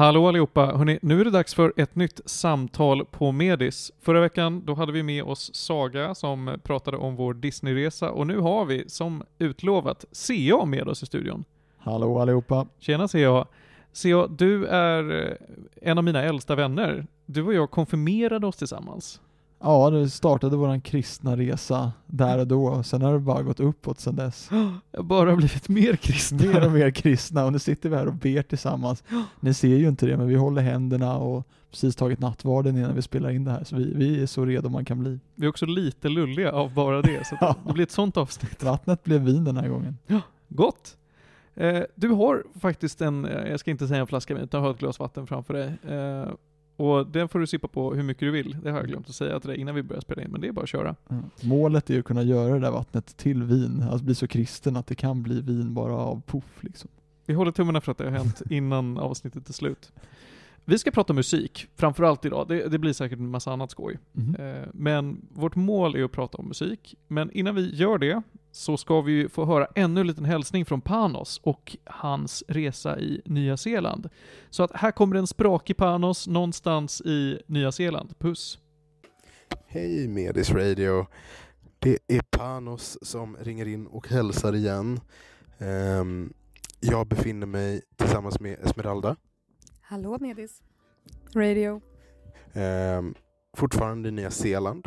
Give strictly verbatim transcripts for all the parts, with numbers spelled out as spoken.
Hallå allihopa, hörrni, nu är det dags för ett nytt samtal på Medis. Förra veckan då hade vi med oss Saga som pratade om vår Disneyresa och nu har vi som utlovat C A med oss i studion. Hallå allihopa. Tjena C A. C A, du är en av mina äldsta vänner. Du och jag konfirmerade oss tillsammans. Ja, det startade våran kristna resa där och då. Sen har det bara gått uppåt sen dess. Jag har bara blivit mer kristna. Mer och mer kristna och nu sitter vi här och ber tillsammans. Ni ser ju inte det, men vi håller händerna och precis tagit nattvarden innan vi spelar in det här. Så vi, vi är så redo man kan bli. Vi är också lite lulliga av bara det. Så Ja. Det blir ett sånt avsnitt. Vattnet blev vin den här gången. Ja, gott. Eh, du har faktiskt en, jag ska inte säga en flaska vin, utan jag har ett glas vatten framför dig. Eh, och den får du sippa på hur mycket du vill. Det har jag glömt att säga till dig innan vi börjar spela in, men det är bara att köra. Mm. Målet är ju att kunna göra det där vattnet till vin. Alltså bli så kristen att det kan bli vin bara av puff liksom. Vi håller tummarna för att det har hänt innan avsnittet är slut. Vi ska prata musik, framförallt idag. Det, det blir säkert en massa annat skoj. Mm. Eh, men vårt mål är att prata om musik. Men innan vi gör det så ska vi få höra ännu en liten hälsning från Panos och hans resa i Nya Zeeland. Så att här kommer en sprakig Panos någonstans i Nya Zeeland. Puss! Hej Medis Radio. Det är Panos som ringer in och hälsar igen. Um, jag befinner mig tillsammans med Esmeralda. Hallå Medis Radio. Um, fortfarande i Nya Zeeland.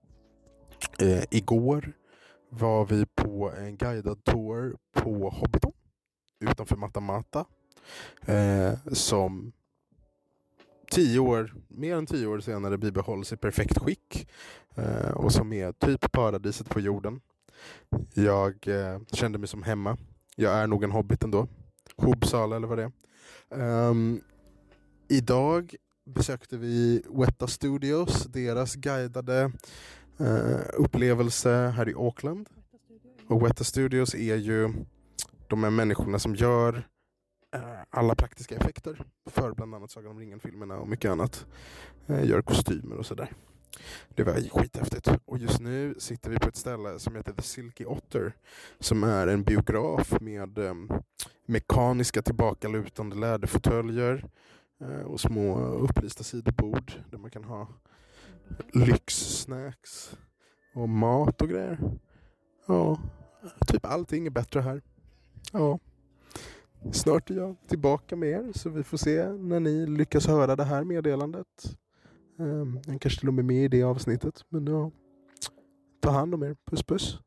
Uh, igår var vi på en guidad tour på Hobbiton utanför Matamata. Uh, som tio år, mer än tio år senare bibehålls i perfekt skick. Uh, och som är typ paradiset på jorden. Jag uh, kände mig som hemma. Jag är nog en hobbit ändå. Hobbsala eller vad det är. Um, idag besökte vi Weta Studios, deras guidade uh, upplevelse här i Auckland. Och Weta Studios är ju de här människorna som gör uh, alla praktiska effekter för bland annat Sagan om ringen-filmerna och mycket annat. Uh, gör kostymer och sådär. Det var skithäftigt. Och just nu sitter vi på ett ställe som heter The Silky Otter, som är en biograf med um, mekaniska tillbakalutande läderfåtöljer uh, och små upplysta sidobord där man kan ha lyxsnacks och mat och grejer. Ja, typ allting är bättre här. Ja. Snart är jag tillbaka med er, så vi får se när ni lyckas höra det här meddelandet. Um, jag kanske till och med med i det avsnittet. Men ja, ta hand om er. Puss puss.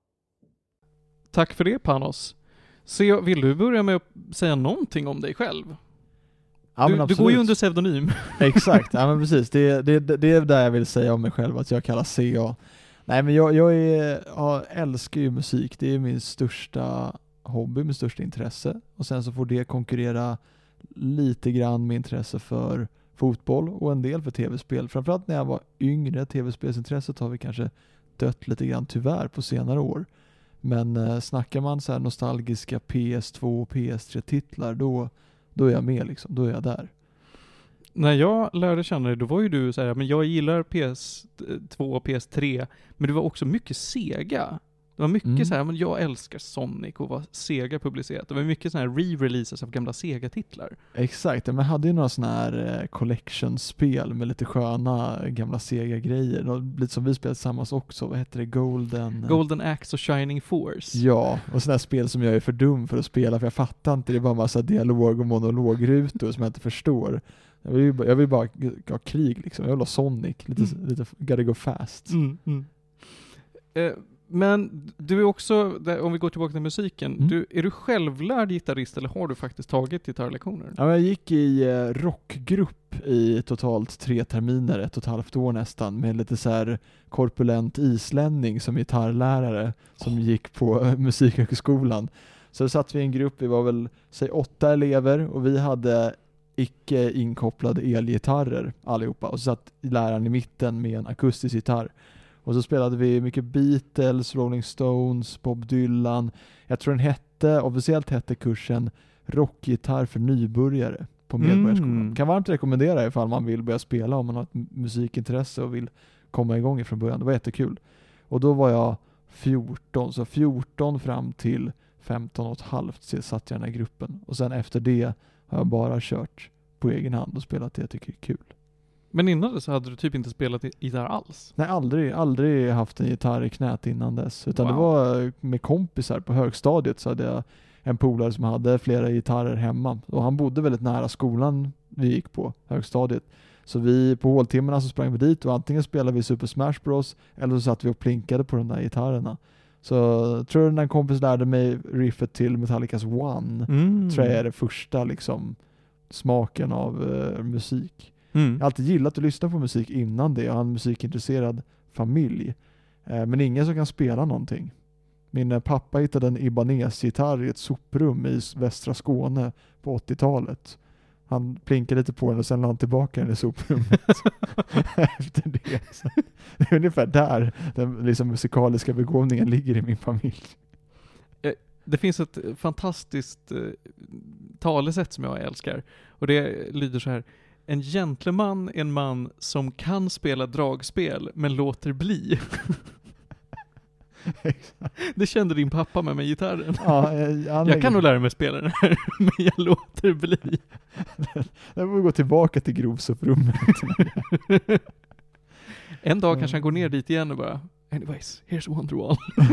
Tack för det Panos. Så vill du börja med att säga någonting om dig själv? Ja, du, du går ju under pseudonym. Exakt, ja men precis. Det, det, det är där jag vill säga om mig själv, att jag kallas C A. Nej men jag, jag, är, jag älskar ju musik. Det är min största hobby, min största intresse. Och sen så får det konkurrera lite grann med intresse för fotboll och en del för tv-spel. Framförallt när jag var yngre, tv-spelsintresset har vi kanske dött lite grann tyvärr på senare år. Men eh, snackar man så här nostalgiska P S två och P S tre-titlar, då, då är jag med liksom, då är jag där. När jag lärde känna dig, då var ju du så här, men jag gillar P S två och P S tre, men det var också mycket Sega. Det var mycket Mm. så här, men jag älskar Sonic och vad Sega publicerat. Det var mycket så här re-releases av gamla Sega-titlar. Exakt, men jag hade ju några såna här eh, collection-spel med lite sköna gamla Sega-grejer. Och lite som vi spelade tillsammans också, vad heter det? Golden... Golden Axe och Shining Force. Ja, och sådana här spel som jag är för dum för att spela, för jag fattar inte, det är bara en massa dialog- och monologrutor som jag inte förstår. Jag vill, jag vill bara ha krig liksom, jag vill ha Sonic, lite, Mm. lite gotta go fast. Mm, mm. Eh, men du är också, om vi går tillbaka till musiken, Mm. du, är du självlärd gitarrist eller har du faktiskt tagit gitarrlektioner? Ja, jag gick i eh, rockgrupp i totalt tre terminer, ett och ett halvt år nästan, med lite så här korpulent islänning som gitarrlärare som oh. gick på eh, musikhögskolan. Så då satt vi i en grupp, vi var väl säg åtta elever och vi hade icke inkopplade elgitarrer allihopa, och så satt läraren i mitten med en akustisk gitarr. Och så spelade vi mycket Beatles, Rolling Stones, Bob Dylan. Jag tror den hette, officiellt hette kursen rockgitarr för nybörjare på Medborgarskolan. Mm. Kan varmt rekommendera ifall man vill börja spela, om man har ett musikintresse och vill komma igång från början. Det var jättekul. Och då var jag fjorton, så fjorton fram till femton och ett halvt så satt jag i den här gruppen. Och sen efter det har jag bara kört på egen hand och spelat det jag tycker är kul. Men innan det så hade du typ inte spelat gitarr alls? Nej, aldrig, aldrig haft en gitarr i knät innan dess. Utan Wow. det var med kompisar på högstadiet, så hade jag en polare som hade flera gitarrer hemma. Och han bodde väldigt nära skolan vi gick på, högstadiet. Så vi på håltimmarna så sprang vi dit och antingen spelade vi Super Smash Bros. Eller så satt vi och plinkade på de där gitarrerna. Så jag tror den här kompis lärde mig riffet till Metallicas One. Mm. Tror jag är det första liksom smaken av uh, musik. Mm. Jag har alltid gillat att lyssna på musik innan det. Jag har en musikintresserad familj. Eh, men ingen som kan spela någonting. Min eh, pappa hittade en Ibanez-gitarr i ett soprum i s- västra Skåne på åttiotalet. Han plinkade lite på den och sen la han tillbaka den i soprummet. Efter det. Så det är ungefär där den liksom, musikaliska begåvningen ligger i min familj. Det finns ett fantastiskt eh, talesätt som jag älskar. Och det lyder så här. En gentleman är en man som kan spela dragspel men låter bli. Det kände din pappa med med gitarren. Ja, eh, han Jag kan nog lära mig spela den här, men jag låter bli. Jag får gå tillbaka till grovsoprummet. En dag kanske han går ner dit igen och bara anyways, here's Wonderwall.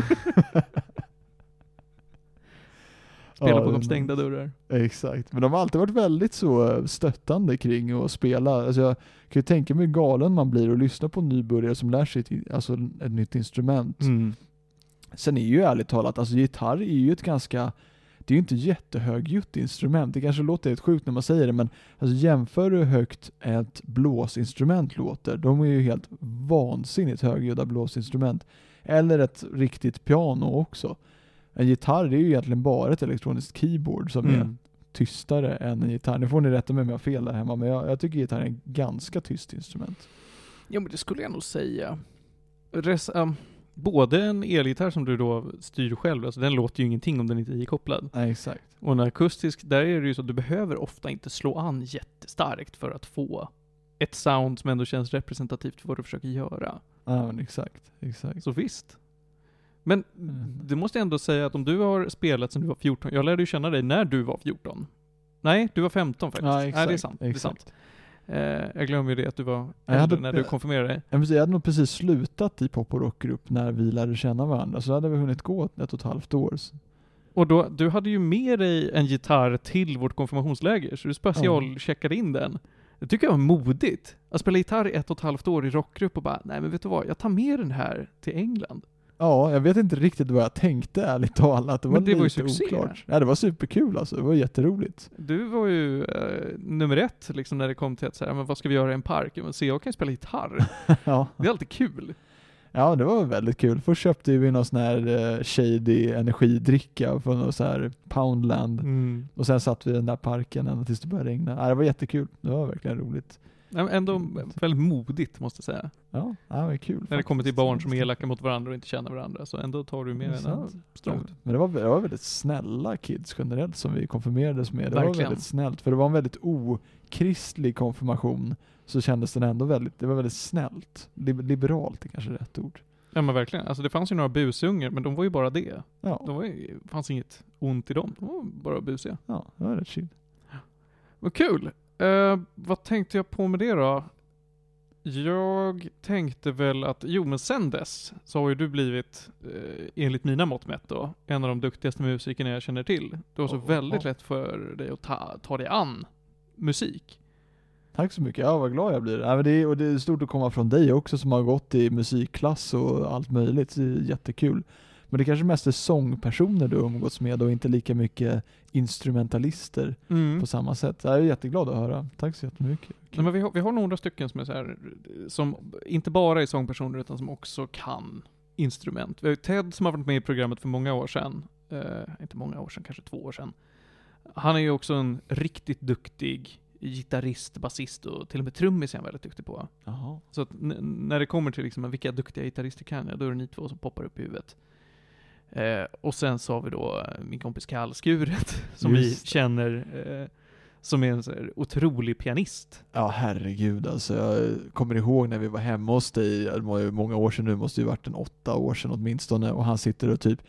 Spela Ja, bakom men- stängda dörrar. Exakt, men de har alltid varit väldigt så stöttande kring att spela. Alltså jag kan ju tänka mig hur galen man blir och lyssna på en nybörjare som lär sig ett, alltså ett nytt instrument. Mm. Sen är ju ärligt talat, alltså gitarr är ju ett ganska, det är ju inte jättehögljutt instrument. Det kanske låter helt sjukt när man säger det, men alltså jämför hur högt ett blåsinstrument låter. De är ju helt vansinnigt högljudda blåsinstrument. Eller ett riktigt piano också. En gitarr är ju egentligen bara ett elektroniskt keyboard som är Mm. tystare än en gitarr. Nu får ni rätta mig om jag har fel där hemma, men jag, jag tycker gitarr är ett ganska tyst instrument. Ja, men det skulle jag nog säga. Res, um, både en elgitarr som du då styr själv, alltså den låter ju ingenting om den inte är ikopplad. Nej, exakt. Och en akustisk, där är det ju så att du behöver ofta inte slå an jättestarkt för att få ett sound som ändå känns representativt för vad du försöker göra. Ja, men exakt. exakt. Så visst. Men Mm. du måste ändå säga att om du har spelat sedan du var fjorton, jag lärde ju känna dig när du var fjorton. Nej, du var femton faktiskt. Ja, exakt. Nej, det är sant. Det är sant. Exakt. Eh, jag glömmer ju det att du var Jag äldre hade- när du konfirmerade dig. Jag, jag hade nog precis slutat i pop- och rockgrupp när vi lärde känna varandra. Så hade vi hunnit gå ett och ett halvt år. Och då, du hade ju med dig en gitarr till vårt konfirmationsläger, så du specialcheckade in den. Det tycker jag var modigt. Att spela gitarr i ett och ett halvt år i rockgrupp och bara, nej men vet du vad, jag tar med den här till England. Ja, jag vet inte riktigt vad jag tänkte ärligt talat. Det var Men det var ju lite succé. oklart. Ja, det var superkul alltså. Det var jätteroligt. Du var ju eh, nummer ett liksom när det kom till att säga, men vad ska vi göra i en park? Men se, jag kan ju spela gitarr. ja. Det är alltid kul. ja, det var väldigt kul. Först köpte vi någon sån här uh, shady energidricka från någon sån här Poundland. Mm. Och sen satt vi i den där parken ända tills det började regna. Ja, det var jättekul. Det var verkligen roligt. Nej, men ändå väldigt modigt måste jag säga. Ja, ja det var kul. När det faktiskt. kommer till barn som är elaka mot varandra och inte känner varandra, så ändå tar du med Det är en sant. ja, strångt. Men det var, det var väldigt snälla kids generellt som vi konfirmerades med. Det var Verkligen. väldigt snällt, för det var en väldigt okristlig konfirmation. Så kändes den ändå väldigt, det var väldigt snällt. Lib- liberalt är kanske rätt ord. Ja men verkligen. Alltså det fanns ju några busungar, men de var ju bara det. Ja, De var ju, fanns inget ont i dem. De var bara busiga. ja det var rätt chill. Vad kul! Eh, vad tänkte jag på med det då? Jag tänkte väl att, jo men sen dess så har ju du blivit, eh, enligt mina mått mätt då, en av de duktigaste musikerna jag känner till. Du har så Oh, väldigt ja. lätt för dig att ta, ta dig an musik. Tack så mycket, ja vad glad jag blir. Ja, men det är, och det är stort att komma från dig också som har gått i musikklass och allt möjligt. Det är jättekul. Men det kanske mest är sångpersoner du har umgåtts med och inte lika mycket instrumentalister Mm. på samma sätt. Jag är jätteglad att höra. Tack så jättemycket. Nej, men vi, har, vi har några stycken som är så här, som inte bara är sångpersoner utan som också kan instrument. Vi har ju Ted som har varit med i programmet för många år sedan. Eh, inte många år sedan, kanske två år sedan. Han är ju också en riktigt duktig gitarrist, basist och till och med trummis är han väldigt duktig på. Jaha. Så att n- när det kommer till liksom, vilka duktiga gitarrister kan jag, då är det ni två som poppar upp i huvudet. Eh, och sen så har vi då eh, min kompis Kallskuret som Just vi känner eh, som är en så här otrolig pianist. Ja, herregud alltså. Jag kommer ihåg när vi var hemma hos dig, det var ju många år sedan nu, måste ju varit en åtta år sedan åtminstone, och han sitter och typ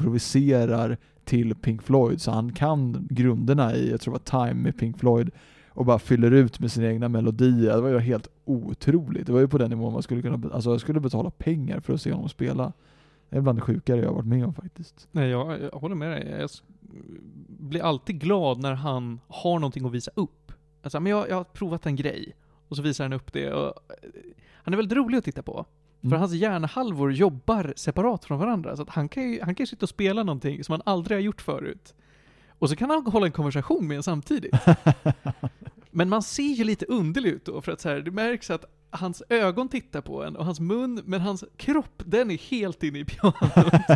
improviserar till Pink Floyd, så han kan grunderna i, jag tror det var Time med Pink Floyd. och bara fyller ut med sina egna melodier. Det var ju helt otroligt. Det var ju på den nivån man skulle kunna, alltså jag skulle betala pengar för att se honom spela. Det är bland det sjukare jag har varit med om faktiskt. Nej, jag, jag håller med dig. Jag blir alltid glad när han har någonting att visa upp. Alltså, men jag, jag har provat en grej och så visar han upp det. Och han är väldigt rolig att titta på. Mm. För hans hjärnhalvor jobbar separat från varandra. Så att han kan ju han kan ju sitta och spela någonting som han aldrig har gjort förut. Och så kan han hålla en konversation med en samtidigt. Men man ser ju lite underlig ut då. För att så här, det märks att hans ögon tittar på en och hans mun, men hans kropp, den är helt inne i pianot.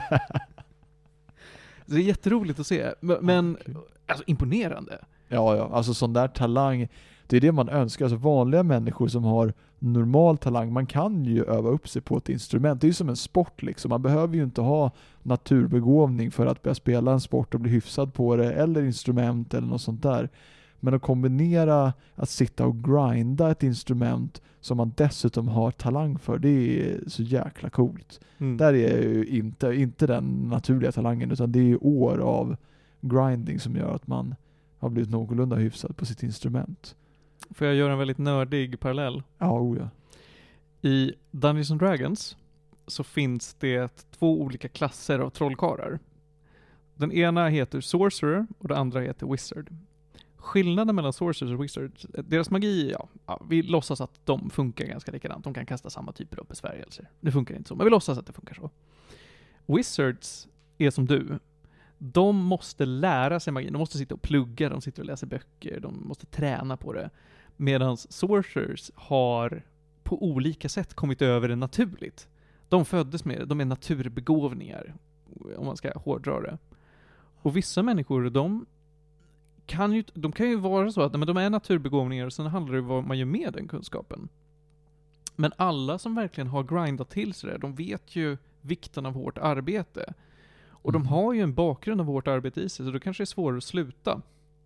Så det är jätteroligt att se. Men okay. Alltså imponerande. Ja, ja. Alltså sån där talang, det är det man önskar. Alltså vanliga människor som har normal talang, man kan ju öva upp sig på ett instrument. Det är ju som en sport liksom. Man behöver ju inte ha naturbegåvning för att börja spela en sport och bli hyfsad på det, eller instrument eller något sånt där. Men att kombinera att sitta och grinda ett instrument som man dessutom har talang för, det är så jäkla coolt. Mm. Där är ju inte, inte den naturliga talangen, utan det är ju år av grinding som gör att man har blivit någorlunda hyfsad på sitt instrument. Får jag göra en väldigt nördig parallell? Ja, oh ja. I Dungeons and Dragons så finns det två olika klasser av trollkarlar. Den ena heter Sorcerer och den andra heter Wizard. Skillnaden mellan Sorcerers och Wizards, deras magi, ja, ja, vi låtsas att de funkar ganska likadant. De kan kasta samma typer av besvärjelser. Det funkar inte så, men vi låtsas att det funkar så. Wizards är som du. De måste lära sig magi. De måste sitta och plugga, de sitter och läser böcker, de måste träna på det. Medan Sorcerers har på olika sätt kommit över det naturligt. De föddes med det, de är naturbegåvningar, om man ska hårdra det. Och vissa människor, de kan ju, de kan ju vara så att men de är naturbegåvningar och sen handlar det om vad man gör med den kunskapen. Men alla som verkligen har grindat till sig det, de vet ju vikten av hårt arbete. Och mm. de har ju en bakgrund av hårt arbete i sig, så då kanske det är svårare att sluta.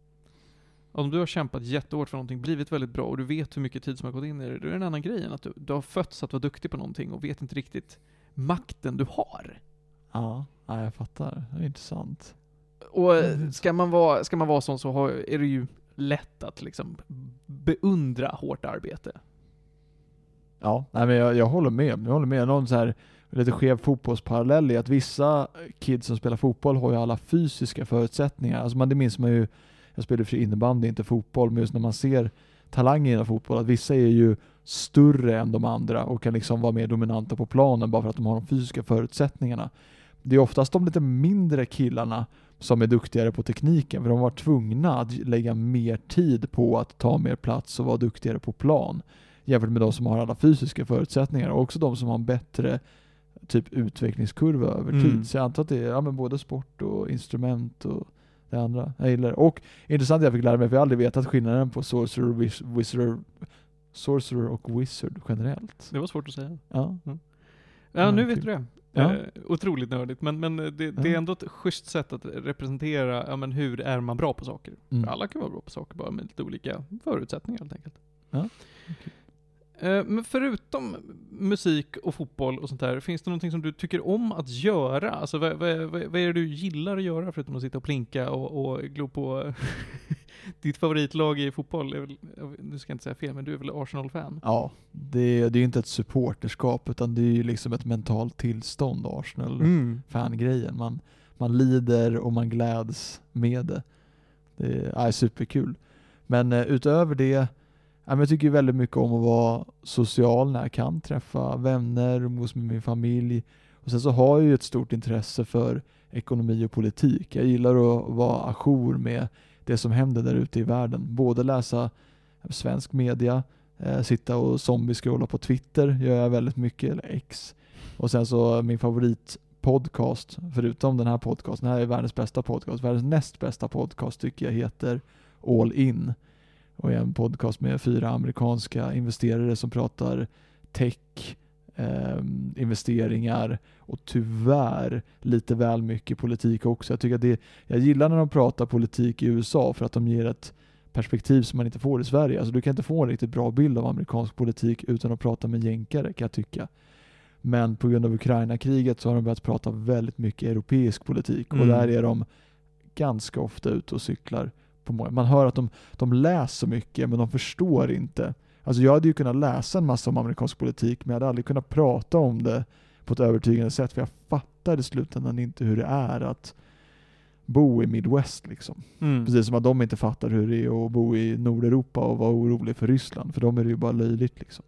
Om du har kämpat jättehårt för någonting, blivit väldigt bra och du vet hur mycket tid som har gått in i det, då är det en annan grej än att du, du har fötts att vara duktig på någonting och vet inte riktigt makten du har. Ja, jag fattar. Det är intressant. Och ska man vara, ska man vara sån så har, är det ju lätt att liksom beundra hårt arbete. Ja, nej, men jag, jag håller med. Jag håller med. Någon så här lite skev fotbollsparallell i att vissa kids som spelar fotboll har ju alla fysiska förutsättningar. Alltså man, det minns man ju, jag spelar för innebandy, inte fotboll, men just när man ser talanger inom fotboll, att vissa är ju större än de andra och kan liksom vara mer dominanta på planen bara för att de har de fysiska förutsättningarna. Det är oftast de lite mindre killarna som är duktigare på tekniken, för de var tvungna att lägga mer tid på att ta mer plats och vara duktigare på plan jämfört med de som har alla fysiska förutsättningar, och också de som har en bättre typ utvecklingskurva över tid. Mm. Så jag antar att det är ja, men både sport och instrument och det andra. Jag gillar det. Och intressant, jag fick lära mig, för jag har aldrig vetat skillnaden på Sorcerer, wiz- Wizard, Sorcerer och Wizard generellt. Det var svårt att säga. Ja, mm. Ja, nu vet du det. Ja. Eh, otroligt nördigt, men, men det, det ja. är ändå ett schysst sätt att representera ja, men hur är man bra på saker. Mm. För alla kan vara bra på saker, bara med lite olika förutsättningar helt enkelt. Ja. Okay. Eh, men förutom musik och fotboll och sånt där, finns det någonting som du tycker om att göra? Alltså vad, vad, vad, vad är det du gillar att göra förutom att sitta och plinka och, och glo på ditt favoritlag i fotboll? Är väl, nu ska jag inte säga fel, men du är väl Arsenal-fan? Ja, det, det är ju inte ett supporterskap, utan det är ju liksom ett mentalt tillstånd, Arsenal-fangrejen. Mm. Man, man lider och man gläds med det. Det är, är superkul. Men uh, utöver det, jag tycker väldigt mycket om att vara social när jag kan träffa vänner, umgås med min familj. Och sen så har jag ju ett stort intresse för ekonomi och politik. Jag gillar att vara ajour med det som händer där ute i världen. Både läsa svensk media, eh, sitta och zombie-scrolla på Twitter gör jag väldigt mycket, eller X. Och sen så min favoritpodcast, förutom den här podcasten, den här är världens bästa podcast, världens näst bästa podcast tycker jag heter All In. Och är en podcast med fyra amerikanska investerare som pratar tech, eh, investeringar och tyvärr lite väl mycket politik också. Jag tycker att det, jag gillar när de pratar politik i U S A för att de ger ett perspektiv som man inte får i Sverige. Alltså du kan inte få en riktigt bra bild av amerikansk politik utan att prata med jänkare, kan jag tycka. Men på grund av Ukraina-kriget så har de börjat prata väldigt mycket europeisk politik. Mm. Och där är de ganska ofta ute och cyklar på många. Man hör att de, de läser så mycket men de förstår inte. Alltså jag hade ju kunnat läsa en massa om amerikansk politik men jag hade aldrig kunnat prata om det på ett övertygande sätt för jag fattar i slutändan inte hur det är att bo i Midwest liksom. Mm. Precis som att de inte fattar hur det är att bo i Nordeuropa och vara orolig för Ryssland. För de är det ju bara löjligt liksom.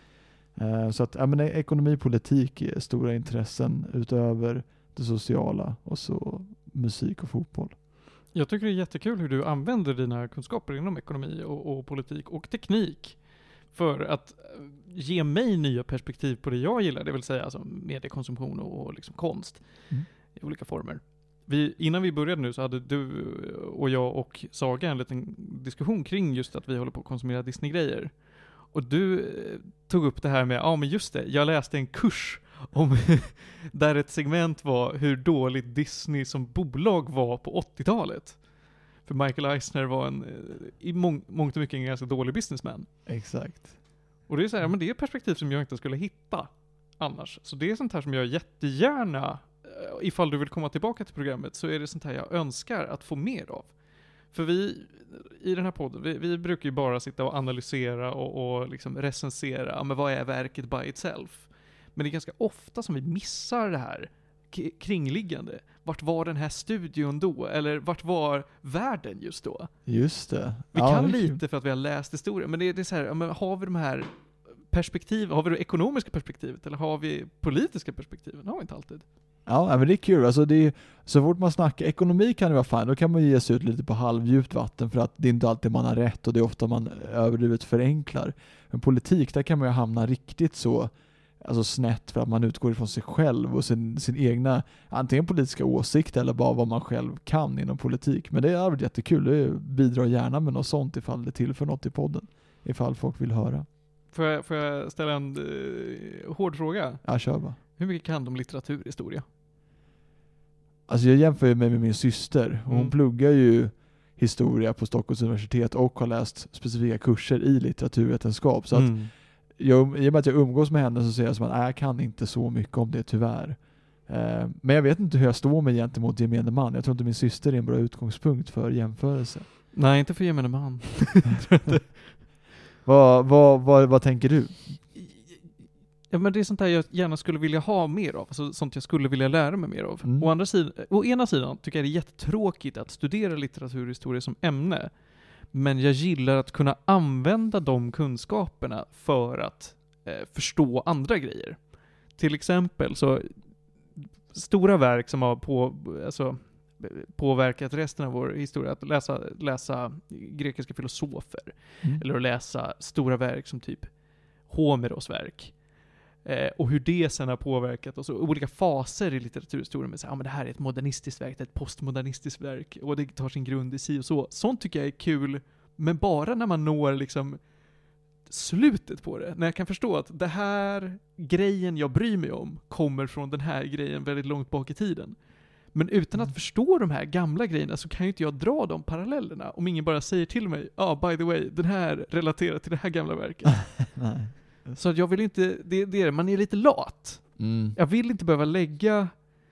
Uh, så att ja, men ekonomi, politik är stora intressen utöver det sociala och så musik och fotboll. Jag tycker det är jättekul hur du använder dina kunskaper inom ekonomi och, och politik och teknik för att ge mig nya perspektiv på det jag gillar, det vill säga alltså mediekonsumtion och, och liksom konst Mm. i olika former. Vi, innan vi började nu så hade du och jag och Saga en liten diskussion kring just att vi håller på att konsumera Disney-grejer. Och du eh, tog upp det här med, ja men just det, jag läste en kurs om där ett segment var hur dåligt Disney som bolag var på åttiotalet. För Michael Eisner var en, i mång- mångt och mycket en ganska dålig businessman. Exakt. Och det är så här, ja, men det är ett perspektiv som jag inte skulle hitta annars. Så det är sånt här som jag jättegärna, ifall du vill komma tillbaka till programmet, så är det sånt här jag önskar att få mer av. För vi, i den här podden, vi, vi brukar ju bara sitta och analysera och, och liksom recensera, ja, men vad är verket by itself? Men det är ganska ofta som vi missar det här k- kringliggande. Vart var den här studion då? Eller vart var världen just då? Just det. Vi Ja, kan det är kul. lite för att vi har läst historia, men det, det är så här, ja, men har vi de här perspektiv, har vi det ekonomiska perspektivet eller har vi politiska perspektiven? Det har vi inte alltid. Ja, men det är kul. Alltså det är, så fort man snackar ekonomi kan det vara fan. Då kan man ge sig ut lite på halvdjupt vatten för att det är inte alltid man har rätt och det är ofta man överdrivet förenklar. Men politik, där kan man ju hamna riktigt så alltså snett för att man utgår ifrån sig själv och sin, sin egna antingen politiska åsikt eller bara vad man själv kan inom politik. Men det är varit jättekul. Det bidrar gärna med något sånt ifall det tillför något i podden. Ifall folk vill höra. Får jag, får jag ställa en uh, hård fråga? Ja, kör bara. Hur mycket kan du om litteraturhistoria? Alltså jag jämför ju mig med min syster. Hon Mm. pluggar ju historia på Stockholms universitet och har läst specifika kurser i litteraturvetenskap. Så att Mm. jag, i och med att jag umgås med henne så säger jag som att nej, jag kan inte så mycket om det tyvärr. Eh, men jag vet inte hur jag står mig gentemot gemene man. Jag tror inte min syster är en bra utgångspunkt för jämförelse. Nej, inte för gemene man. vad, vad, vad, vad tänker du? Ja, men det är sånt där jag gärna skulle vilja ha mer av. Alltså sånt jag skulle vilja lära mig mer av. Mm. Å, andra sidan, å ena sidan tycker jag det är jättetråkigt att studera litteraturhistoria som ämne. Men jag gillar att kunna använda de kunskaperna för att eh, förstå andra grejer. Till exempel så stora verk som har på, alltså, påverkat resten av vår historia, att läsa, läsa grekiska filosofer. Mm. Eller att läsa stora verk som typ Homeros verk. Eh, och hur det sen har påverkat och så olika faser i litteraturhistorien med så, ja, men det här är ett modernistiskt verk, det är ett postmodernistiskt verk och det tar sin grund i si och så. Sånt tycker jag är kul, men bara när man når liksom slutet på det. När jag kan förstå att det här grejen jag bryr mig om kommer från den här grejen väldigt långt bak i tiden. Men utan att förstå de här gamla grejerna så kan ju inte jag dra de parallellerna om ingen bara säger till mig, ja, ah, by the way, den här relaterar till det här gamla verket. Nej. Så att jag vill inte, det, det är, man är lite lat. Mm. Jag vill inte behöva lägga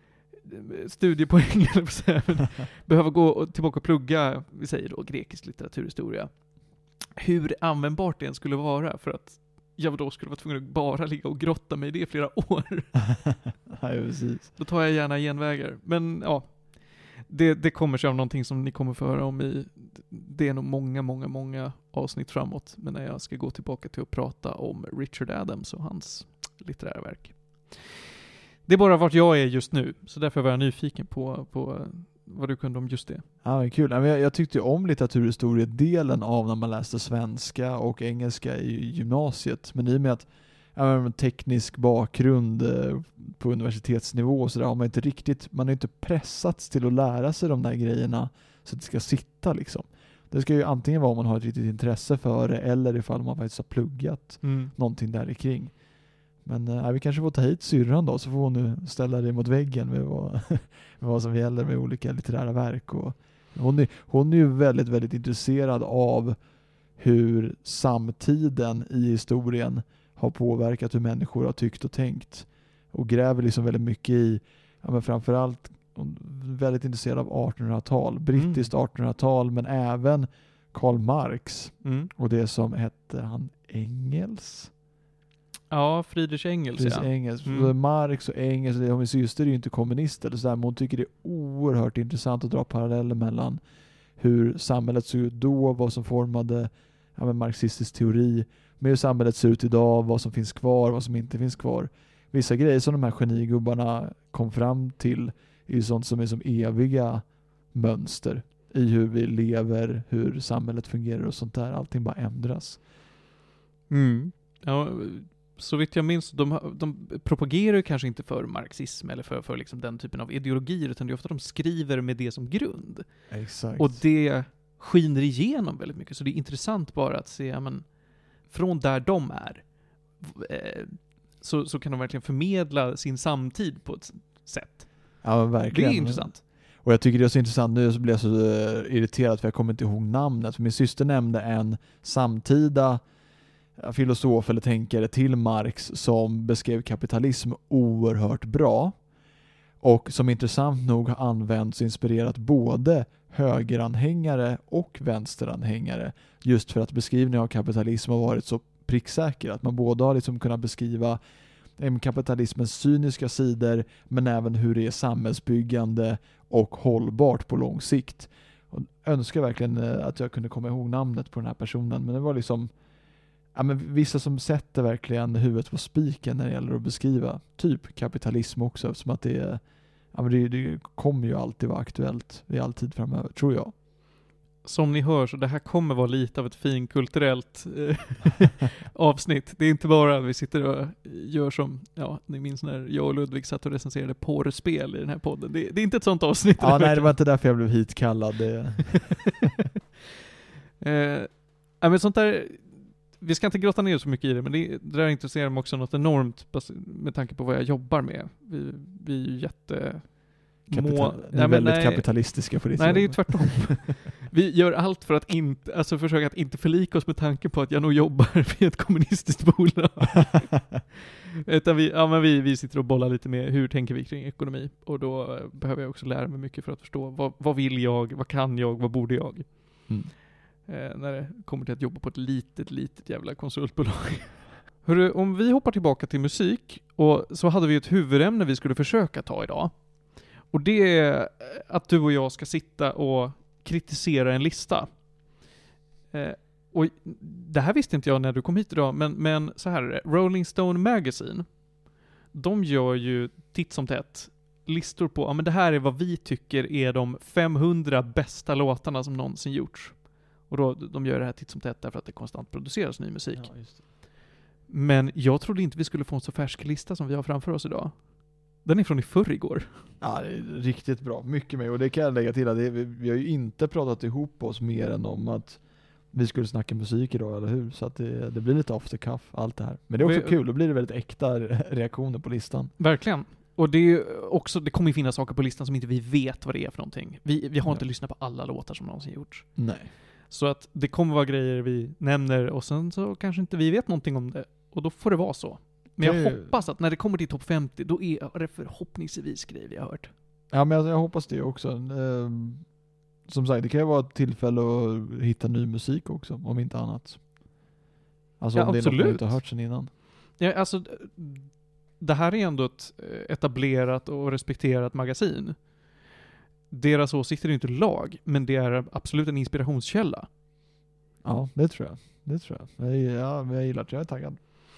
studiepoäng eller så här, men behöva gå tillbaka och plugga, vi säger då grekisk litteraturhistoria. Hur användbart det än skulle vara för att jag då skulle vara tvungen att bara ligga och grotta mig i det i flera år. Nej, precis. Då tar jag gärna genvägar. Men ja, det, det kommer sig av någonting som ni kommer få höra om i, det är nog många, många, många avsnitt framåt. Men när jag ska gå tillbaka till att prata om Richard Adams och hans litterära verk. Det är bara vart jag är just nu, så därför var jag nyfiken på, på vad du kunde om just det. Ja, men kul. Jag, jag tyckte ju om litteraturhistoriedelen av när man läste svenska och engelska i gymnasiet. Men i och med att jag menar, teknisk bakgrund eh, på universitetsnivå så där har man inte riktigt, man har inte pressats till att lära sig de där grejerna så att det ska sitta liksom. Det ska ju antingen vara om man har ett riktigt intresse för det eller ifall man faktiskt har pluggat Mm. någonting där kring. Men äh, vi kanske får ta hit syrran då, så får hon nu ställa det mot väggen med vad, med vad som gäller med olika litterära verk. Och hon, är, hon är ju väldigt, väldigt intresserad av hur samtiden i historien har påverkat hur människor har tyckt och tänkt. Och gräver liksom väldigt mycket i, ja, men framförallt väldigt intresserad av artonhundratal, brittiskt Mm. artonhundratal, men även Karl Marx Mm. och det som hette han Engels. Ja, Friedrich Engels, Precis, ja. Engels. Mm. Marx och Engels, och min syster är ju inte kommunist eller sådär, men hon tycker det är oerhört intressant att dra paralleller mellan hur samhället såg ut då, vad som formade ja, men marxistisk teori, med hur samhället ser ut idag, vad som finns kvar, vad som inte finns kvar. Vissa grejer som de här genigubbarna kom fram till är ju sånt som är som eviga mönster i hur vi lever, hur samhället fungerar och sånt där. Allting bara ändras. Mm. Ja, så vitt jag minns, de, har- de propagerar ju kanske inte för marxism eller för, för liksom den typen av ideologier, utan det är ofta de skriver med det som grund. Exakt. Och det skiner igenom väldigt mycket, så det är intressant bara att se, ja, men, från där de är, eh, så, så kan de verkligen förmedla sin samtid på ett sätt. Ja, men Det verkligen. är intressant. Och jag tycker det är så intressant, nu så blir jag så uh, irriterad för jag kommer inte ihåg namnet. För min syster nämnde en samtida uh, filosof eller tänkare till Marx som beskrev kapitalism oerhört bra. Och som intressant nog har använts och inspirerat både högeranhängare och vänsteranhängare. Just för att beskrivningen av kapitalism har varit så pricksäker. Att man både har liksom kunnat beskriva kapitalismens cyniska sidor, men även hur det är samhällsbyggande och hållbart på lång sikt. Och önskar verkligen att jag kunde komma ihåg namnet på den här personen, men det var liksom ja, men vissa som sätter verkligen huvudet på spiken när det gäller att beskriva typ kapitalism också, som att det, är, ja, men det, det kommer ju alltid vara aktuellt i all tid framöver, tror jag. Som ni hör, så det här kommer vara lite av ett finkulturellt eh, avsnitt. Det är inte bara att vi sitter och gör som, ja, ni minns när jag och Ludvig satt och recenserade porrspel i den här podden. Det, det är inte ett sånt avsnitt. Ja, nej, det var inte därför jag blev hitkallad. Det... eh, ja, men sånt där, vi ska inte grotta ner så mycket i det, men det, det där intresserar mig också något enormt med tanke på vad jag jobbar med. Vi, vi är ju jätte... Kapital- må... Ni är nej, väldigt nej, kapitalistiska på ditt Nej, jobb. det är ju tvärtom. Vi gör allt för att inte, alltså försöka att inte förlika oss med tanken på att jag nog jobbar vid ett kommunistiskt bolag. Utan vi, ja, men vi, vi sitter och bollar lite med hur tänker vi kring ekonomi. Och då behöver jag också lära mig mycket för att förstå vad, vad vill jag, vad kan jag, vad borde jag. Mm. Eh, när det kommer till att jobba på ett litet, litet jävla konsultbolag. Hörru, om vi hoppar tillbaka till musik, och så hade vi ett huvudämne vi skulle försöka ta idag. Och det är att du och jag ska sitta och kritisera en lista. Eh, och det här visste inte jag när du kom hit idag, men, men så här är det. Rolling Stone Magazine, de gör ju titt som tätt listor på, ja men det här är vad vi tycker är de femhundra bästa låtarna som någonsin gjorts. Och då, de gör det här titt som tätt därför att det konstant produceras ny musik. Ja, just det. Men jag trodde inte vi skulle få en så färsk lista som vi har framför oss idag. Den är från i förrgår. Ja, det är riktigt bra. Mycket med. Och det kan jag lägga till att det, vi, vi har ju inte pratat ihop oss mer än om att vi skulle snacka musik idag, eller hur? Så att det, det blir lite off the cuff, allt det här. Men det är också vi, kul, då blir det väldigt äkta reaktioner på listan. Verkligen. Och det är ju också, det kommer ju finnas saker på listan som inte vi vet vad det är för någonting. Vi, vi har Nej. inte lyssnat på alla låtar som någonsin gjorts. Nej. Så att det kommer vara grejer vi nämner och sen så kanske inte vi vet någonting om det. Och då får det vara så. Men jag Det- hoppas att när det kommer till topp femtio, då är det förhoppningsvis grejer vi har hört. Ja, men jag, jag hoppas det också. Ehm, som sagt, det kan ju vara ett tillfälle att hitta ny musik också, om inte annat. Alltså Ja, om det är något man absolut. inte har hört sedan innan. Ja, alltså, det här är ändå ett eh, etablerat och respekterat magasin. Deras åsikter är ju inte lag, men det är absolut en inspirationskälla. Ja, det tror jag. Det tror jag. jag ja, men jag gillar det. Jag är taggad.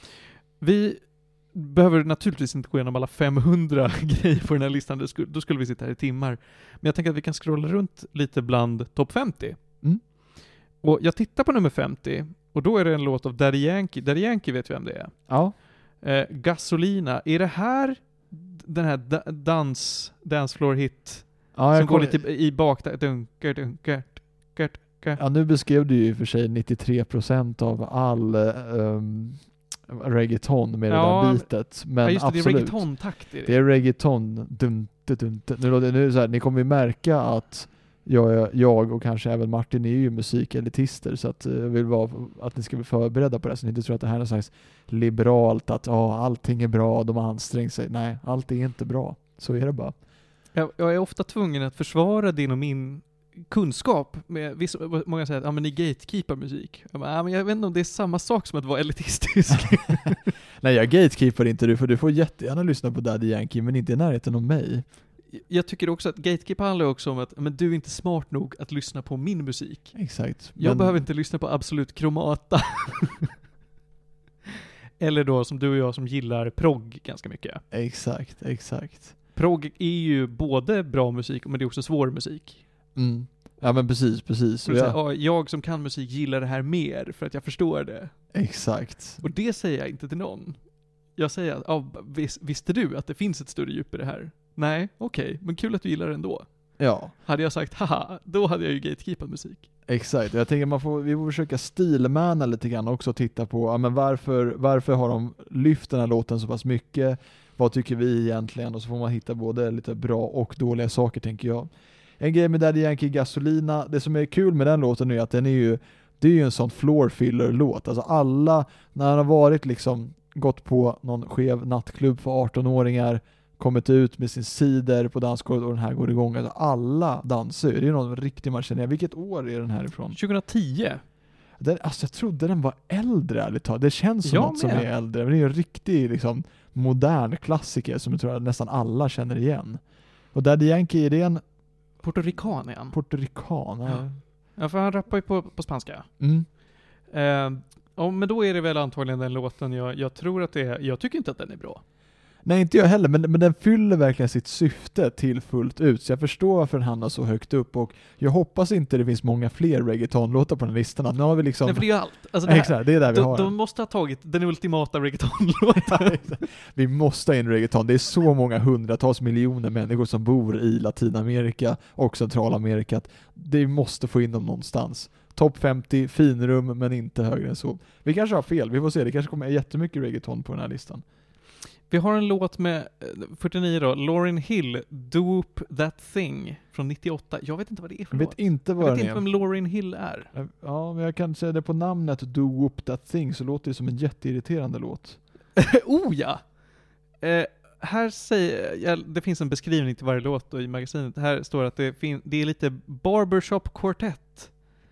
Vi behöver naturligtvis inte gå igenom alla femhundra grejer på den här listan, det skulle, då skulle vi sitta här i timmar. Men jag tänker att vi kan scrolla runt lite bland topp femtio. Mm. Och jag tittar på nummer femtio, och då är det en låt av Daddy Yankee. Daddy Yankee vet vi vem det är. Ja. Eh, Gasolina. Är det här den här da- dans, dancefloor hit Ja, jag som går kom- lite i bak där? Dunkar, dunkar, dunkar, dunkar. Ja, nu beskrev du ju i och för sig nittiotre procent av all um, reggaeton med Ja, det där bitet. Men Ja, just det, det är absolut. reggaeton-takt i det. Det är reggaeton. Dun, dun, dun, dun. Nu, låter- nu är det så här, ni kommer ju märka att jag, jag och kanske även Martin är ju musikelitister, så att eh, jag vill vara, att ni ska bli förberedda på det, så ni inte tror att det här är något slags liberalt, att ja, allting är bra, de har ansträngt sig. Nej, allt är inte bra. Så är det bara. Jag, jag är ofta tvungen att försvara din och min kunskap. Med vissa, många säger att ja, men ni gatekeepar musik. Jag, bara, ja, men jag vet inte om det är samma sak som att vara elitistisk. Nej, jag gatekeepar inte du, för du får jättegärna lyssna på Daddy Yankee, men inte i närheten av mig. Jag tycker också att gatekeep handlar också om att men du är inte smart nog att lyssna på min musik. Exakt. Jag men... behöver inte lyssna på Absolut Chromata. Eller då som du och jag som gillar progg ganska mycket. Exakt, exakt. Progg är ju både bra musik men det är också svår musik. Mm. Ja men precis, precis. Jag... Ja, jag som kan musik gillar det här mer för att jag förstår det. Exakt. Och det säger jag inte till någon. Jag säger att ja, vis, visste du att det finns ett större djup i det här? Nej, okej. Okay. Men kul att du gillar det ändå. Ja. Hade jag sagt haha, då hade jag ju gatekeepat musik. Exakt. Jag tänker man får, vi får försöka stilmäna lite grann också och titta på ja, men varför, varför har de lyft den här låten så pass mycket? Vad tycker vi egentligen? Och så får man hitta både lite bra och dåliga saker, tänker jag. En grej med Daddy Yankee Gasolina, det som är kul med den låten är att den är ju, det är ju en sån floor filler låt. Alltså alla, när han har varit liksom, gått på någon skev nattklubb för arton-åringar, kommit ut med sin cider på dansgolvet och den här går igång. Alltså alla dansar. Det är någon riktig man känner. Vilket år är den här ifrån? tjugohundratio. Den, alltså jag trodde den var äldre, ärligt talat. Det känns som jag något med. som är äldre. Men det är ju en riktig liksom, modern klassiker som jag tror att nästan alla känner igen. Och Daddy Yankee, är det en Puertorican igen. Puertorican? Ja. Ja, för han rappar ju på, på spanska. Mm. Eh, ja, men då är det väl antagligen den låten jag, jag tror att det är. Jag tycker inte att den är bra. Nej, inte jag heller, men, men den fyller verkligen sitt syfte till fullt ut. Så jag förstår varför den hamnar så högt upp och jag hoppas inte det finns många fler reggaetonlåtar på den listan. Nu har vi liksom... Nej, för det är ju allt. Alltså det, här, exakt, det är där vi de, har de den. måste ha tagit den ultimata reggaetonlåten. Vi måste ha in reggaeton. Det är så många hundratals miljoner människor som bor i Latinamerika och Centralamerika. Det måste få in dem någonstans. Topp femtio, finrum, men inte högre än så. Vi kanske har fel, vi får se. Det kanske kommer jättemycket reggaeton på den här listan. Vi har en låt med fyrtionio då, Lauryn Hill, Do Up That Thing från nittioåtta. Jag vet inte vad det är för jag vet låt. Inte vad jag vet den inte är. vem Lauryn Hill är. Ja, men jag kan säga det på namnet Do Up That Thing så låter det som en jätteirriterande låt. oh ja! Eh, här säger, ja, det finns en beskrivning till varje låt då i magasinet. Här står att det, fin- det är lite barbershop quartet.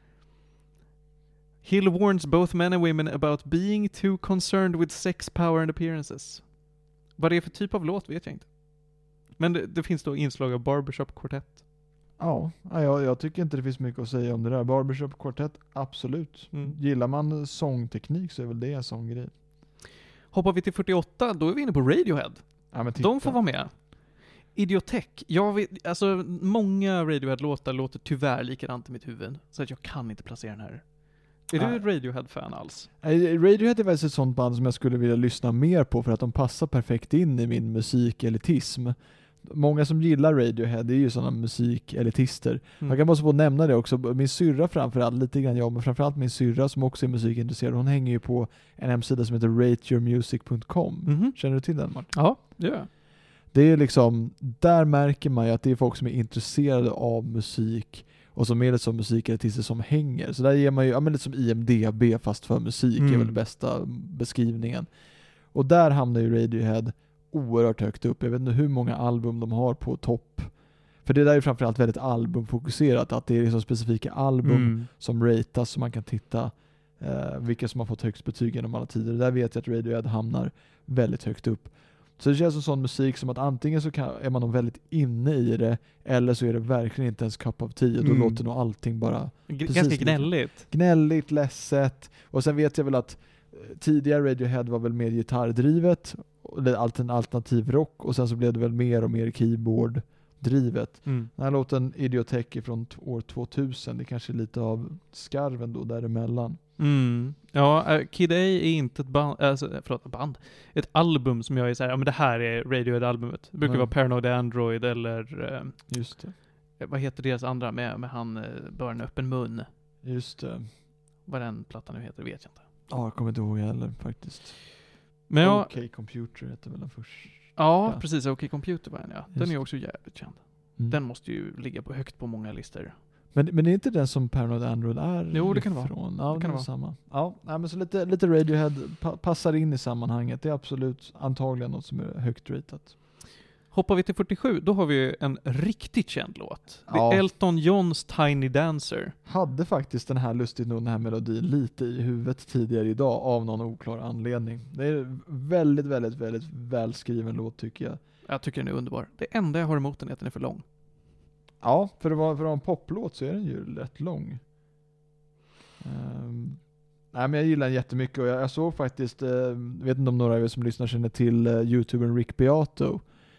Hill warns both men and women about being too concerned with sex, power and appearances. Vad det är för typ av låt vet jag inte. Men det, det finns då inslag av barbershop quartet. Ja, jag, jag tycker inte det finns mycket att säga om det där. Barbershop quartet, absolut. Mm. Gillar man sångteknik så är väl det en sån grej. Hoppar vi till fyrtioåtta, då är vi inne på Radiohead. Ja, men titta. De får vara med. Idiotech. Jag vet, alltså många Radiohead-låtar låter tyvärr likadant i mitt huvud. Så att jag kan inte placera den här. Är Nej. du ett Radiohead-fan alls? Radiohead är väl ett sånt band som jag skulle vilja lyssna mer på för att de passar perfekt in i min musikelitism. Många som gillar Radiohead är ju sådana musikelitister. Mm. Jag kan bara så få nämna det också. Min syrra framförallt, lite grann jag, men framförallt min syrra som också är musikintresserad. Hon hänger ju på en hemsida som heter rate your music punkt com. Mm-hmm. Känner du till den, Martin? Ja, det gör jag. Det är liksom, där märker man ju att det är folk som är intresserade av musik och som är lite som musikartister som hänger. Så där ger man ju, ja men lite som I M D B fast för musik Mm. är väl bästa beskrivningen. Och där hamnar ju Radiohead oerhört högt upp. Jag vet inte hur många album de har på topp. För det där är framförallt väldigt albumfokuserat, att det är liksom specifika album Mm. som ratas så man kan titta eh, vilka som har fått högst betyg genom alla tider. Där vet jag att Radiohead hamnar väldigt högt upp. Så det känns som sån musik som att antingen så kan, är man nog väldigt inne i det eller så är det verkligen inte ens cup of tea och då Mm. låter nog allting bara G- precis ganska lika. gnälligt. gnälligt, ledset. Och sen vet jag väl att eh, tidigare Radiohead var väl mer gitarrdrivet eller altern- alternativ rock och sen så blev det väl mer och mer keyboarddrivet. Mm. Den här låten Idiotech är från t- år tvåtusen. Det kanske är lite av skarven då däremellan. Mm. Ja, uh, Kid A är inte ett band, alltså, förlåt, ett band. Ett album som jag är såhär, ja men det här är Radiohead-albumet. Det brukar Mm. vara Paranoid Android eller, uh, Just det. vad heter deras andra med, med han uh, bara en öppen mun. Just det. Vad den plattan nu heter vet jag inte. Ja, jag kommer inte ihåg heller faktiskt. Men ja, Okej Computer heter väl den först. ja Ja. precis, Okej Computer var den ja. Den Just är det. också jävligt känd. Mm. Den måste ju ligga på högt på många listor. Men, men det är inte den som Paranoid Android är Jo, det kan det vara. ifrån? Ja, Det det kan kan det vara samma. Ja, nej, men så lite, lite Radiohead pa- passar in i sammanhanget. Det är absolut antagligen något som är högt ratat. Hoppar vi till fyrtiosju, då har vi en riktigt känd låt. Det är Ja. Elton Johns Tiny Dancer. Hade faktiskt den här, lustigt nog, den här melodin lite i huvudet tidigare idag av någon oklar anledning. Det är väldigt, väldigt, väldigt välskriven låt tycker jag. Jag tycker den är underbar. Det enda jag har emot den är att den är för lång. Ja, för att vara, för att vara en poplåt så är den ju rätt lång. Um, nej, men jag gillar den jättemycket och jag, jag såg faktiskt, uh, vet inte om några av er som lyssnar känner till uh, YouTubern Rick Beato.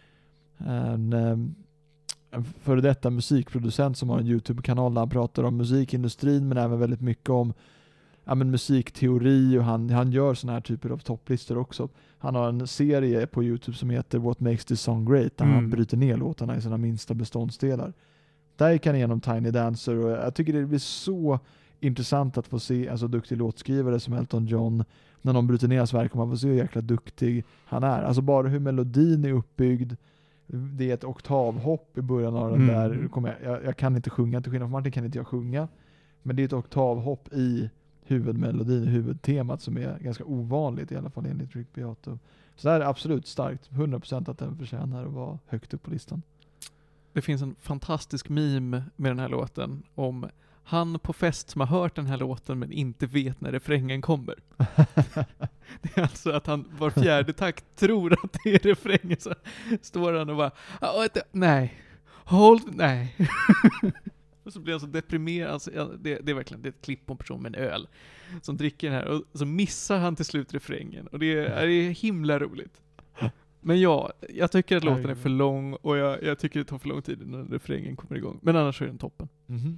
En, um, en före detta musikproducent som har en YouTube-kanal där han pratar om musikindustrin men även väldigt mycket om ja, men musikteori och han, han gör såna här typer av topplistor också. Han har en serie på YouTube som heter What Makes This Song Great där Mm. han bryter ner låtarna i sina minsta beståndsdelar. Där gick han igenom Tiny Dancer och jag tycker det blir så intressant att få se alltså duktig låtskrivare som Elton John när någon bryter ner hans verk och man får se hur jäkla duktig han är. Alltså bara hur melodin är uppbyggd. Det är ett oktavhopp i början av den Mm. där. Kommer jag, jag, jag kan inte sjunga, till skillnad från Martin kan inte jag sjunga. Men det är ett oktavhopp i huvudmelodin, huvudtemat som är ganska ovanligt i alla fall enligt Rick Beato. Så det här är absolut starkt. hundra procent att den förtjänar att vara högt upp på listan. Det finns en fantastisk meme med den här låten om han på fest som har hört den här låten men inte vet när refrängen kommer. Det är alltså att han var fjärde takt tror att det är refrängen, så står han och bara "Ah, vänta, nej, hold, nej." Och så blir han så deprimerad. Alltså, ja, det, det är verkligen det är ett klipp på en person med en öl som dricker den här och så missar han till slut refrängen och det är, det är himla roligt. Men ja, jag tycker att låten är för lång och jag, jag tycker det tar för lång tid innan refrängen kommer igång. Men annars är den toppen. Mm-hmm.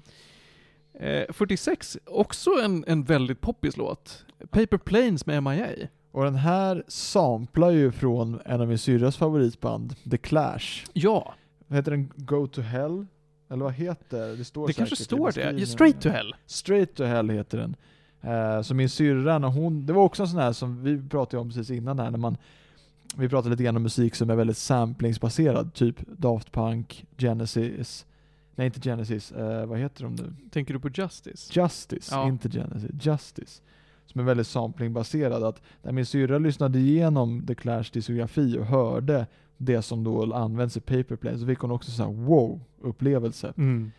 Eh, fyrtiosex, också en, en väldigt poppis låt. Paper Planes med M I A. Och den här samplar ju från en av min syrras favoritband, The Clash. Ja, Vad heter den? Go to Hell? Eller vad heter det? Står det kanske säkert i står det. beskrivningen. Straight to Hell. Straight to Hell heter den. Uh, så min syrra, när hon, det var också en sån här som vi pratade om precis innan här, när man, vi pratade lite grann om musik som är väldigt samplingsbaserad, typ Daft Punk, Genesis, nej inte Genesis, uh, vad heter de nu? Tänker du på Justice? Justice, Ja. inte Genesis, Justice. Som är väldigt samplingbaserad. Att när min syrra lyssnade igenom The Clash diskografi och hörde det som då används i Paper Planes, så fick hon också så här wow-upplevelse. Mm.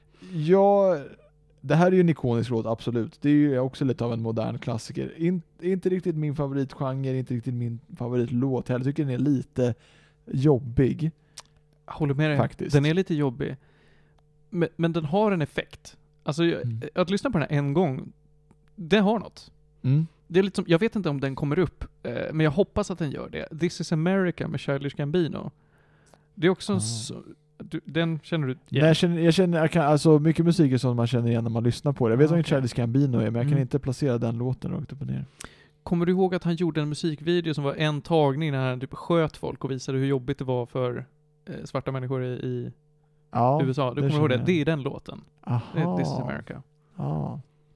Ja, det här är ju en ikonisk låt, absolut. Det är ju också lite av en modern klassiker. In, inte riktigt min favoritgenre, inte riktigt min favoritlåt heller. Jag tycker den är lite jobbig. Jag håller med dig. Faktiskt. Den är lite jobbig. Men, men den har en effekt. Alltså, Mm. att lyssna på den här en gång, det har något. Mm. Det är lite som, jag vet inte om den kommer upp, eh, men jag hoppas att den gör det. This is America med Childish Gambino. Det är också en Ah. så, du, den känner du Nej, jag känner, jag känner jag kan, alltså mycket musik är sånt man känner igen när man lyssnar på det. Jag vet Ah, inte okej. Childish Gambino är, men jag kan Mm. inte placera den låten rakt upp och ner. Kommer du ihåg att han gjorde en musikvideo som var en tagning när han typ sköt folk och visade hur jobbigt det var för eh, svarta människor i, i Ja, U S A? Du det kommer ihåg det? känner jag. Det är den låten. Det är aha. This is America. Ja.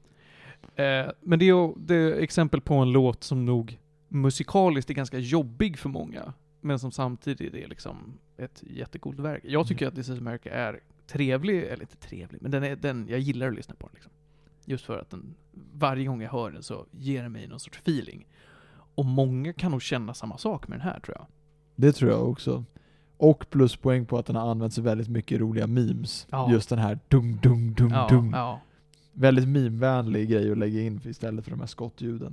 Eh, men det är ju det är exempel på en låt som nog musikaliskt är ganska jobbig för många, men som samtidigt är liksom ett jättegott verk. Jag tycker Mm. att This is America är trevlig, eller inte trevlig, men den är, den, jag gillar att lyssna på den liksom. Just för att den, varje gång jag hör den så ger den mig någon sorts feeling. Och många kan nog känna samma sak med den här, tror jag. Det tror jag också. Och pluspoäng på att den har använts i väldigt mycket roliga memes. Ja. Just den här dung dung dung Ja, dung. ja. Väldigt meme-vänlig grej att lägga in istället för de här skottljuden.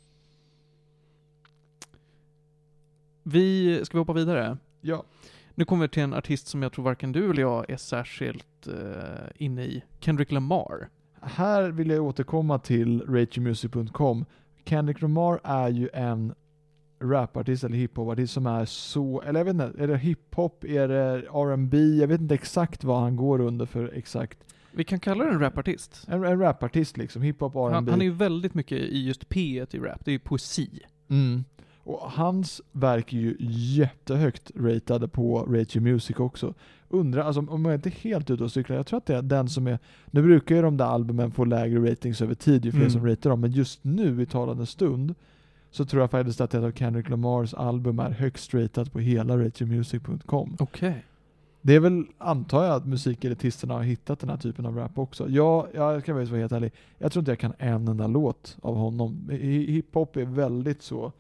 Vi, ska vi hoppa vidare? Ja. Nu kommer vi till en artist som jag tror varken du eller jag är särskilt uh, inne i. Kendrick Lamar. Här vill jag återkomma till ratio music punkt com. Kendrick Lamar är ju en rapartist eller hiphopartist som är så, eller jag vet inte, är det hiphop, är det R and B? Jag vet inte exakt vad han går under för exakt. Vi kan kalla det en rapartist. En, en rapartist liksom, hiphop, R and Han, B. han är ju väldigt mycket i just P i rap. Det är ju poesi. Mm. Och hans verk är ju jättehögt ratade på Ratio Music också. Undrar, alltså om jag inte är helt ute och cyklar, jag tror att det är den som är, nu brukar ju de där albumen få lägre ratings över tid ju fler Mm. som ratear dem, men just nu i talande stund så tror jag faktiskt att ett av Kendrick Lamars album är högst ratat på hela ratio music punkt com. Okej. Okay. Det är väl, antar jag, att musikartisterna har hittat den här typen av rap också. Jag, jag kan väl vara helt ärlig, jag tror inte jag kan en enda låt av honom. Hi- Hiphop är väldigt så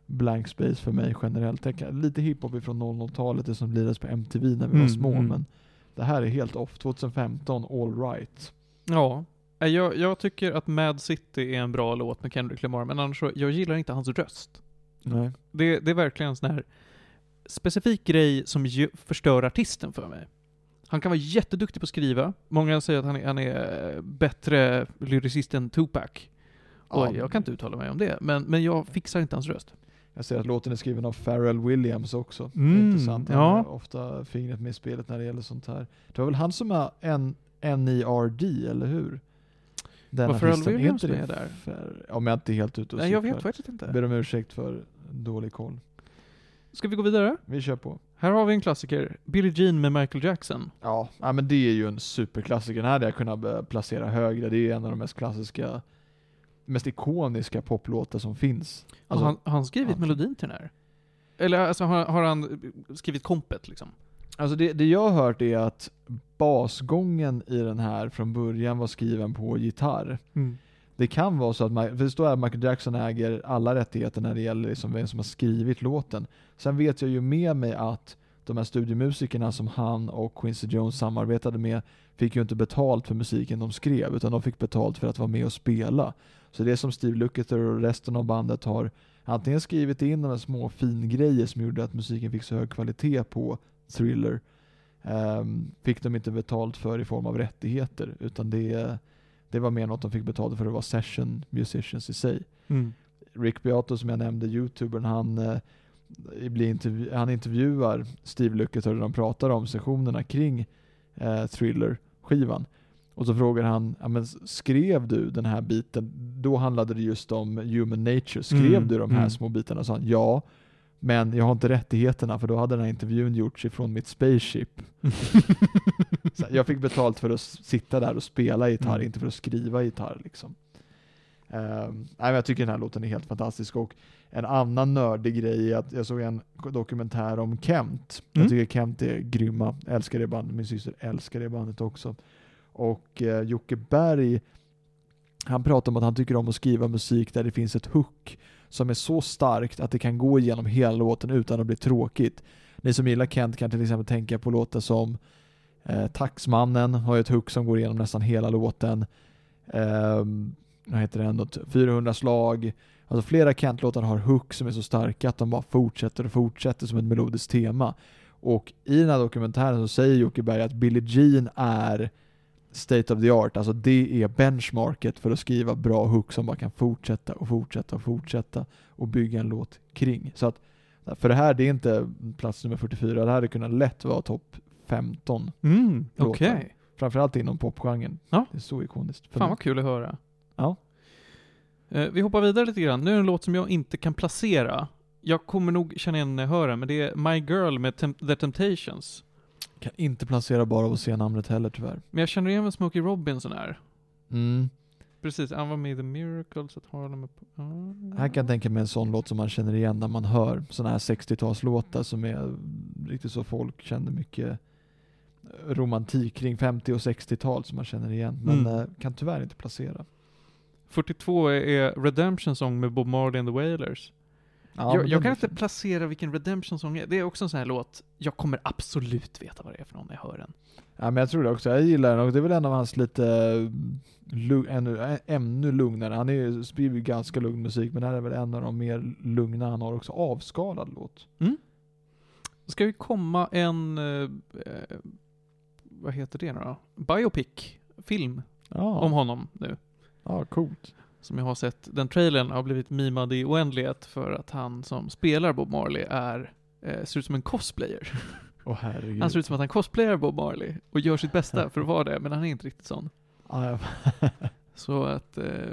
blank space för mig generellt. Jag kan, lite hiphop ifrån noll noll-talet, det som lirades på M T V när vi Mm, var små, mm. men det här är helt off. tjugohundrafemton, all right. Ja. Eh, Jag, jag tycker att Mad City är en bra låt med Kendrick Lamar, men annars så, jag gillar inte hans röst. Nej. Det, det är verkligen en sån här specifik grej som ju förstör artisten för mig. Han kan vara jätteduktig på att skriva. Många säger att han är, han är bättre lyricist än Tupac. Och Ja. jag kan inte uttala mig om det. Men, men jag fixar inte hans röst. Jag ser att låten är skriven av Pharrell Williams också. Mm, det är intressant. Han ja. har ofta fingret med i spelet när det gäller sånt här. Det var väl han som är en N E R D, eller hur? Den Var Pharrell artisten. Är Williams inte det med där? För, om jag inte är helt ute och Nej, jag cyklar. vet faktiskt inte. Ber om ursäkt för dålig koll. Ska vi gå vidare? Vi kör på. Här har vi en klassiker. Billie Jean med Michael Jackson. Ja, ja, men det är ju en superklassiker. Den här hade jag kunnat eh, placera högre. Det är en av de mest klassiska, mest ikoniska poplåtar som finns. Alltså, har han, har han skrivit ja. melodin till den här? Eller alltså, har, har han skrivit kompet liksom? alltså det, det jag har hört är att basgången i den här från början var skriven på gitarr. Mm. Det kan vara så att, för det står att Michael Jackson äger alla rättigheter när det gäller liksom vem som har skrivit låten. Sen vet jag ju med mig att de här studiemusikerna som han och Quincy Jones samarbetade med fick ju inte betalt för musiken de skrev, utan de fick betalt för att vara med och spela. Så det är som Steve Lukather och resten av bandet har antingen skrivit in de här små fingrejer som gjorde att musiken fick så hög kvalitet på Thriller, um, fick de inte betalt för i form av rättigheter, utan det, det var mer något de fick betalt för att vara session musicians i sig. Mm. Rick Beato, som jag nämnde, YouTubern, han, eh, blir intervju- han intervjuar Steve Lukather och de pratar om sessionerna kring eh, Thriller-skivan. Och så frågar han, ja, men skrev du den här biten? Då handlade det just om human nature. Skrev Mm, du de här mm. små bitarna? Så han, ja, men jag har inte rättigheterna, för då hade den här intervjun gjorts ifrån mitt spaceship. Så jag fick betalt för att sitta där och spela gitarr, Mm. inte för att skriva gitarr liksom. Um, nej, men jag tycker den här låten är helt fantastisk. Och en annan nördig grej är att jag såg en dokumentär om Kent. Mm. Jag tycker Kent är grymma. Älskar det bandet. Min syster älskar det bandet också. Och eh, Jocke Berg, han pratar om att han tycker om att skriva musik där det finns ett hook som är så starkt att det kan gå igenom hela låten utan att bli tråkigt. Ni som gillar Kent kan till exempel tänka på låtar som eh, Taxmannen har ju ett hook som går igenom nästan hela låten. Um, vad heter det ändå? fyrahundra slag. Alltså flera Kent-låtar har hook som är så starka att de bara fortsätter och fortsätter som ett melodiskt tema. Och i den här dokumentären så säger Jocke Berg att Billie Jean är state of the art. Alltså det är benchmarket för att skriva bra hook som bara kan fortsätta och fortsätta och fortsätta och bygga en låt kring. Så att för det här, det är inte plats nummer fyrtiofyra. Det här hade kunnat lätt vara topp femton. Mm, låtar. okej. Okay. Framförallt inom popgenren. Ja. Det är så ikoniskt. Fan vad kul att höra. Ja. Eh, vi hoppar vidare lite grann. Nu är det en låt som jag inte kan placera. Jag kommer nog känna igen när jag hör den, men det är My Girl med Tem- The Temptations. Kan inte placera bara av att se namnet heller tyvärr. Men jag känner igen vad Smokey Robinson är. Mm. Precis, han var med i The Miracles att Harlem är på... Ah. Här kan jag tänka mig en sån låt som man känner igen när man hör såna här sextiotalslåtar som är riktigt så folk känner mycket romantik kring femtio- och sextiotal som man känner igen. Men Mm. eh, kan tyvärr inte placera. fyrtiotvå är Redemption Song med Bob Marley and the Wailers. Ja, jag men jag den kan är inte fin. placera vilken Redemption Song är. Det är också en sån här låt. Jag kommer absolut veta vad det är för någon när jag hör den. Ja, men jag tror det också. Jag gillar den och det är väl en av hans lite lu- ännu, ännu lugnare. Han är ju skriver ju ganska lugn musik, men det här är väl en av de mer lugna. Han har också avskalad låt. Mm. Ska vi komma en... Eh, eh, vad heter det nu då? Biopic-film Ja, om honom nu. ja, coolt. Som jag har sett. Den trailern har blivit mimad i oändlighet för att han som spelar Bob Marley är, eh, ser ut som en cosplayer. Åh herregud. Han ser ut som att han cosplayar Bob Marley och gör sitt bästa för att vara det, men han är inte riktigt sån. Ja, ja. Så att... Eh,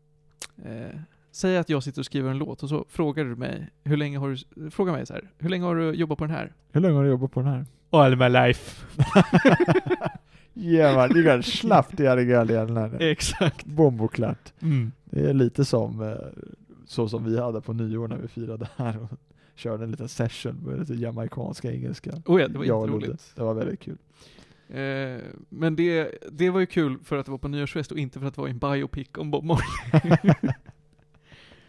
eh, säg att jag sitter och skriver en låt och så frågar du mig, hur länge har du... Fråga mig så här, hur länge har du jobbat på den här? Hur länge har du jobbat på den här? All my life. Ja, man, det går slappt i den här. Exakt. Bomboklart. Mm. Det är lite som eh, så som vi hade på nyår när vi firade här och körde en liten session med lite jamaikanska engelska. Oh ja, det var Jag och inte Ludde. roligt. Det var väldigt kul. Eh, men det, det var ju kul för att det var på nyårsfest och inte för att det var en biopic om Bob Marley.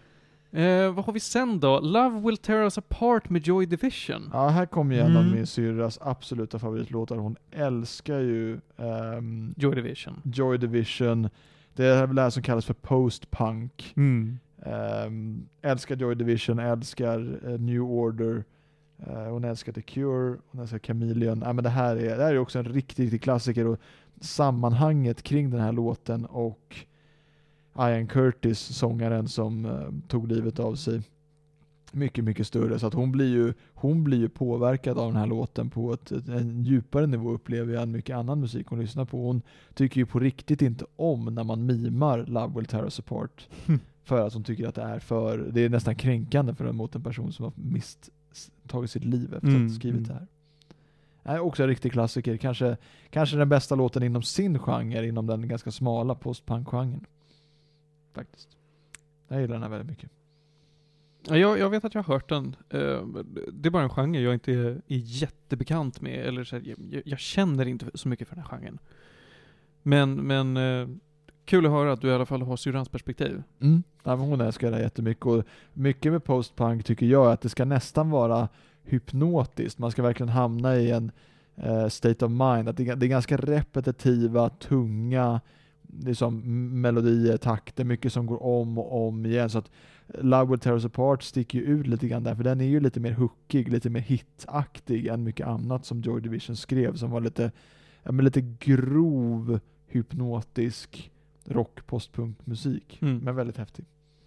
Eh, vad har vi sen då? Love Will Tear Us Apart med Joy Division. Ja, här kommer ju en av Mm. min syrras absoluta favoritlåtar. Hon älskar ju ehm, Joy Division. Joy Division. Det är väl det här som kallas för post-punk. Mm. Um, älskar Joy Division, älskar uh, New Order, uh, hon älskar The Cure, hon älskar Chameleon. Ja, men det här är, det här är också en riktig, riktig klassiker, och sammanhanget kring den här låten och Ian Curtis, sångaren som uh, tog livet av sig, mycket, mycket större. Så att hon blir ju, hon blir ju påverkad av den här låten på ett, ett, en djupare nivå, upplever jag, än mycket annan musik hon lyssnar på. Hon tycker ju på riktigt inte om när man mimar Love Will Tear Us Apart. För att hon tycker att det är för, det är nästan kränkande för en, mot en person som har mist, tagit sitt liv efter Mm, att ha skrivit mm. det här. Det är också en riktig klassiker. Kanske, kanske den bästa låten inom sin genre, inom den ganska smala post-punk-genren. Faktiskt. Jag gillar den här väldigt mycket. Ja, jag, jag vet att jag har hört den. Eh, det är bara en genre jag inte är, är jättebekant med. Eller så här, jag, jag känner inte så mycket för den här genren. Men, men eh, kul att höra att du i alla fall har syrrans perspektiv. Mm. Ja, men hon älskar det jättemycket. Och mycket med post-punk tycker jag är att det ska nästan vara hypnotiskt. Man ska verkligen hamna i en uh, state of mind. Att det, det är ganska repetitiva, tunga liksom, melodier, takter, mycket som går om och om igen. Så att Love Will Tear Us Apart sticker ju ut lite grann där, för den är ju lite mer hookig, lite mer hitaktig än mycket annat som Joy Division skrev, som var lite, ja, men lite grov, hypnotisk rock, postpunk musik. Mm. Men väldigt häftig.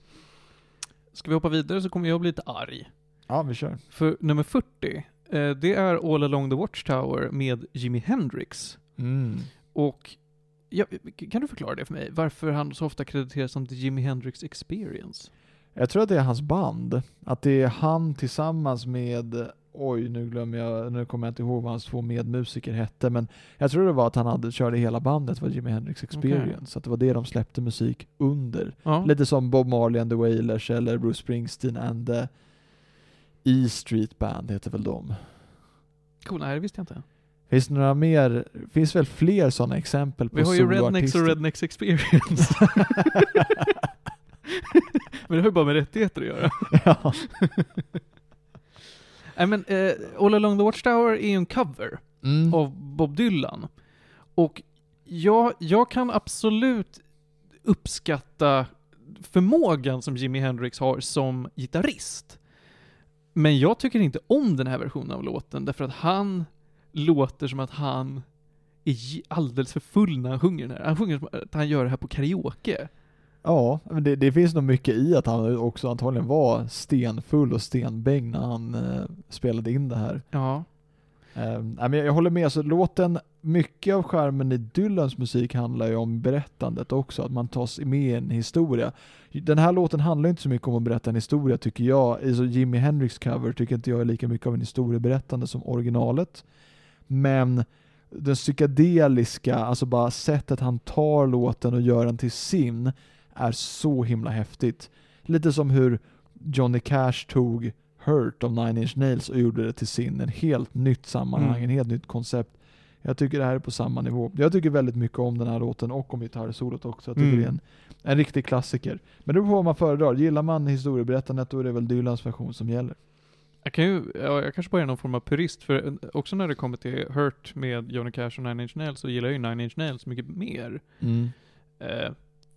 Ska vi hoppa vidare så kommer jag bli lite arg. Ja, vi kör. För nummer fyrtio, eh, det är All Along the Watchtower med Jimi Hendrix. Mm. Och ja, kan du förklara det för mig? Varför han så ofta krediteras som The Jimi Hendrix Experience? Jag tror att det är hans band. Att det är han tillsammans med, oj nu glömmer jag, nu kommer jag inte ihåg vad hans två medmusiker hette, men jag tror det var att han hade körde hela bandet var Jimi Hendrix Experience. Okay. Så att det var det de släppte musik under. Ja. Lite som Bob Marley and the Wailers eller Bruce Springsteen and the E Street Band heter väl de. Cool, nej det visste jag inte. Finns det några mer, finns väl fler sådana exempel på Vi har ju Rednecks och Rednecks Experience. Men det har ju bara med rättigheter att göra. Ja. Nej men, eh, All Along the Watchtower är ju en cover Mm. av Bob Dylan. Och jag, jag kan absolut uppskatta förmågan som Jimi Hendrix har som gitarrist. Men jag tycker inte om den här versionen av låten, därför att han låter som att han är alldeles för full när han sjunger den här. Han sjunger som att han gör det här på karaoke. Ja, men det, det finns nog mycket i att han också antagligen var stenfull och stenbäng när han eh, spelade in det här. Ja. Eh, men jag, jag håller med, så låten, mycket av skärmen i Dylans musik handlar ju om berättandet också, att man tas med i en historia. Den här låten handlar inte så mycket om att berätta en historia tycker jag. Alltså Jimi Hendrix cover tycker inte jag är lika mycket av en historieberättande som originalet. Men den psykedeliska, alltså bara sättet han tar låten och gör den till sin är så himla häftigt. Lite som hur Johnny Cash tog Hurt av Nine Inch Nails och gjorde det till sin. En helt nytt sammanhang, Mm. en helt nytt koncept. Jag tycker det här är på samma nivå. Jag tycker väldigt mycket om den här låten och om gitarrsolot också. Jag tycker Mm. det är en, en riktig klassiker. Men det beror på vad man föredrar. Gillar man historieberättandet då är det väl Dylans version som gäller. Jag kan ju, ja, jag kanske bara är någon form av purist, för också när det kommer till Hurt med Johnny Cash och Nine Inch Nails så gillar jag ju Nine Inch Nails mycket mer. Mm. Eh,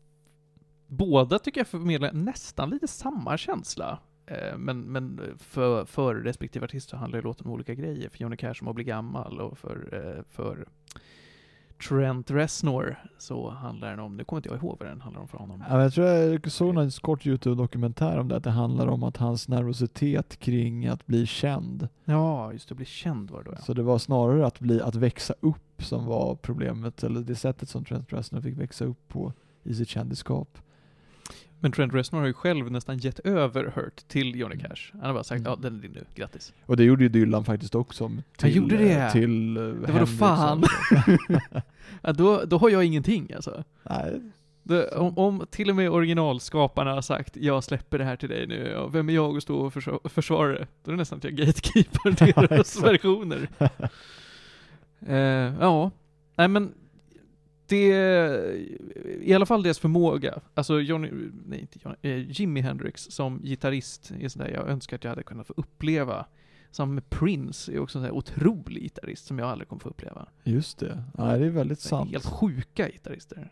båda tycker jag förmedlar nästan lite samma känsla. Eh, men men för, för respektive artist så handlar det låten om olika grejer. För Johnny Cash som att bli gammal och för, eh, för Trent Reznor så handlar den om, nu kommer inte jag ihåg vad den handlar om för honom. Ja, jag tror jag såg en kort YouTube-dokumentär om det, att det handlar om att hans nervositet kring att bli känd. Ja, just det, att bli känd var det då. Ja. Så det var snarare att bli att växa upp som var problemet, eller det sättet som Trent Reznor fick växa upp på i sitt kändisskap. Men Trent Reznor har ju själv nästan gett över Hurt till Johnny Cash. Han har bara sagt, Mm. ja den är din nu, grattis. Och det gjorde ju Dylan faktiskt också. Till, gjorde det? Till Det var då Hendrix fan. också. Ja, då, då har jag ingenting alltså. Nej. Det, om, om till och med originalskaparna har sagt jag släpper det här till dig nu, ja, vem är jag att stå och försvara, försvara det? Då är det nästan att jag gatekeeper deras exakt. versioner. eh, ja, nej men det i alla fall deras förmåga. Alltså Johnny, nej inte Johnny, eh, Jimi Hendrix som gitarrist är sådär jag önskar att jag hade kunnat få uppleva. Samma med Prince är också en sån här otrolig gitarrist som jag aldrig kommer få uppleva. Just det. Ja, det är väldigt Så sant. helt sjuka gitarrister.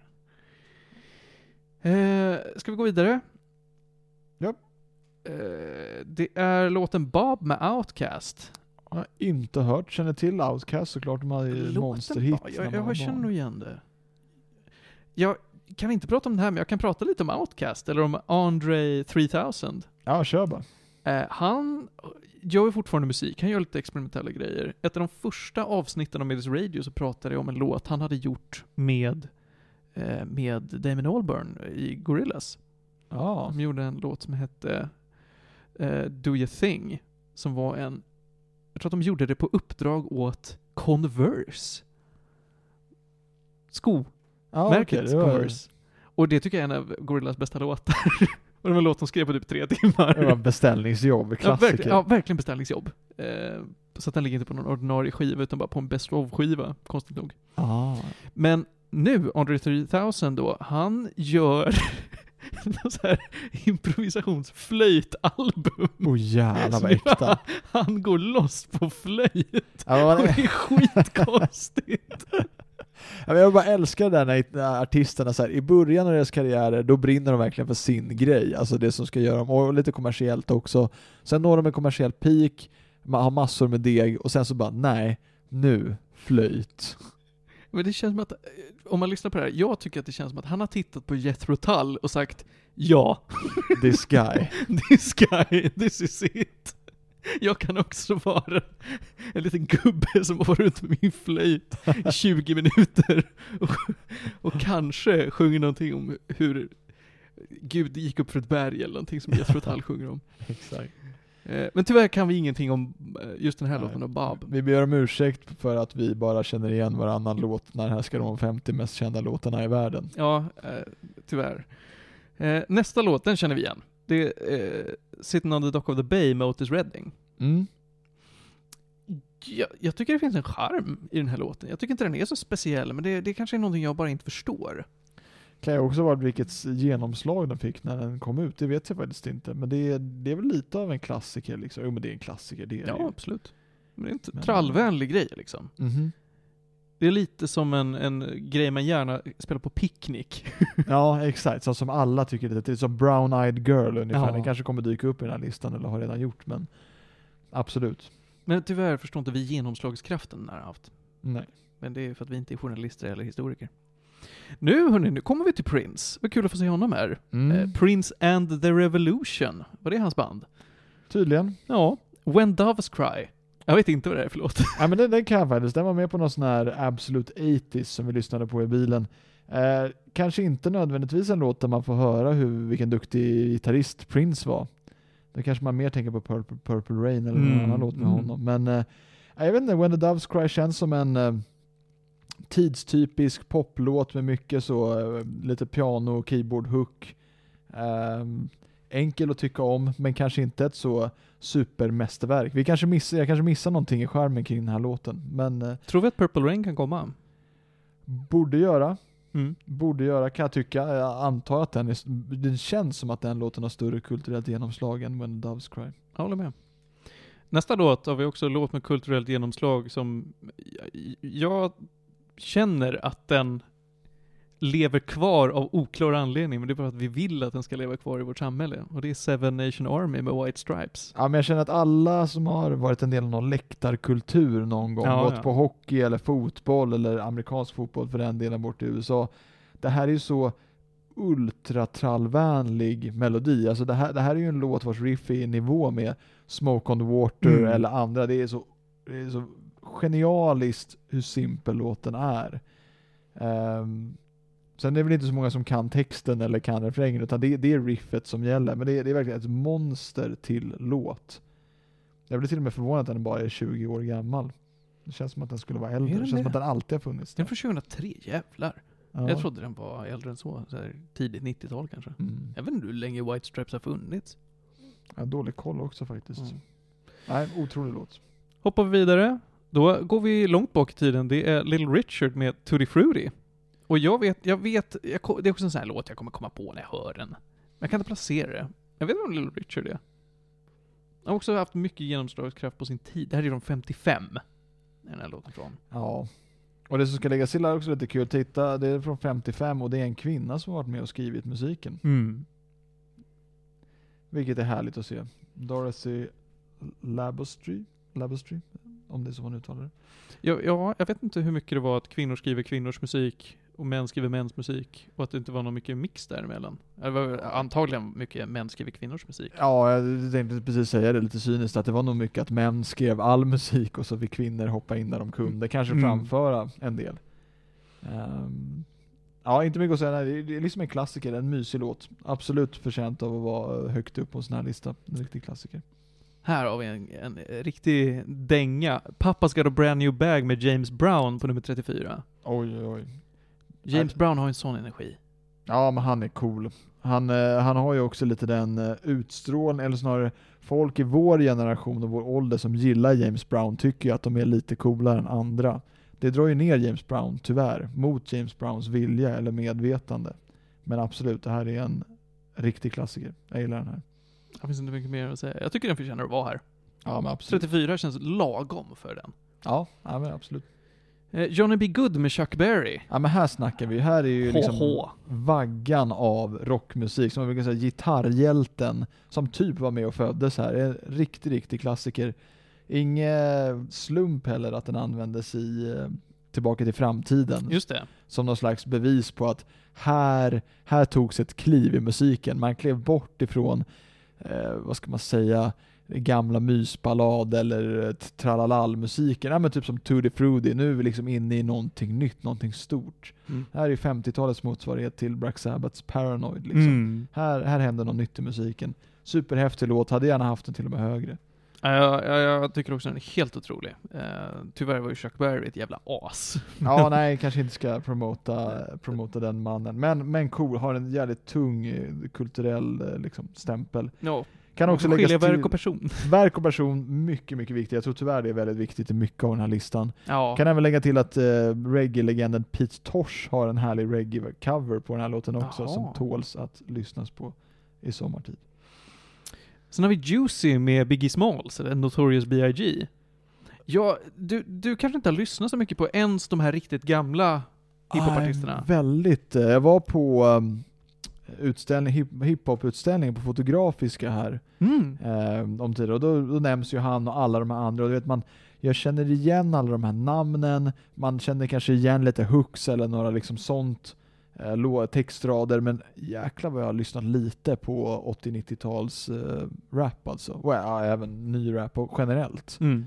Eh, ska vi gå vidare? Ja. Eh, det är låten Bob med Outkast. Jag har inte hört, känner till Outkast såklart, de hade ju monsterhit. Jag, jag, jag känner nog igen det. Jag kan inte prata om det här, men jag kan prata lite om Outkast eller om Andre three thousand. Ja, kör bara. Eh, han gör ju fortfarande musik, han gör lite experimentella grejer. Ett av de första avsnitten av Medis Radio så pratade jag om en låt han hade gjort med, eh, med Damon Albarn i Gorillaz. Ja. De gjorde en låt som hette eh, Do Your Thing, som var en, jag tror att de gjorde det på uppdrag åt Converse. Sko. Ja, Märket okej, det var- Converse. Och det tycker jag är en av Gorillaz bästa låtar. Och det var en låt som skrev på typ tre timmar. Det var beställningsjobb, Ja, klassiker. verkligen, ja, verkligen beställningsjobb. Eh, så att den ligger inte på någon ordinarie skiva utan bara på en best of-skiva, konstigt nog. Ah. Men nu, Andre three thousand då, han gör någon så här improvisationsflöjtalbum. Oh jävlar vad Som äkta. han- Han går loss på flöjt. Ja, Och men, det är skitkonstigt. ja, men jag bara älskar det där när när artisterna så här, i början av deras karriärer, då brinner de verkligen för sin grej. Alltså det som ska göra dem, och lite kommersiellt också. Sen når de en kommersiell peak, man har massor med deg, och sen så bara, nej, nu, flöjt. Men det känns som att, eh, om man lyssnar på det här, jag tycker att det känns som att han har tittat på Jethro Tull och sagt ja, This guy. this guy, this is it. Jag kan också vara en liten gubbe som var runt med min flöjt i tjugo minuter och, och kanske sjunger någonting om hur Gud gick upp för ett berg eller någonting som Jethro Tull sjunger om. Exakt. Eh, Men tyvärr kan vi ingenting om eh, just den här Nej. låten av Bob. Vi ber om ursäkt för att vi bara känner igen varannan låt när det här ska de femtio mest kända låtarna i världen. Ja, eh, tyvärr. Eh, nästa låt, den känner vi igen. Det är eh, Sitting on the Dock of the Bay med Otis Redding. Mm. Jag, jag tycker det finns en charm i den här låten. Jag tycker inte den är så speciell, men det, det kanske är någonting jag bara inte förstår. Kan ju också vara vilket genomslag den fick när den kom ut, det vet jag faktiskt inte. Men det är, det är väl lite av en klassiker liksom. Jo men det är en klassiker, det är Ja, det ju. absolut. Men det är inte Men- trallvänlig grej liksom. Mhm. Det är lite som en, en grej man gärna spelar på picknick. Ja, exakt. Så som alla tycker det. Det är som Brown Eyed Girl ungefär. Ja. Den kanske kommer dyka upp i den här listan eller har redan gjort, men absolut. Men tyvärr förstår inte vi genomslagskraften den har haft. Nej. Men det är för att vi inte är journalister eller historiker. Nu hörni, nu kommer vi till Prince. Vad kul att få se honom här. Mm. Eh, Prince and the Revolution. Var det hans band? Tydligen. Ja. When Doves Cry. Jag vet inte vad det är för låt. Ja, men den, den kan jag faktiskt. Den var med på någon sån här Absolute åttio som vi lyssnade på i bilen. Eh, kanske inte nödvändigtvis en låt där man får höra hur, vilken duktig gitarrist Prince var. Då kanske man mer tänker på Purple, Purple Rain eller någon Mm, annan låt med mm. honom. Men eh, jag vet inte, When the Doves Cry känns som en eh, tidstypisk poplåt med mycket så eh, lite piano och keyboard hook. Eh, enkel att tycka om, men kanske inte ett så supermästerverk. Vi kanske missar, jag kanske missar någonting i skärmen kring den här låten, men eh, Tror vi att Purple Rain kan komma? borde göra. Mm. Borde göra, kan jag tycka. Jag antar att den är, det känns som att den låten har större kulturellt genomslag än When the Doves Cry. Jag håller med. Nästa låt har vi också en låt med kulturellt genomslag som jag, jag känner att den lever kvar av oklar anledning, men det är bara att vi vill att den ska leva kvar i vårt samhälle. Och det är Seven Nation Army med White Stripes. Ja, men jag känner att alla som har varit en del av någon läktarkultur någon gång, Ja, gått ja. på hockey eller fotboll eller amerikansk fotboll för den delen bort i U S A. Det här är ju så ultratrallvänlig melodi. Alltså det här, det här är ju en låt vars riff är i nivå med Smoke on the Water Mm. eller andra. Det är så, det är så genialiskt hur simpel låten är. Um, sen är det väl inte så många som kan texten eller kan refrängen, utan det, det är riffet som gäller. Men det är, det är verkligen ett monster till låt. Jag blir till och med förvånad att den bara är tjugo år gammal. Det känns som att den skulle vara äldre. Är Det den känns som det? att den alltid har funnits. Den är där. från tjugohundratre, jävlar. Ja. Jag trodde den var äldre än så, så här, tidigt nittiotal kanske. Mm. Jag vet inte hur länge White Stripes har funnits. Jag har dålig koll också faktiskt. Mm. Nej, otrolig låt. Hoppar vi vidare. Då går vi långt bak i tiden. Det är Little Richard med Tutti Frutti. Och jag vet, jag vet, jag, ko- det är också en sån här låt jag kommer komma på när jag hör den. Men jag kan inte placera det. Jag vet vad Little Richard är. Han har också haft mycket genomslagskraft på sin tid. Det här är från femtiofem. Den här låten från. Ja. Och det som ska läggas till är också lite kul. Titta, det är från femtiofem och det är en kvinna som har varit med och skrivit musiken. Mm. Vilket är härligt att se. Dorothy Labostry, Labostry, om det är så man uttalar det. Ja, ja, jag vet inte hur mycket det var att kvinnor skriver kvinnors musik och män skriver mäns musik och att det inte var någon mycket mix däremellan. Det var antagligen mycket män skriver kvinnors musik. Ja, jag tänkte precis säga det lite cyniskt att det var nog mycket att män skrev all musik och så fick kvinnor hoppa in där de kunde, kanske Mm. framföra en del. Um, ja, inte mycket att säga. Nej, det är liksom en klassiker, en mysig låt. Absolut förtjänt av att vara högt upp på en sån här lista. En riktig klassiker. Här har vi en, en riktig dänga. Pappa's Got a Brand New Bag med James Brown på nummer trettiofyra. Oj, oj, oj. James Brown har en sån energi. Ja, men han är cool. Han, eh, han har ju också lite den eh, utstrålning, eller snarare folk i vår generation och vår ålder som gillar James Brown tycker ju att de är lite coolare än andra. Det drar ju ner James Brown, tyvärr, mot James Browns vilja eller medvetande. Men absolut, det här är en riktig klassiker. Jag gillar den här. Det finns inte mycket mer att säga. Jag tycker den förtjänar att vara här. Ja, men absolut. trettiofyra känns lagom för den. Ja, ja men absolut. Eh, Johnny B. Good med Chuck Berry. Ja, men här snackar vi. Här är ju liksom H H. vaggan av rockmusik, som man brukar säga gitarrhjälten, som typ var med och föddes här. En riktig, riktig klassiker. Ingen slump heller att den användes i Tillbaka till framtiden. Just det. Som någon slags bevis på att här, här togs ett kliv i musiken. Man klev bort ifrån, eh, vad ska man säga, gamla mysballad eller tralalal-musiken. Ja, men typ som Tutti Frutti. Nu är vi liksom inne i någonting nytt, någonting stort. Mm. Det här är femtiotalets motsvarighet till Black Sabbaths Paranoid. Liksom. Mm. Här, här händer något nytt i musiken. Superhäftig låt, hade gärna haft den till och med högre. Ja, jag, jag tycker också den är helt otrolig. Uh, tyvärr var ju Chuck Berry ett jävla as. Ja, nej, kanske inte ska promota, promota den mannen. Men, men cool, har en jävligt tung eh, kulturell eh, liksom, stämpel. Ja. Kan också Skilja läggas verk till och person. verk och person, mycket, mycket viktigt. Jag tror tyvärr det är väldigt viktigt i mycket av den här listan. Ja. Kan även lägga till att eh, reggae-legenden Pete Tosh har en härlig reggae-cover på den här låten också. Jaha. Som tåls att lyssnas på i sommartid. Sen har vi Juicy med Biggie Smalls, eller Notorious B I G Ja, du, du kanske inte har lyssnat så mycket på ens de här riktigt gamla hiphopartisterna. Ah, väldigt. Jag var på um, utställning, hip- hiphop-utställningen på Fotografiska här Mm. eh, om tidigare. Och då, då nämns ju han och alla de här andra. Och du vet, man, jag känner igen alla de här namnen. Man känner kanske igen lite hooks eller några liksom sånt eh, lå- textrader. Men jäklar vad jag har lyssnat lite på åttio-nittio-tals eh, rap alltså. Och ja, även ny rap och generellt. Mm.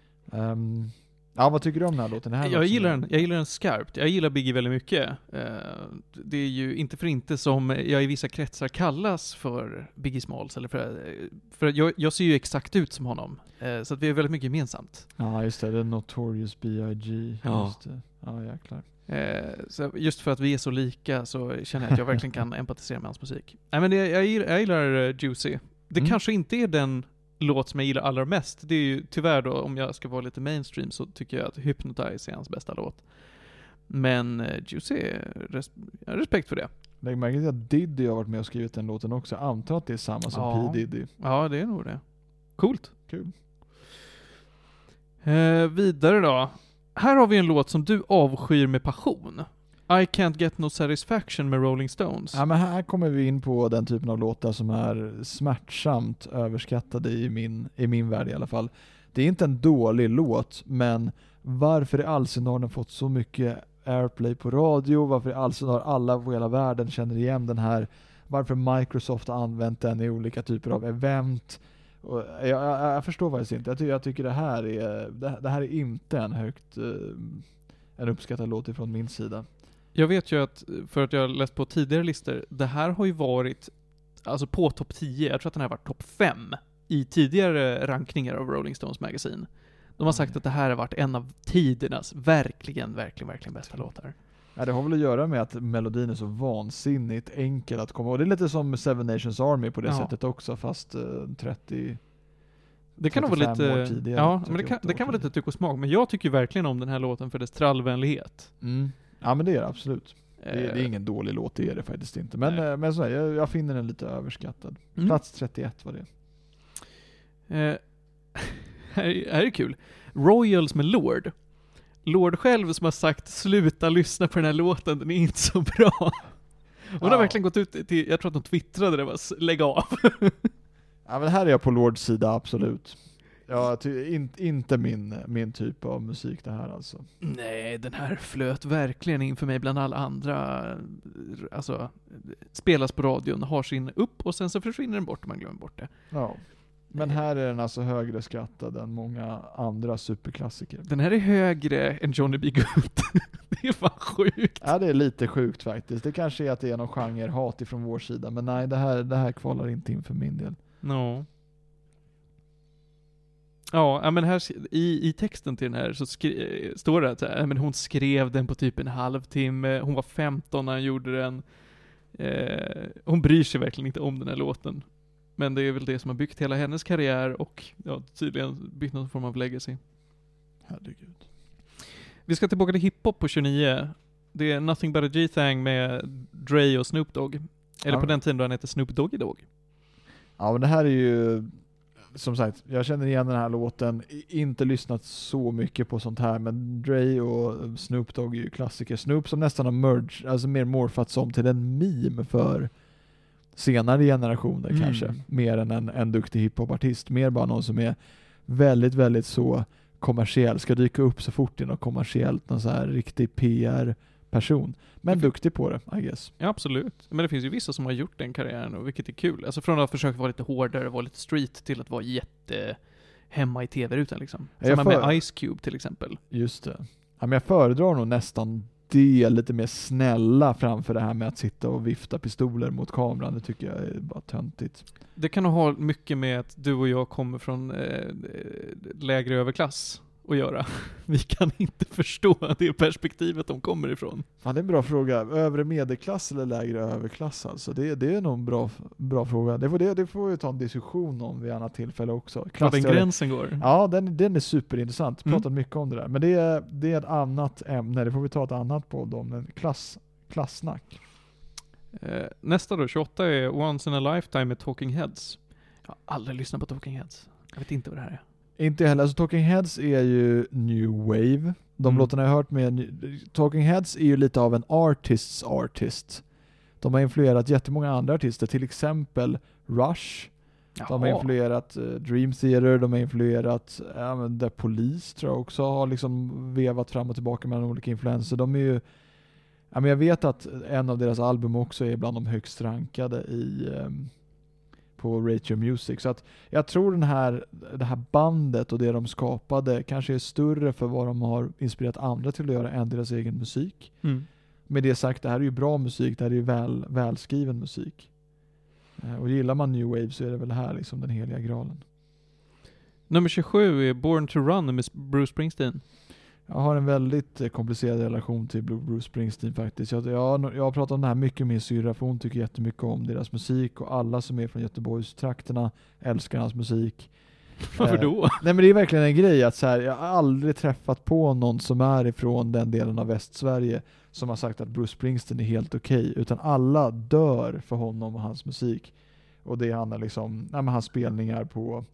Um, ja, vad tycker du om den här låten? Det här Jag låten gillar är- den, jag gillar den skarpt. Jag gillar Biggie väldigt mycket. Eh, det är ju inte för inte som jag i vissa kretsar kallas för Biggie Smalls. Eller för, för jag, jag ser ju exakt ut som honom. Eh, så att vi har väldigt mycket gemensamt. Ja, just det. Det är Notorious B I G. Ja. Just det. Ja, jäklar. Eh, så just för att vi är så lika så känner jag att jag verkligen kan empatisera med hans musik. Nej, men det, jag, gillar, jag gillar uh, Juicy. Det Mm. kanske inte är den låt som jag gillar allra mest. Det är ju tyvärr då, om jag ska vara lite mainstream så tycker jag att Hypnotize är hans bästa låt. Men uh, Juicy, res- jag har respekt för det. Lägg märke till att Diddy har varit med och skrivit den låten också. Jag antar att det är samma som Ja. P. Diddy. Ja, det är nog det. Coolt. Kul. Eh, vidare då. Här har vi en låt som du avskyr med passion. I Can't Get No Satisfaction med Rolling Stones. Ja, men här kommer vi in på den typen av låtar som är smärtsamt överskattade i min, i min värld i alla fall. Det är inte en dålig låt, men varför i all sin har den fått så mycket airplay på radio? Varför i all sin har alla på hela världen känner igen den här? Varför Microsoft har använt den i olika typer av event? Och jag, jag, jag förstår faktiskt inte. Jag, ty- jag tycker det här är det, det här är inte en högt eh, en uppskattad låt ifrån min sida. Jag vet ju att, för att jag har läst på tidigare listor, det här har ju varit alltså på topp tio, jag tror att den här har varit topp fem i tidigare rankningar av Rolling Stones Magazine. De har sagt Mm. att det här har varit en av tidernas verkligen, verkligen, verkligen bästa låtar. Ja, det har väl att göra med att melodin är så vansinnigt enkel att komma ihåg. Det är lite som Seven Nations Army på det Ja. sättet också, fast eh, trettio Det kan nog vara trettiofem år lite, tidigare, ja, men det kan, trettioåtta det kan år vara lite tyck och smak, men jag tycker verkligen om den här låten för dess trallvänlighet. Mm. Ja, men det är det absolut. Det är, det är ingen dålig låt, det är det faktiskt inte. Men, Nej. eh, men så här, jag, jag finner den lite överskattad. Mm. Plats trettioett var det. Eh, här, är- här är kul. Royals med Lord. Lord själv som har sagt sluta lyssna på den här låten, den är inte så bra. Hon har Ja. verkligen gått ut till, jag tror att de twittrade det, var s- lägg av. Ja, men här är jag på Lords sida, absolut. Ja, ty, in, inte min, min typ av musik det här alltså. Nej, den här flöt verkligen in för mig bland alla andra. Alltså, spelas på radion, har sin upp och sen så försvinner den bort och man glömmer bort det. Ja. Men här är den alltså högre skattad än många andra superklassiker. Den här är högre än Johnny B. Good. Det är fan sjukt. Ja, det är lite sjukt faktiskt. Det kanske är att det är någon genre hat ifrån vår sida, men nej, det här, det här kvalar inte in för min del. No. Ja, ja, men här i, i texten till den här så skri, står det att så här, men hon skrev den på typ en halvtimme, hon var femton när han gjorde den. Eh, hon bryr sig verkligen inte om den här låten. Men det är väl det som har byggt hela hennes karriär och ja, tydligen byggt någon form av legacy. Herregud. Vi ska tillbaka till hiphop på tjugonio. Det är Nothing But A G-Thang med Dre och Snoop Dogg. Eller Ja. på den tiden då han hette Snoop Doggy Dogg. Ja, men det här är ju, som sagt, jag känner igen den här låten, I- inte lyssnat så mycket på sånt här, men Dre och Snoop Dogg är ju klassiker. Snoop som nästan har merged, alltså mer morfats om till en meme för senare generationer Mm. kanske, mer än en, en duktig hiphopartist, mer bara någon som är väldigt, väldigt så kommersiell, ska dyka upp så fort det är något kommersiellt, någon så här riktig P R-person, men duktig på det, I guess. Ja, absolut. Men det finns ju vissa som har gjort den karriären, och vilket är kul. Alltså från att försöka vara lite hårdare, vara lite street, till att vara jätte hemma i tv-rutan liksom. Ja, jag Samma för- med Ice Cube till exempel. Just det. Ja, men jag föredrar nog nästan det lite mer snälla framför det här med att sitta och vifta pistoler mot kameran. Det tycker jag är bara töntigt. Det kan nog ha mycket med att du och jag kommer från eh, lägre överklass att göra. Vi kan inte förstå det perspektivet de kommer ifrån. Fan, det är en bra fråga. Övre medelklass eller lägre överklass alltså? Det, det är nog en bra, bra fråga. Det får, det, det får vi ta en diskussion om vid annat tillfälle också. Var den Klassteori- gränsen går. Ja, den, den är superintressant. Mm. Pratat mycket om det där. Men det är, det är ett annat ämne. Det får vi ta ett annat podd om. En klass, klassnack. Eh, nästa då, tjugoåtta, är Once in a Lifetime med Talking Heads. Jag har aldrig lyssnat på Talking Heads. Jag vet inte vad det här är. Inte heller. Alltså Talking Heads är ju new wave. De Mm. låtarna jag har hört med Talking Heads är ju lite av en artists artist. De har influerat jättemånga andra artister, till exempel Rush. De har Jaha. influerat uh, Dream Theater, de har influerat ja, men The Police tror jag också har liksom vevat fram och tillbaka mellan olika influenser. De är ju, ja, men jag vet att en av deras album också är bland de högst rankade i um, på Rate Your Music. Så att jag tror den här, det här bandet och det de skapade kanske är större för vad de har inspirerat andra till att göra än deras egen musik. Mm. Med det sagt, det här är ju bra musik, det här är ju väl, välskriven musik. Eh, Och gillar man New Wave så är det väl här liksom den heliga graalen. Nummer tjugosju är Born to Run med Bruce Springsteen. Jag har en väldigt eh, komplicerad relation till Bru- Bruce Springsteen faktiskt. Jag, jag, jag har pratat om det här mycket med min syrra, för hon tycker jättemycket om deras musik, och alla som är från Göteborgstrakterna älskar hans musik. Varför Eh, då? Nej, men det är verkligen en grej att så här, jag har aldrig träffat på någon som är ifrån den delen av Västsverige som har sagt att Bruce Springsteen är helt okej, utan alla dör för honom och hans musik. Och det handlar liksom, nej, men hans spelningar på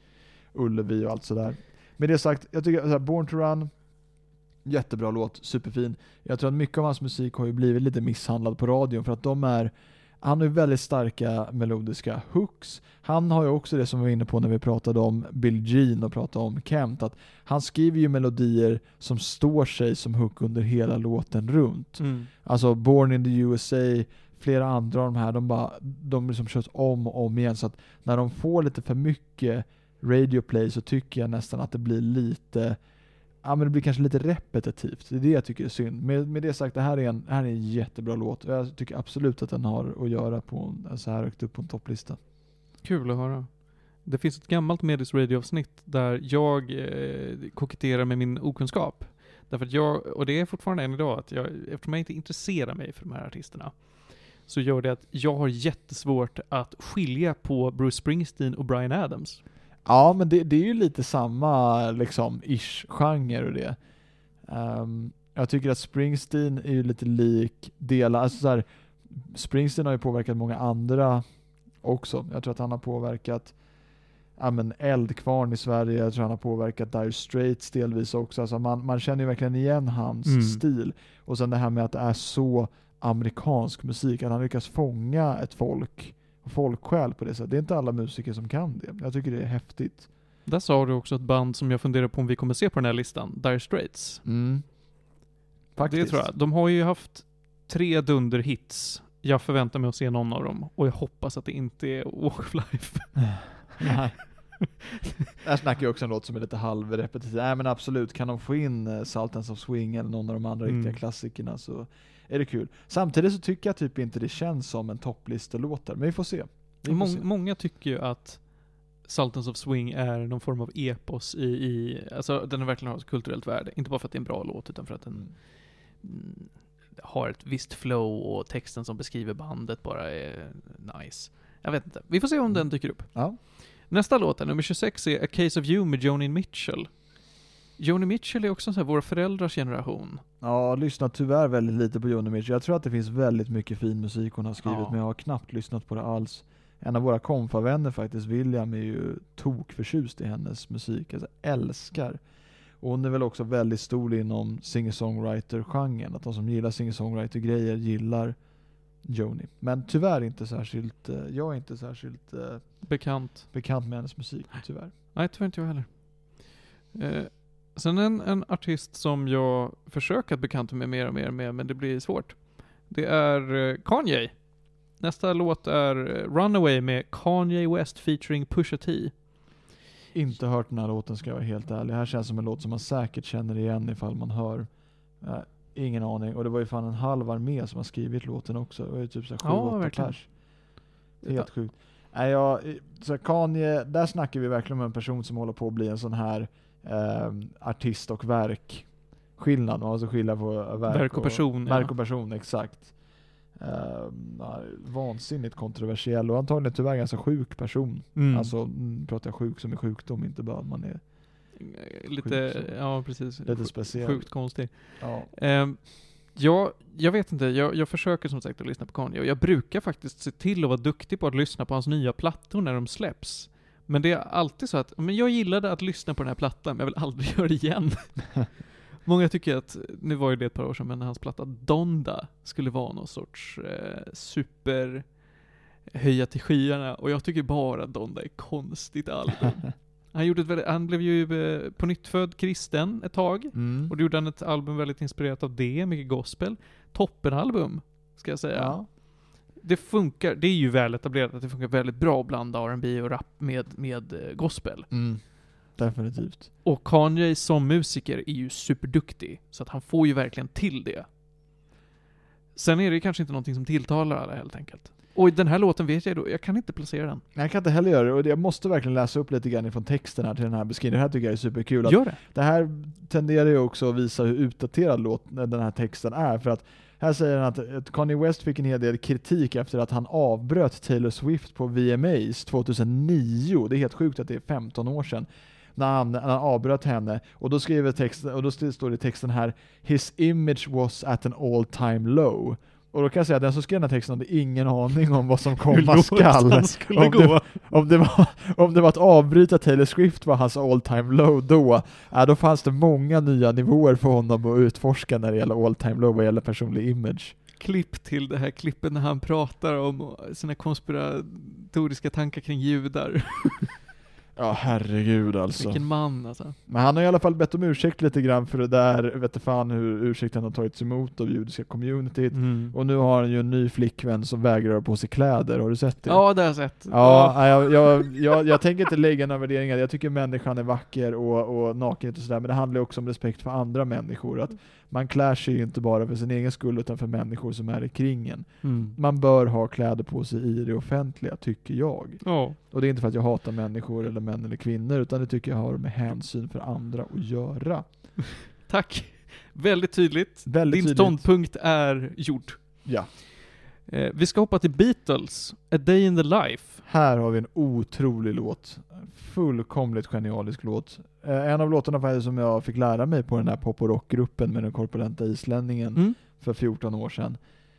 Ullevi och allt sådär. Med det sagt, jag tycker så här, Born to Run, jättebra låt, superfin. Jag tror att mycket av hans musik har ju blivit lite misshandlad på radion, för att de är, han har ju väldigt starka melodiska hooks. Han har ju också det som vi var inne på när vi pratade om Bill Jean och pratade om Kent, att han skriver ju melodier som står sig som hook under hela låten runt. Mm. Alltså Born in the U S A, flera andra av de här, de bara, de liksom körs om och om igen, så att när de får lite för mycket radio play så tycker jag nästan att det blir lite, ja, men det blir kanske lite repetitivt. Det är det jag tycker är synd. Med, med det sagt, det här är en, det här är en jättebra låt. Jag tycker absolut att den har att göra på en, så här högt upp på en topplista. Kul att höra. Det finns ett gammalt Medis Radio-avsnitt där jag eh, koketterar med min okunskap. Därför att jag, och det är fortfarande än idag, att jag, eftersom jag inte intresserar mig för de här artisterna, så gör det att jag har jättesvårt att skilja på Bruce Springsteen och Bryan Adams. Ja, men det, det är ju lite samma liksom ish-genre och det. Um, Jag tycker att Springsteen är ju lite lik delar, alltså så här, Springsteen har ju påverkat många andra också. Jag tror att han har påverkat ja, men Eldkvarn i Sverige, jag tror han har påverkat Dire Straits delvis också. Alltså man, man känner ju verkligen igen hans Mm. stil. Och sen det här med att det är så amerikansk musik, att han lyckas fånga ett folk och folksjäl på det sättet. Det är inte alla musiker som kan det. Jag tycker det är häftigt. Där sa du också ett band som jag funderar på om vi kommer se på den här listan. Dire Straits. Mm. Faktiskt. Det tror jag. De har ju haft tre dunderhits. Jag förväntar mig att se någon av dem. Och jag hoppas att det inte är Walk of Life. Nej. Där snackar jag också en låt som är lite halvrepetitiv. Nej men absolut, kan de få in uh, Sultans of Swing eller någon av de andra Mm. riktiga klassikerna så är det kul. Samtidigt så tycker jag typ inte det känns som en topplistelåtar. Men vi får se. Vi får Mång, se. många tycker ju att Sultans of Swing är någon form av epos i, i alltså den har verkligen har ett kulturellt värde. Inte bara för att det är en bra låt utan för att den Mm. mm, har ett visst flow och texten som beskriver bandet bara är nice. Jag vet inte. Vi får se om den dyker upp. Ja. Nästa låt, nummer tjugosex, är A Case of You med Joni Mitchell. Joni Mitchell är också så här våra föräldrars generation. Ja, jag har lyssnat tyvärr väldigt lite på Joni Mitchell. Jag tror att det finns väldigt mycket fin musik hon har skrivit, Ja. men jag har knappt lyssnat på det alls. En av våra konfavänner faktiskt, William, är ju tokförtjust i hennes musik. Alltså älskar. Och hon är väl också väldigt stor inom singer-songwriter-genren. Att de som gillar singer-songwriter-grejer gillar Joni. Men tyvärr inte särskilt, eh, jag är inte särskilt eh, Bekant. bekant med hennes musik, tyvärr. Nej, tyvärr inte jag heller. Eh, sen en, en artist som jag försöker att bekanta mig mer och mer med, men det blir svårt. Det är eh, Kanye. Nästa låt är eh, Runaway med Kanye West featuring Pusha T. Inte hört den här låten, ska jag vara helt ärlig. Det här känns som en låt som man säkert känner igen ifall man hör. Eh, ingen aning. Och det var ju fan en halv armé som har skrivit låten också. Det var ju typ så här sju, Ja, åtta verkligen. pers. Helt sjukt. Nej, jag, så Kanye, där snackar vi verkligen om en person som håller på att bli en sån här eh, artist och verk skillnad. Man måste skilja på verk, Verk och person, ja. Verk och person, exakt. Eh, vansinnigt kontroversiell och antagligen tyvärr ganska sjuk person. Mm. Alltså, mm, pratar jag sjuk som är sjukdom, inte bara att man är Lite, sjuk så. ja precis. lite speciell. Sjukt konstig. Ja. Um, ja, jag vet inte, jag, jag försöker som sagt att lyssna på Kanye och jag brukar faktiskt se till att vara duktig på att lyssna på hans nya plattor när de släpps. Men det är alltid så att, men jag gillade att lyssna på den här plattan, men jag vill aldrig göra det igen. Många tycker att, nu var ju det ett par år sedan, men hans platta Donda skulle vara någon sorts eh, super höja till skyarna, och jag tycker bara att Donda är konstigt album. Han, gjorde ett väldigt, han blev ju eh, på nytt född kristen ett tag. Mm. Och då gjorde han ett album väldigt inspirerat av det, mycket gospel. Toppenalbum, ska jag säga. Ja. Det funkar, det är ju väl etablerat att det funkar väldigt bra att blanda R and B och rap med, med eh, gospel. Mm. Definitivt. Och Kanye som musiker är ju superduktig, så att han får ju verkligen till det. Sen är det kanske inte någonting som tilltalar alla helt enkelt. Och i den här låten vet jag då, jag kan inte placera den. Jag kan inte heller göra det, och jag måste verkligen läsa upp lite grann från texten här till den här beskrivningen. Det här tycker jag är superkul. Att Gör det. det här tenderar ju också att visa hur utdaterad låt, den här texten är, för att här säger han att, att Kanye West fick en hel del kritik efter att han avbröt Taylor Swift på V M As tjugohundranio. Det är helt sjukt att det är femton år sedan. När han, när han avbröt henne, och då skriver texten, och då står det i texten här: his image was at an all time low. Och då kan jag säga att den som skrev den här texten hade ingen aning om vad som komma skall. skulle Om gå. det, om, det var, om det var att avbryta Taylor Swift var hans all time low då, ja, då fanns det många nya nivåer för honom att utforska när det gäller all time low vad gäller personlig image. Klipp till det här klippet när han pratar om sina konspiratoriska tankar kring judar. Ja, herregud alltså. Vilken man alltså. Men han har i alla fall bett om ursäkt lite grann för det där, vet du fan hur ursäkten har tagits emot av judiska communityt. Mm. Och nu har han ju en ny flickvän som vägrar ha på sig kläder, har du sett det? Ja, det har jag sett. Ja, jag, jag, jag, jag tänker inte lägga några värderingar. Jag tycker människan är vacker och, och nakenhet och sådär, men det handlar också om respekt för andra människor. Att man klär sig ju inte bara för sin egen skull utan för människor som är i kringen. Mm. Man bör ha kläder på sig i det offentliga, tycker jag. Ja. Och det är inte för att jag hatar människor eller män eller kvinnor, utan det tycker jag har med hänsyn för andra att göra. Tack. Väldigt tydligt. Väldigt Din tydligt. ståndpunkt är gjord. Ja. Eh, vi ska hoppa till Beatles, A Day in the Life. Här har vi en otrolig låt. Fullkomligt genialisk låt. Eh, en av låtarna faktiskt som jag fick lära mig på den här pop- och rockgruppen med den korpulenta islänningen Mm. för fjorton år sedan.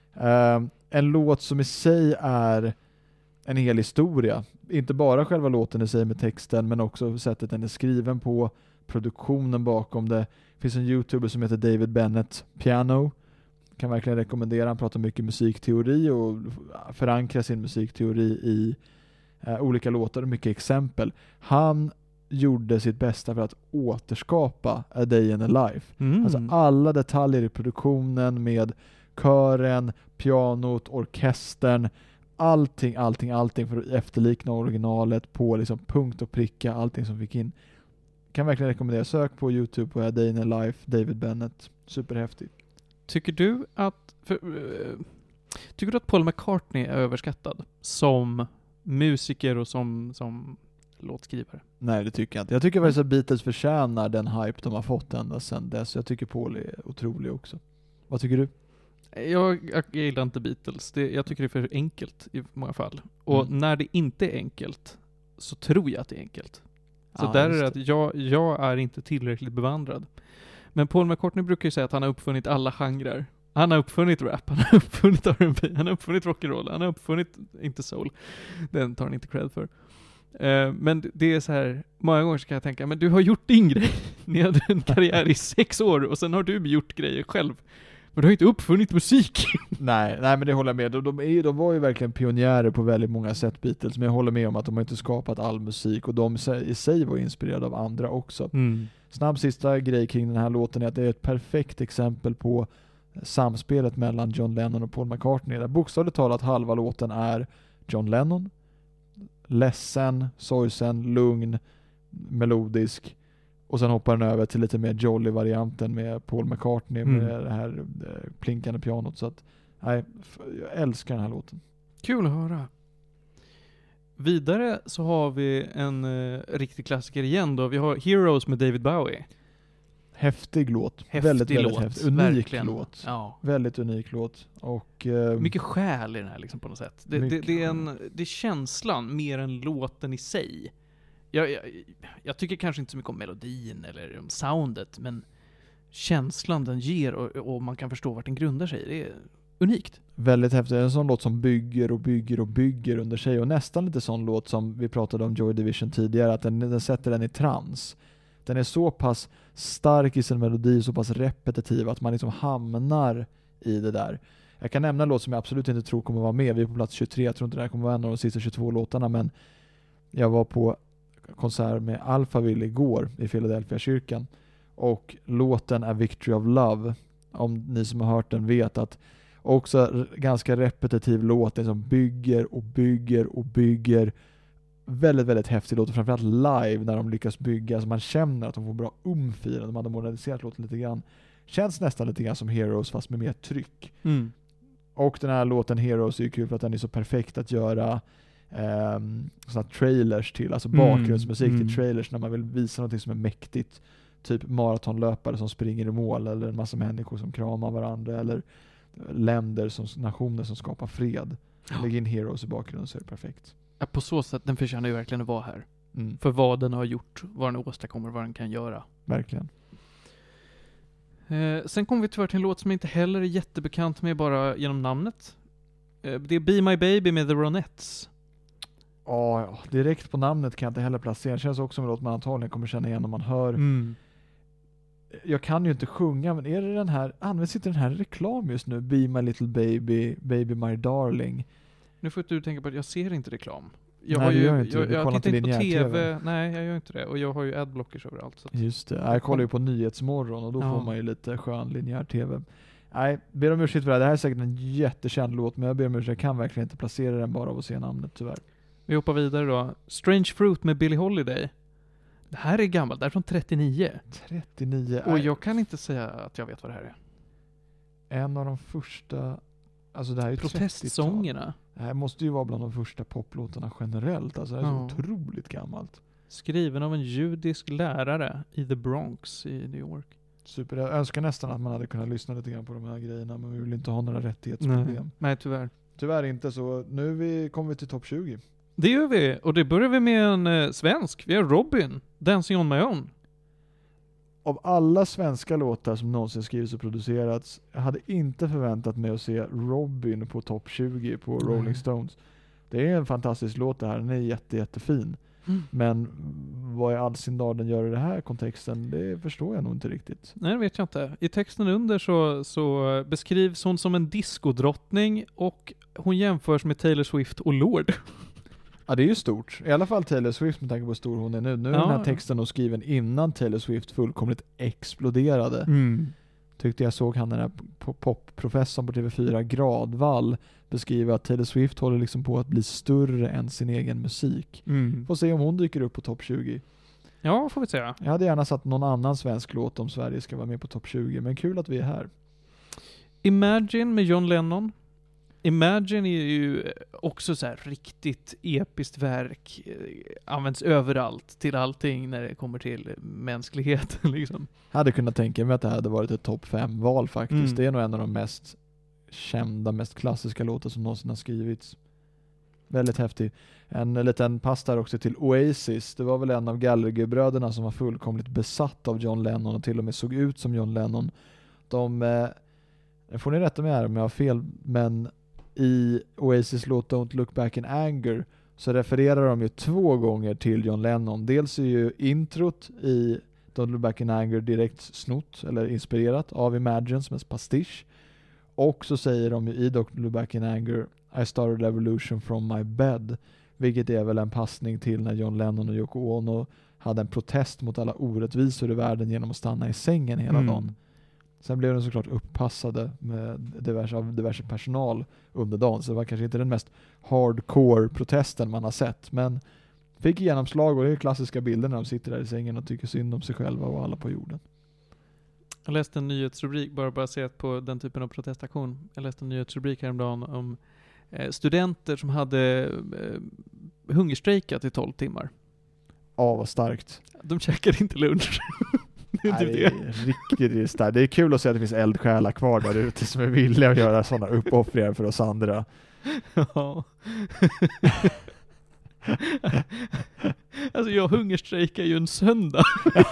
Eh, en låt som i sig är en hel historia. Inte bara själva låten i sig med texten, men också sättet den är skriven på, produktionen bakom det. Det finns en YouTuber som heter David Bennett Piano. Kan verkligen rekommendera. Han pratar mycket musikteori och förankrar sin musikteori i eh, olika låtar och mycket exempel. Han gjorde sitt bästa för att återskapa A Day in a Life. Mm. Alltså alla detaljer i produktionen med kören, pianot, orkestern, allting, allting, allting för att efterlikna originalet på liksom punkt och pricka, allting som fick in. Kan verkligen rekommendera. Sök på YouTube på A Day in a Life, David Bennett. Superhäftigt. Tycker du att för, uh, tycker du att Paul McCartney är överskattad som musiker och som, som låtskrivare? Nej, det tycker jag inte. Jag tycker faktiskt att Beatles förtjänar den hype de har fått ända sedan dess. Jag tycker Paul är otrolig också. Vad tycker du? Jag, jag gillar inte Beatles. Det, jag tycker det är för enkelt i många fall. Och Mm. när det inte är enkelt så tror jag att det är enkelt. Så Ja, där är just det att jag, jag är inte tillräckligt bevandrad. Men Paul McCartney brukar ju säga att han har uppfunnit alla genrer. Han har uppfunnit rap, han har uppfunnit R and B, han har uppfunnit rock'n'roll, han har uppfunnit, inte soul. Den tar han inte cred för. Uh, men det är så här, många gånger så kan jag tänka, men du har gjort din grej. Ni hade en karriär i sex år och sen har du gjort grejer själv. Men du har inte uppfunnit musik. nej, nej, men det håller jag med. De, de, är, de var ju verkligen pionjärer på väldigt många sätt, Beatles. Men jag håller med om att de har inte skapat all musik. Och de i sig var inspirerade av andra också. Mm. Snabb sista grej kring den här låten är att det är ett perfekt exempel på samspelet mellan John Lennon och Paul McCartney. Där bokstavligt talat halva låten är John Lennon. Ledsen, sorgsen, lugn, melodisk. Och sen hoppar den över till lite mer jolly-varianten med Paul McCartney med Mm. det här eh, plinkande pianot. Så att, nej, f- jag älskar den här låten. Kul att höra. Vidare så har vi en uh, riktig klassiker igen då. Vi har Heroes med David Bowie. Häftig låt. Häftig väldigt, väldigt låt. häftig. Unik Verkligen. låt. Ja. Väldigt unik låt. Och, eh, Mycket själ i den här liksom på något sätt. Det, det, Mycket det, är en, det är känslan mer än låten i sig. Jag, jag, jag tycker kanske inte så mycket om melodin eller om soundet, men känslan den ger och, och man kan förstå vart den grundar sig. Det är unikt. väldigt häftig. En sån låt som bygger och bygger och bygger under sig. Och nästan lite sån låt som vi pratade om Joy Division tidigare. Att den, den sätter den i trans. Den är så pass stark i sin melodi, så pass repetitiv att man liksom hamnar i det där. Jag kan nämna en låt som jag absolut inte tror kommer vara med. Vi är på plats tjugotre. Jag tror inte det här kommer vara en av de sista tjugotvå låtarna. Men jag var på konsert med Alphaville igår i Philadelphia kyrkan. Och låten är Victory of Love. Om ni som har hört den vet att också ganska repetitiv låt som bygger och bygger och bygger. Väldigt, väldigt häftig låt. Och framförallt live när de lyckas bygga. Så man känner att de får bra umf i den. De hade moderniserat låten lite grann. Känns nästan lite grann som Heroes fast med mer tryck. Mm. Och den här låten Heroes är ju kul för att den är så perfekt att göra um, sådana trailers till. Alltså bakgrundsmusik Mm. till trailers när man vill visa något som är mäktigt. Typ maratonlöpare som springer i mål. Eller en massa människor som kramar varandra. Eller länder, som nationer som skapar fred. Ja. Lägg in Heroes i bakgrunden så är det perfekt. Ja, på så sätt, den förtjänar ju verkligen att vara här. Mm, För vad den har gjort, vad den åstadkommer, vad den kan göra. verkligen. Eh, sen kommer vi tyvärr till en låt som jag inte heller är jättebekant med bara genom namnet. Eh, det är Be My Baby med The Ronettes. Ja, ja, direkt på namnet kan jag inte heller placera. Det känns också som en låt man antagligen kommer känna igen om man hör. Mm. Jag kan ju inte sjunga, men är det den här, används inte den här reklam just nu? Be My Little Baby, Baby My Darling. Nu får du tänka på att jag ser inte reklam. Jag Nej, har du ju, gör inte det. jag, Du jag kollar tittar inte inte på linjär T V. T V. Nej, jag gör inte det. Och jag har ju adblockers överallt. Så att Just det, jag kollar ju på Nyhetsmorgon och då Ja. får man ju lite skön linjär T V. Nej, ber om ursäkt för det här. Det här är säkert en jättekänd låt, men jag ber om ursäkt. Jag kan verkligen inte placera den bara av att se namnet, tyvärr. vi hoppar vidare då. Strange Fruit med Billie Holiday. Det här är gammalt. Det här är från trettionio. trettionio. Och Nej, jag kan inte säga att jag vet vad det här är. en av de första, alltså det här är ju trettiotal. Protestsångerna. Det här måste ju vara bland de första poplåtarna generellt. Alltså det här är Ja. så otroligt gammalt. Skriven av en judisk lärare i The Bronx i New York. Super. Jag önskar nästan att man hade kunnat lyssna lite grann på de här grejerna, men vi vill inte ha några rättighetsproblem. Nej, tyvärr. tyvärr inte, så nu vi, kommer vi till topp tjugo. Det gör vi, och det börjar vi med en eh, svensk. Vi har Robin, Dancing on my own. Av alla svenska låtar som någonsin skrivits och producerats, jag hade inte förväntat mig att se Robin på topp tjugo på Mm. Rolling Stones. Det är en fantastisk låt det här, den är jätte, jättefin. Mm. Men vad i all sin dag den gör i den här kontexten, det förstår jag nog inte riktigt. Nej, det vet jag inte. I texten under så, så beskrivs hon som en diskodrottning och hon jämförs med Taylor Swift och Lord. Ja, det är ju stort. I alla fall Taylor Swift med tanke på hur stor hon är nu. Nu är Ja. den här texten nog skriven innan Taylor Swift fullkomligt exploderade. Mm. Tyckte jag såg han den här po- popprofessorn på T V fyra, Gradvall, beskriva att Taylor Swift håller liksom på att bli större än sin egen musik. Mm. Får se om hon dyker upp på topp tjugo. Ja, får vi säga. Jag hade gärna satt någon annan svensk låt om Sverige ska vara med på topp tjugo, men kul att vi är här. Imagine med John Lennon. Imagine är ju också så här riktigt episkt verk. Eh, Används överallt till allting när det kommer till mänskligheten liksom. Hade kunnat tänka mig att det här hade varit ett topp fem-val faktiskt. Mm. Det är nog en av de mest kända, mest klassiska låtar som någonsin har skrivits. Väldigt häftig. En liten pass där också till Oasis. Det var väl en av Gallagher-bröderna som var fullkomligt besatt av John Lennon och till och med såg ut som John Lennon. De, eh, får ni rätta mig här om jag har fel, men i Oasis låt Don't Look Back in Anger så refererar de ju två gånger till John Lennon. Dels är ju introt i Don't Look Back in Anger direkt snott eller inspirerat av Imagine som en pastisch. Och så säger de ju i Don't Look Back in Anger I started a revolution from my bed, vilket är väl en passning till när John Lennon och Yoko Ono hade en protest mot alla orättvisor i världen genom att stanna i sängen hela Mm. dagen. Sen blev de såklart upppassade med diverse, av diverse personal under dagen, så det var kanske inte den mest hardcore protesten man har sett, men fick genomslag och det är klassiska bilder när de sitter där i sängen och tycker synd om sig själva och alla på jorden. Jag läste en nyhetsrubrik, bara baserat på den typen av protestaktion. Jag läste en nyhetsrubrik häromdagen om eh, studenter som hade eh, hungerstrejkat i tolv timmar. Ja, vad starkt. De käkade inte lunch. Det är Nej, typ det är riktigt det starkt. Det är kul att se att det finns eldsjälar kvar där ute som är villiga att göra sådana uppoffringar för oss andra. Ja. Alltså jag hungerstrejkar ju en söndag.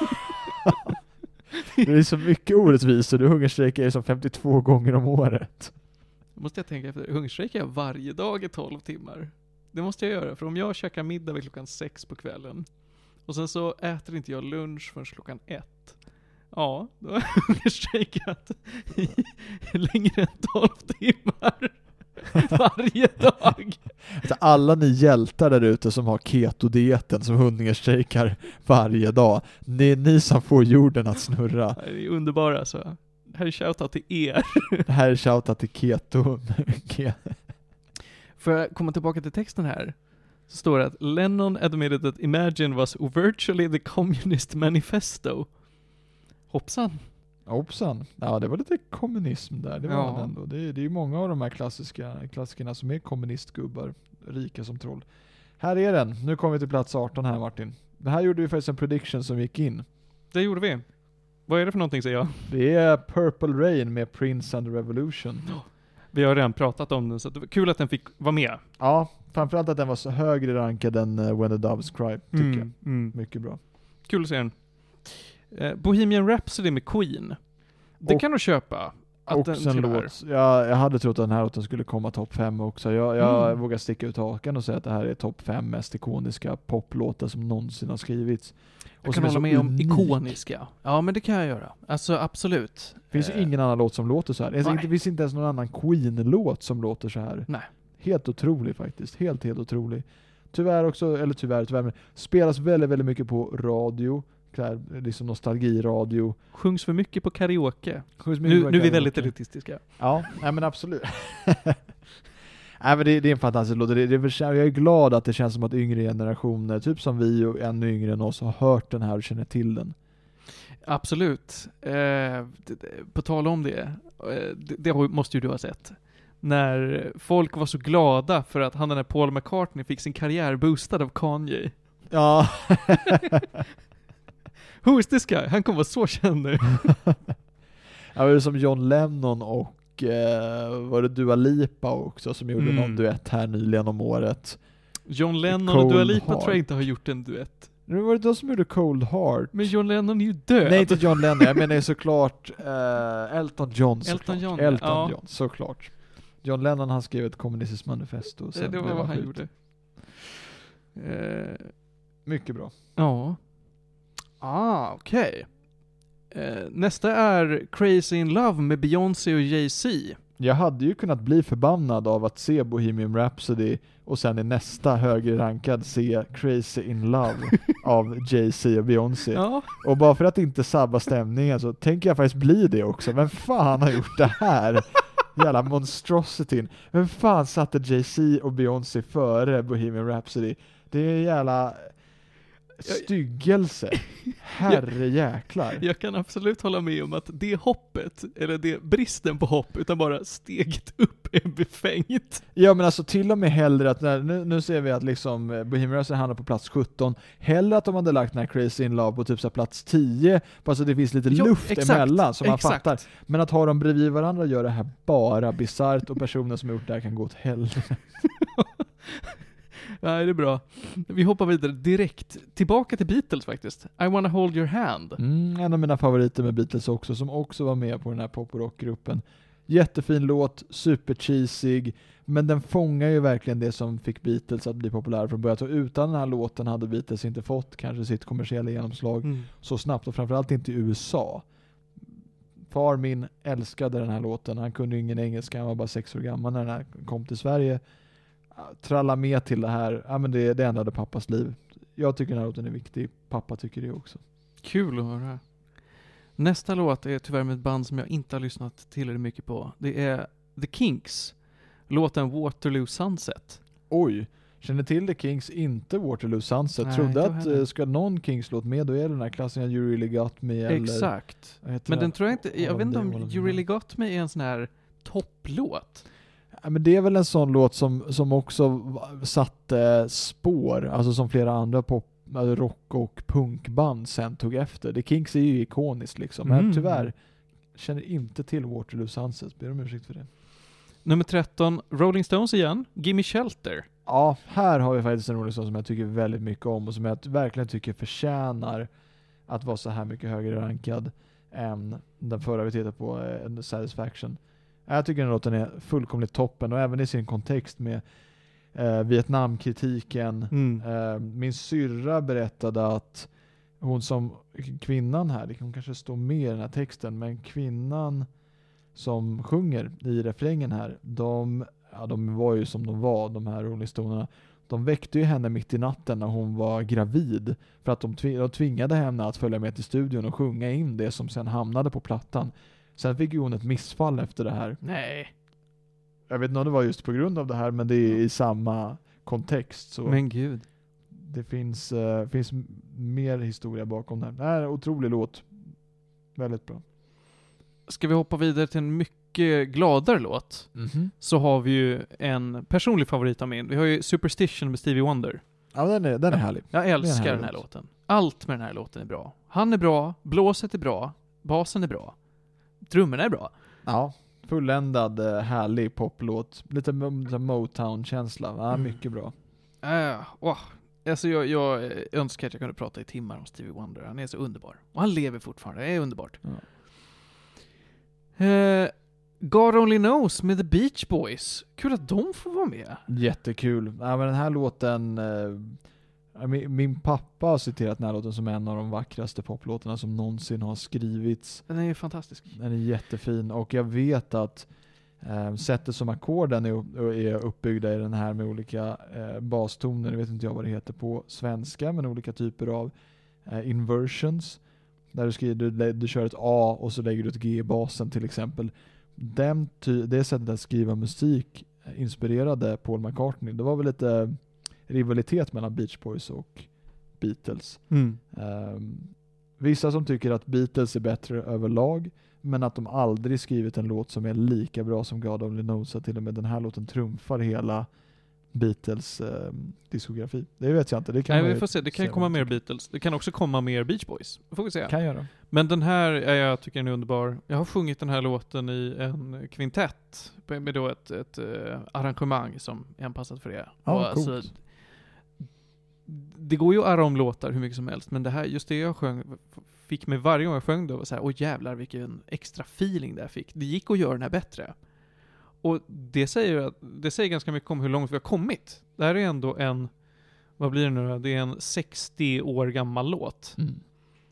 Det är så mycket orättvisor. Du hungerstrejkar ju som femtiotvå gånger om året. Då måste jag tänka efter. Hungerstrejkar jag varje dag i tolv timmar? Det måste jag göra. För om jag käkar middag vid klockan sex på kvällen och sen så äter inte jag lunch förrän klockan ett. Ja, då har jag hungerstrejkat i längre än tolv timmar. Varje dag. Alltså alla ni hjältar där ute som har keto-dieten som hungerstrejkar varje dag. Det är ni som får jorden att snurra. Det är underbara alltså. Här är shoutout till er. Det här är shoutout till keto. För att komma tillbaka till texten här så står det att Lennon admitted that Imagine was virtually the communist manifesto. Hoppsan. Hoppsan. Ja, det var lite kommunism där. Det var Ja. det ändå. Det är, det är ju många av de här klassiska klassikerna som är kommunistgubbar. Rika som troll. Här är den. Nu kommer vi till plats arton här, Martin. Det här gjorde vi faktiskt en prediction som gick in. Det gjorde vi. Vad är det för någonting, säger jag? Det är Purple Rain med Prince and the Revolution. Vi har redan pratat om den, så det var kul att den fick vara med. Ja, framförallt att den var så högre rankad än uh, When the Doves Cry, tycker jag. Mm. Mycket bra. Kul att se den. Eh, Bohemian Rhapsody med Queen. Det Och- kan du köpa. Att Och den sen till här. låt, jag, jag hade trott att den här låten skulle komma topp fem också. Jag, jag Mm. vågar sticka ut hakan och säga att det här är topp fem mest ikoniska poplåtar som någonsin har skrivits. Jag Och kan som är hålla så med om unik. ikoniska. Ja, men det kan jag göra. Alltså, absolut. Det finns ju Eh, ingen annan låt som låter så här. Alltså, nej. det finns inte ens någon annan Queen-låt som låter så här. Nej. Helt otrolig faktiskt. Helt, helt otrolig. Tyvärr också, eller tyvärr, tyvärr, men spelas väldigt, väldigt mycket på radio. Så här, liksom nostalgiradio. Sjungs för mycket på karaoke. Sjungs mycket Nu, på nu är vi karaoke. väldigt elitistiska. Ja, nej men absolut. Nej men det, det är en fantastisk låt. Det, det, det, jag är glad att det känns som att yngre generationer, typ som vi och ännu yngre än oss, har hört den här och känner till den. Absolut. Eh, det- det- på tal om det, eh, det, det har- måste ju du ha sett. När folk var så glada för att han, den här Paul McCartney, fick sin karriär boostad av Kanye. Ja. Who is this guy? Han kommer vara så känd nu. Ja, det är som John Lennon och och eh, var det Dua Lipa också som gjorde Mm. någon duett här nyligen om året. John Lennon Cold och Dua Lipa Heart. tror jag inte har gjort en duett. Nu var det de som gjorde Cold Heart. Men John Lennon är ju död. Nej, inte John Lennon, jag menar ju såklart eh, Elton John såklart. Elton John, Elton ja. John, såklart. John Lennon han skrev ett kommunistiskt manifesto. Och det, sen det var blev vad han skjuten. gjorde. Eh, Mycket bra. ja. Ah, okej. Eh, nästa är Crazy in Love med Beyoncé och Jay-Z. Jag hade ju kunnat bli förbannad av att se Bohemian Rhapsody och sen i nästa högre rankad se Crazy in Love av Jay-Z och Beyoncé. Ja. Och bara för att inte sabba stämningen så tänker jag faktiskt bli det också. Vem fan har gjort det här? Jävla monstrosityn. Vem fan satte Jay-Z och Beyoncé före Bohemian Rhapsody? Det är jävla styggelse. Herre jäklar. Jag kan absolut hålla med om att det hoppet, eller det bristen på hopp, utan bara steget upp är befängt. Ja men alltså till och med hellre att, när, nu, nu ser vi att liksom Bohemian Rhapsody hamnar på plats sjutton, hellre att de hade lagt den här Crazy in Love på typ så här plats tio, bara så det finns lite Jo, luft exakt, emellan så man exakt. fattar. Men att ha dem bredvid varandra gör det här bara bizarrt och personen som har gjort det här kan gå åt helvete. Nej, det är bra. Vi hoppar vidare direkt. Tillbaka till Beatles faktiskt. I wanna hold your hand. Mm, en av mina favoriter med Beatles också, som också var med på den här pop- och rockgruppen. Jättefin låt, super cheesy, men den fångar ju verkligen det som fick Beatles att bli populära från början. Och utan den här låten hade Beatles inte fått kanske sitt kommersiella genomslag Mm. så snabbt, och framförallt inte i U S A. Far min älskade den här låten, han kunde ju ingen engelska, han var bara sex år gammal när den här kom till Sverige. Tralla med till det här, ja men det, det ändrade pappas liv. Jag tycker den här låten är viktig, pappa tycker det också. Kul att höra. Nästa låt är tyvärr med ett band som jag inte har lyssnat tillräckligt mycket på. Det är The Kinks. Låten Waterloo Sunset. Oj, känner till The Kings, inte Waterloo Sunset. Nej, Trodde inte att heller. eh, ska någon Kings-låt med, då är det den här klassiken You Really Got Me eller... Exakt. vad heter Men den den? tror jag inte, jag All vet inte of om them, all of You them. Really Got Me är en sån här topplåt. Ja, men det är väl en sån låt som, som också va- satte spår, alltså som flera andra pop, alltså rock- och punkband sen tog efter. The Kings är ju ikoniskt liksom, men Mm. tyvärr känner inte till Waterloo Sunset, ber om ursäkt för det. Nummer tretton, Rolling Stones igen. Gimme Shelter. Ja, här har vi faktiskt en Rolling Stone som jag tycker väldigt mycket om och som jag verkligen tycker förtjänar att vara så här mycket högre rankad än den förra vi tittade på, eh, Satisfaction. Jag tycker den låten är fullkomligt toppen, och även i sin kontext med eh, Vietnamkritiken. Mm. Eh, min syrra berättade att hon som kvinnan här, det kan kanske stå med i den här texten, men kvinnan som sjunger i refrängen här, de, ja, de var ju som de var, de här Rolling Stonerna. De väckte ju henne mitt i natten när hon var gravid, för att de, tv- de tvingade henne att följa med till studion och sjunga in det som sen hamnade på plattan. Sen fick ju hon ett missfall efter det här. Nej. Jag vet inte om det var just på grund av det här, men det är i samma kontext. Så Men gud. det finns, uh, finns m- mer historia bakom det här. Det här är en otrolig låt. Väldigt bra. Ska vi hoppa vidare till en mycket gladare låt? Mm-hmm. Så har vi ju en personlig favorit av min. Vi har ju Superstition med Stevie Wonder. Ja, den är, den är härlig. Jag älskar Det är en den här härlig låten. Allt med den här låten är bra. Han är bra, blåset är bra, basen är bra, trummorna är bra. Ja, fulländad, eh, härlig poplåt. Lite m- lite Motown-känsla. Ja, Mm. mycket bra. Äh, åh. Alltså jag, jag önskar att jag kunde prata i timmar om Stevie Wonder. Han är så underbar. Och han lever fortfarande. Det är underbart. Ja. Eh, God Only Knows med The Beach Boys. Kul att de får vara med. Jättekul. Ja, men den här låten... Eh, min, min pappa har citerat den här låten som en av de vackraste poplåtarna som någonsin har skrivits. Den är ju fantastisk. Den är jättefin, och jag vet att eh, sättet som ackorden är, är uppbyggda i den här med olika eh, bastoner, jag vet inte jag vad det heter på svenska, men olika typer av eh, inversions. Där du, skriver, du, du kör ett A och så lägger du ett G i basen till exempel. Den ty- det sättet att skriva musik inspirerade Paul McCartney. Det var väl lite rivalitet mellan Beach Boys och Beatles. Mm. Um, vissa som tycker att Beatles är bättre överlag, men att de aldrig skrivit en låt som är lika bra som God Only Knows, att till och med den här låten trumfar hela Beatles eh, diskografi. Det vet jag inte. Det kan Nej, man vi ju får se. Det kan se komma vad man mer Beatles. Det kan också komma mer Beach Boys. Det får vi se. Kan göra. Men den här, är jag tycker den är underbar. Jag har sjungit den här låten i en kvintett med då ett, ett uh, arrangemang som är anpassat för det. Ja, Och coolt. alltså, det går ju att arra om låtar hur mycket som helst, men det här, just det jag sjöng fick mig varje gång jag sjöng då var så här, åh jävlar vilken extra feeling det jag fick. Det gick att göra den här bättre. Och det säger, det säger ganska mycket om hur långt vi har kommit. Det här är ändå en, vad blir det nu då? Det är en sextio år gammal låt. Mm.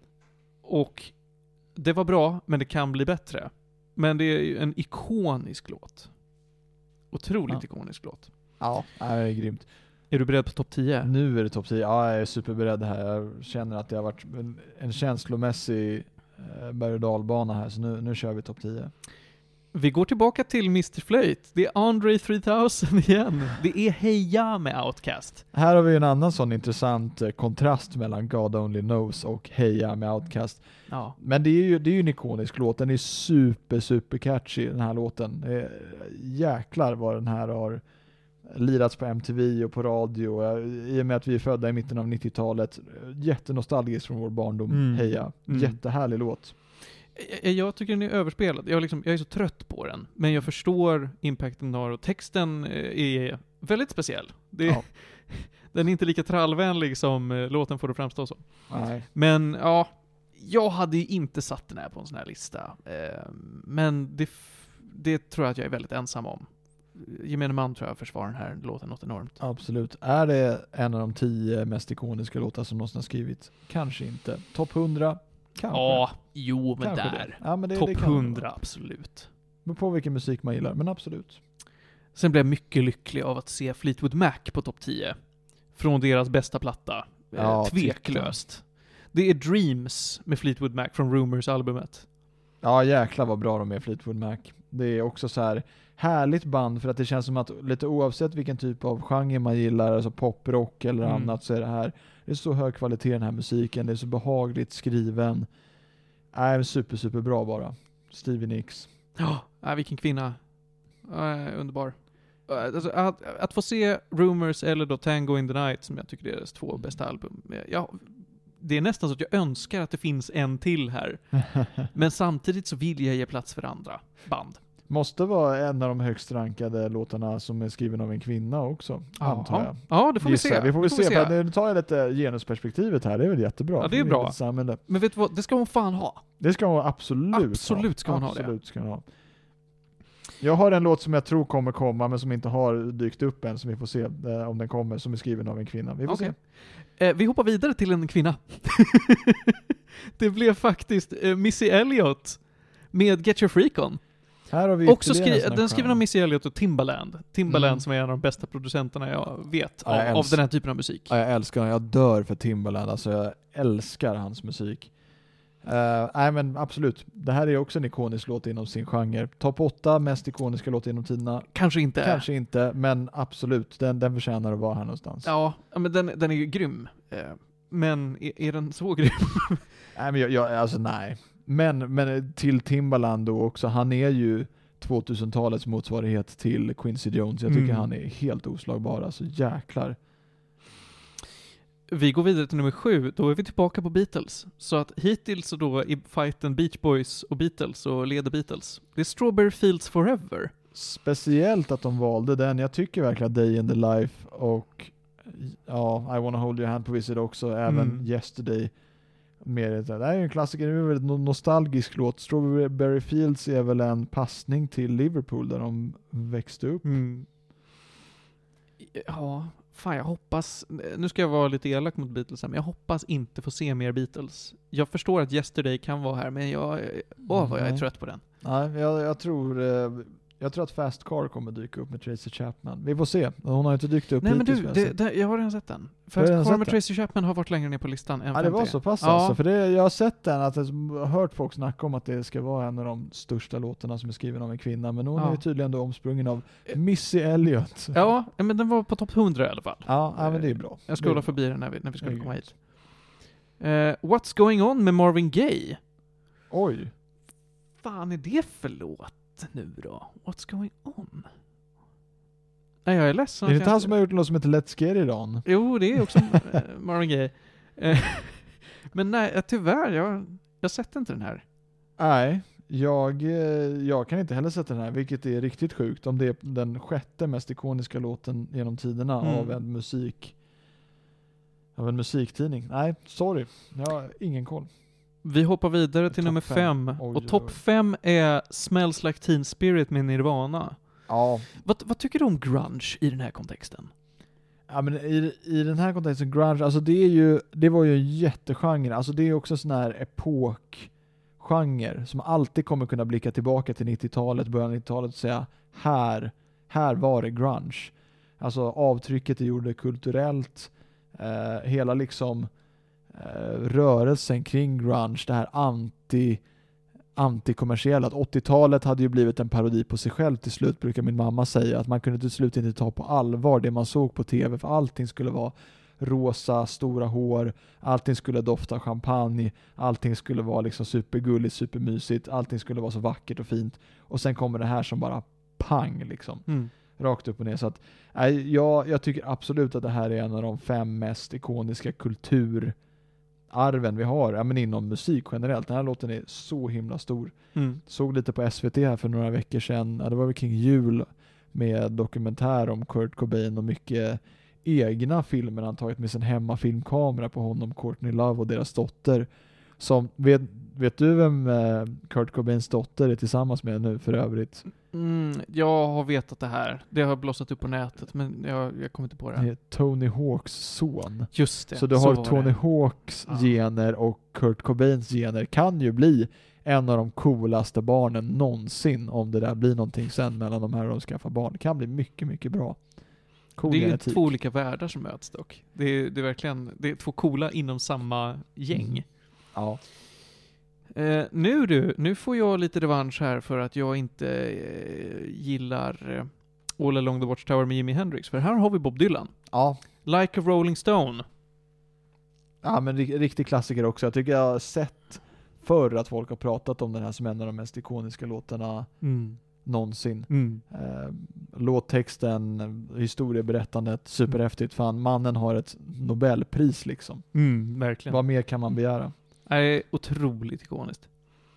Och det var bra, men det kan bli bättre. Men det är ju en ikonisk låt. Otroligt Ja. ikonisk låt. Ja, det är grymt. Är du beredd på topp tio? Nu är det topp tio. Ja, jag är superberedd här. Jag känner att det har varit en, en känslomässig eh, berg- och dalbana här, så nu, nu kör vi topp tio. Vi går tillbaka till mister Flöjt. Det är Andre three thousand igen. Det är Heja med Outcast. Här har vi en annan sån intressant eh, kontrast mellan God Only Knows och Heja med Outcast. Ja. Men det är ju det är ju en ikonisk låt. Den är super, super catchy, den här låten. Det är, jäklar vad den här har lirats på M T V och på radio. I och med att vi är födda i mitten av nittiotalet. Jättenostalgiskt från vår barndom. Mm. Heja. Mm. Jättehärlig låt. Jag, jag tycker den är överspelad. Jag, liksom, jag är så trött på den. Men jag förstår impacten den har och texten är väldigt speciell. Det, Ja. Den är inte lika trallvänlig som eh, låten får det framstå som. Nej. Men ja, jag hade ju inte satt den här på en sån här lista. Eh, men det, f- det tror jag att jag är väldigt ensam om. Gemene man tror jag försvarar den här låten något enormt. Absolut. Är det en av de tio mest ikoniska låtar som någonsin har skrivit? Kanske inte. Topp hundra? Kanske. Ja, jo men Kanske där. det. Ja, men det, Topp det kan det hundra, vara. absolut. Men på vilken musik man gillar, men absolut. Sen blev jag mycket lycklig av att se Fleetwood Mac på topp tio. Från deras bästa platta. Eh, Ja, tveklöst. Det är Dreams med Fleetwood Mac från Rumors-albumet. Ja, jäklar vad bra de är, Fleetwood Mac. Det är också så här härligt band, för att det känns som att lite oavsett vilken typ av genre man gillar, alltså poprock eller Mm. annat, så är det här, det är så hög kvalitet i den här musiken, det är så behagligt skriven. Nej, super, super bra bara. Stevie Nicks. Ja, äh, vilken kvinna. Äh, underbar. Äh, alltså, att, att få se Rumors eller då Tango in the Night, som jag tycker är deras två bästa album. Ja, det är nästan så att jag önskar att det finns en till här. Men samtidigt så vill jag ge plats för andra band. Måste vara en av de högst rankade låtarna som är skriven av en kvinna också, antar jag. Ja, det får Gissar. vi se. Vi får väl Det se, för att nu tar jag lite genusperspektivet här, det är väl jättebra. Ja, det är För bra. ett samhälle. Men vet du vad, det ska hon fan ha. Det ska hon absolut Absolut ska ha. hon ha det. Absolut ska hon ha. Jag har en låt som jag tror kommer komma, men som inte har dykt upp än, som vi får se eh, om den kommer, som är skriven av en kvinna. Vi får Okej. se. Eh, vi hoppar vidare till en kvinna. Det blev faktiskt eh, Missy Elliott med Get Your Freak On. Här har vi Också ytterligare en skri- sån här den är skriven av stjärna. Missy Elliott och Timbaland. Timbaland Mm. som är en av de bästa producenterna jag vet Ja, jag av, av älsk- den här typen av musik. Ja, jag älskar honom. Jag dör för Timbaland. Alltså jag älskar hans musik. Uh, nej men absolut. Det här är också en ikonisk låt inom sin genre. Topp åtta mest ikoniska låt inom tiderna. Kanske inte. Kanske inte, men absolut. Den, den förtjänar att vara här någonstans. Ja, ja, men den, den är ju grym. Eh, men är, är den så grym? Nej men jag, jag, alltså nej. Men, men till Timbaland då också. Han är ju tvåtusentalets motsvarighet till Quincy Jones. Jag tycker Mm. han är helt oslagbar. Alltså jäklar. Vi går vidare till nummer sju, då är vi tillbaka på Beatles. Så att hittills så då i fighten Beach Boys och Beatles och leder Beatles. Det är Strawberry Fields Forever. Speciellt att de valde den. Jag tycker verkligen att Day in the Life och ja, I wanna hold your hand på Visit också, även Mm. Yesterday. Mer, det här är ju en klassiker, det är väl en nostalgisk låt. Strawberry Fields är väl en passning till Liverpool där de växte upp. Mm. Ja, fan jag hoppas, nu ska jag vara lite elak mot Beatles här, men jag hoppas inte få se mer Beatles. Jag förstår att Yesterday kan vara här, men jag, åh vad jag är Nej. trött på den. Nej, jag, jag tror eh, jag tror att Fast Car kommer dyka upp med Tracy Chapman. Vi får se. Hon har ju inte dykt upp Nej men hittills, du, vad det, jag sett. det, jag har redan sett den. Har Fast du redan Car sett med den? Tracy Chapman har varit längre ner på listan än Ja, det var femtio. så pass Ja. alltså. För det, jag har sett den, att jag har hört folk snacka om att det ska vara en av de största låtarna som är skriven av en kvinna. Men hon Ja. är tydligen då omsprungen av Missy Elliott. Ja, men den var på topp hundra i alla fall. Ja, ja, men det är bra. Jag Det är scrollade bra. förbi den när vi, när vi skulle Det är komma grymt. hit. Uh, What's Going On med Marvin Gaye. Oj. Fan är det för låt nu då? What's Going On? Nej, jag är ledsen. Är det att inte jag han som har gjort något som heter Let's Get It On? Jo, det är också eh, Marvin Gaye. Eh, Men nej, eh, tyvärr, jag, jag sett inte den här. Nej, jag, eh, jag kan inte heller sätta den här, vilket är riktigt sjukt. Om det är den sjätte mest ikoniska låten genom tiderna Mm. av en musik av en musiktidning. Nej, sorry. Jag har ingen koll. Vi hoppar vidare till Topp nummer fem. fem. Oj, och oj, topp oj. fem är Smells Like Teen Spirit med Nirvana. Ja, Vad, vad tycker du om grunge i den här kontexten? ja men i, i den här kontexten, grunge, alltså det är ju, det var ju en jättegenre. Alltså det är också sån här epokgenre som alltid kommer kunna blicka tillbaka till nittiotalet, början av nittiotalet och säga här, här var det grunge. Alltså avtrycket det gjorde kulturellt, eh, hela liksom eh, rörelsen kring grunge, det här anti antikommersiella. Att åttiotalet hade ju blivit en parodi på sig själv till slut, brukar min mamma säga. Att man kunde till slut inte ta på allvar det man såg på tv, för allting skulle vara rosa, stora hår, allting skulle dofta champagne, allting skulle vara liksom supergulligt, supermysigt, allting skulle vara så vackert och fint. Och sen kommer det här som bara pang liksom. Mm. Rakt upp och ner. Så att, nej, jag, jag tycker absolut att det här är en av de fem mest ikoniska kulturarven vi har, ja, men inom musik generellt. Den här låten är så himla stor. Mm. Såg lite på S V T här för några veckor sedan, ja, det var väl kring jul, med dokumentär om Kurt Cobain och mycket egna filmer han tagit med sin hemmafilmkamera på honom, Courtney Love och deras dotter. Som, vet, vet du vem eh, Kurt Cobains dotter är tillsammans med nu för övrigt? Mm, jag har vetat det här. Det har blossat upp på nätet, men jag, jag kommer inte på Det det. är Tony Hawks son. Just det. Så du har var Tony det. Hawks Ja. gener och Kurt Cobains gener, kan ju bli en av de coolaste barnen någonsin om det där blir någonting sen mellan de här och de skaffar barn. Det kan bli mycket, mycket bra. Cool Det är ju genetik. två olika världar som möts dock. Det är, det är verkligen det är två coola inom samma gäng. Mm. Ja. Eh, nu du, nu får jag lite revansch här för att jag inte eh, gillar eh, All Along the Watchtower med Jimi Hendrix. För här har vi Bob Dylan. Ja. Like a Rolling Stone. Ja, men ri- riktig klassiker också. Jag tycker jag har sett förr att folk har pratat om den här som en av de mest ikoniska låtarna Mm. någonsin. Mm. Eh, låttexten, historieberättandet, superhäftigt. Fan, mannen har ett Nobelpris liksom. Mm, verkligen. Vad mer kan man begära? Det är otroligt ikoniskt.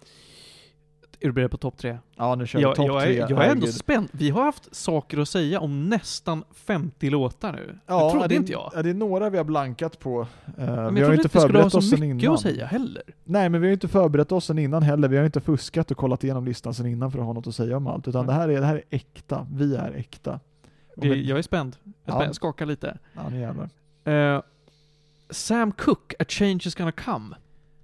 Är du beredd på topp tre? Ja, nu kör vi Jag, topp jag, tre. är, jag är ändå Herregud. spänd. Vi har haft saker att säga om nästan femtio låtar nu. Ja, det trodde det, inte jag. Ja, det är några vi har blankat på. Uh, Men vi jag har trodde ju inte inte vi skulle ha förberett så oss sen mycket innan. att säga heller. Nej, men vi har ju inte förberett oss sen innan heller. Vi har inte fuskat och kollat igenom listan sen innan för att ha något att säga om allt. Utan Nej. det här, är, det här är äkta. Vi är äkta. Och Det, men- jag är spänd. Jag, är Ja. spänd. jag skakar lite. Ja, nu jävlar. Eh, Sam Cooke, A Change Is Gonna Come.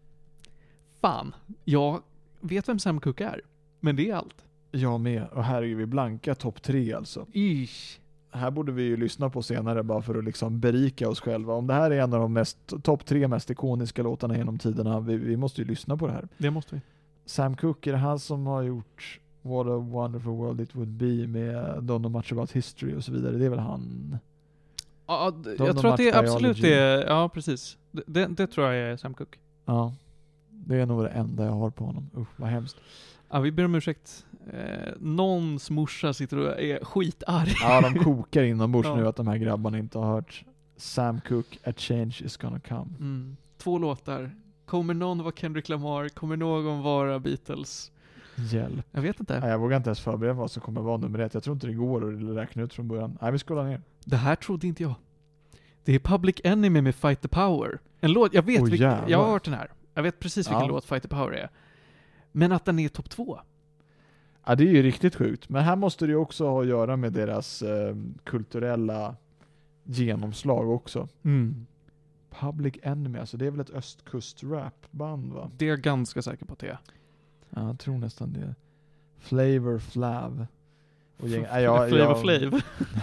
Fan, jag vet vem Sam Cooke är. Men det är allt. Jag med. Och här är ju vi blanka topp tre alltså. Ish. Här borde vi ju lyssna på senare bara för att liksom berika oss själva. Om det här är en av de mest, topp tre mest ikoniska låtarna genom tiderna, vi, vi måste ju lyssna på det här. Det måste vi. Sam Cooke, är det han som har gjort What a wonderful world it would be med Don't know much about history och så vidare? Det är väl han? Ja, d- know jag tror att det much är absolut biology. är, ja precis. Det, det, det tror jag är Sam Cooke. Ja. Det är nog det enda jag har på honom. Usch, vad hemskt. Ja, vi ber om ursäkt. Eh, någons morsa sitter och är skitarg. Ja, de kokar inombords Ja. nu att de här grabbarna inte har hört Sam Cooke, A Change Is Gonna Come. Mm. Två låtar. Kommer någon vara Kendrick Lamar? Kommer någon vara Beatles? Hjälp. Jag vet inte. Nej, jag vågar inte ens förbereda vad som kommer vara nummer ett. Jag tror inte det går att räkna ut från början. Nej, vi scrollar ner. Det här trodde inte jag. Det är Public Enemy med Fight the Power. En låt, jag vet Åh, vilken, jävlar. jag har hört den här. Jag vet precis vilken Ja. låt Fight the Power är. Men att den är topp två. Ja, det är ju riktigt sjukt. Men här måste det ju också ha att göra med deras eh, kulturella genomslag också. Mm. Public Enemy, alltså det är väl ett östkust-rapband va? Det är jag ganska säker på att det är. Ja, jag tror nästan det. Flavor Flav. Och gäng, F- nej, jag, Flavor jag, Flav.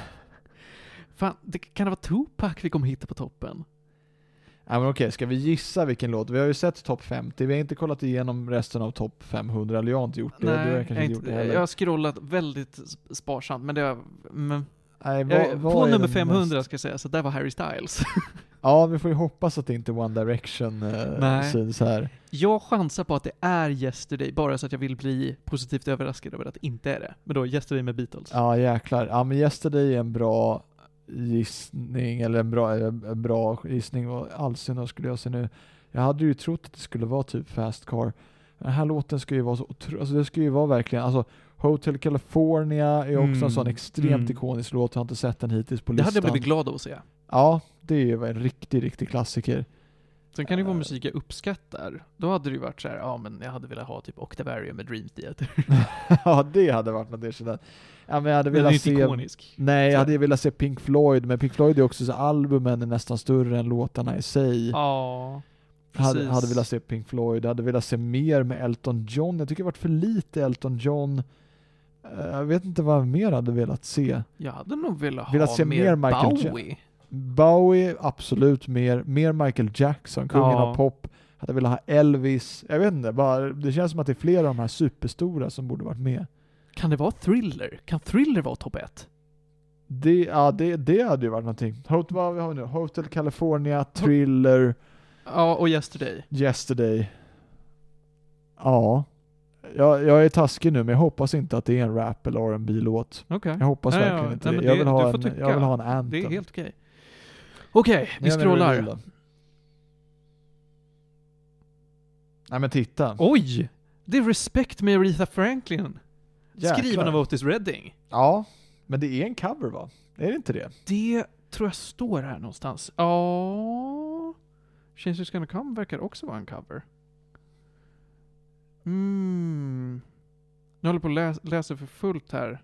Fan, det, kan det vara Tupac vi kommer hitta på toppen? Ja, men okej, ska vi gissa vilken låt? Vi har ju sett topp femtio, vi har inte kollat igenom resten av topp femhundra, eller jag har inte gjort det. Nej, du har kanske jag, inte gjort inte, det heller. jag har scrollat väldigt s- sparsamt, men det har, men, Nej, vad, Eh, vad på är nummer den femhundra mest- ska jag säga, så där var Harry Styles. Ja, vi får ju hoppas att det inte är One Direction eh, Nej. syns här. Jag chansar på att det är Yesterday, bara så att jag vill bli positivt överraskad över att det inte är det. Men då Yesterday med Beatles. Ja, jäklar. Ja, men Yesterday är en bra gissning, eller en bra, en bra gissning. Och allsyn skulle jag säga nu. Jag hade ju trott att det skulle vara typ Fast Car. Den här låten ska ju vara så otro- alltså det ska ju vara verkligen, alltså Hotel California är också Mm. en sån extremt Mm. ikonisk låt. Jag har inte sett den hittills på Det listan. hade jag blivit glad av att se. Ja, det är ju en riktig, riktig klassiker. Sen kan det ju vara Eh. musik jag uppskattar. Då hade det ju varit så här, ja men jag hade velat ha typ Octavarium med Dream Theater. Ja, det hade varit något erkännande. Ja, men jag hade Den är ju velat inte se... ikonisk. Nej, jag Så. hade ju velat se Pink Floyd, men Pink Floyd är också så albumen är nästan större än låtarna i sig. Ja, hade, precis. hade velat se Pink Floyd, hade velat se mer med Elton John. Jag tycker det har varit för lite Elton John. Eh, Jag vet inte vad jag mer hade velat se. Jag hade nog velat ha Velat se mer mer Michael Bowie. Bowie, absolut mer. Mer Michael Jackson, kungen Ja. av pop. Hade velat ha Elvis. Jag vet inte, bara, det känns som att det är flera av de här superstora som borde varit med. Kan det vara Thriller? Kan Thriller vara topp ett? Det, ja, det, det hade ju varit någonting. Hot, vad har vi nu? Hotel California, Thriller, Ja, och Yesterday. Yesterday. Ja. Jag, jag är taskig nu, men jag hoppas inte att det är en rap eller R and B-låt. Okej. Jag hoppas Nej, verkligen ja, inte nej, det. men Jag det- vill, du ha får en, tycka. jag vill ha en anthem. Det är helt okej. Okej, vi Jag menar, scrollar. vill då. Nej men titta. Oj! Det är Respect med Aretha Franklin. Jäklar. Skriven av Otis Redding. Ja, men det är en cover va? Är det inte det? Det tror jag står här någonstans. Ja... Change is gonna come verkar också vara en cover. Mm. Jag håller på att läs- läsa för fullt här.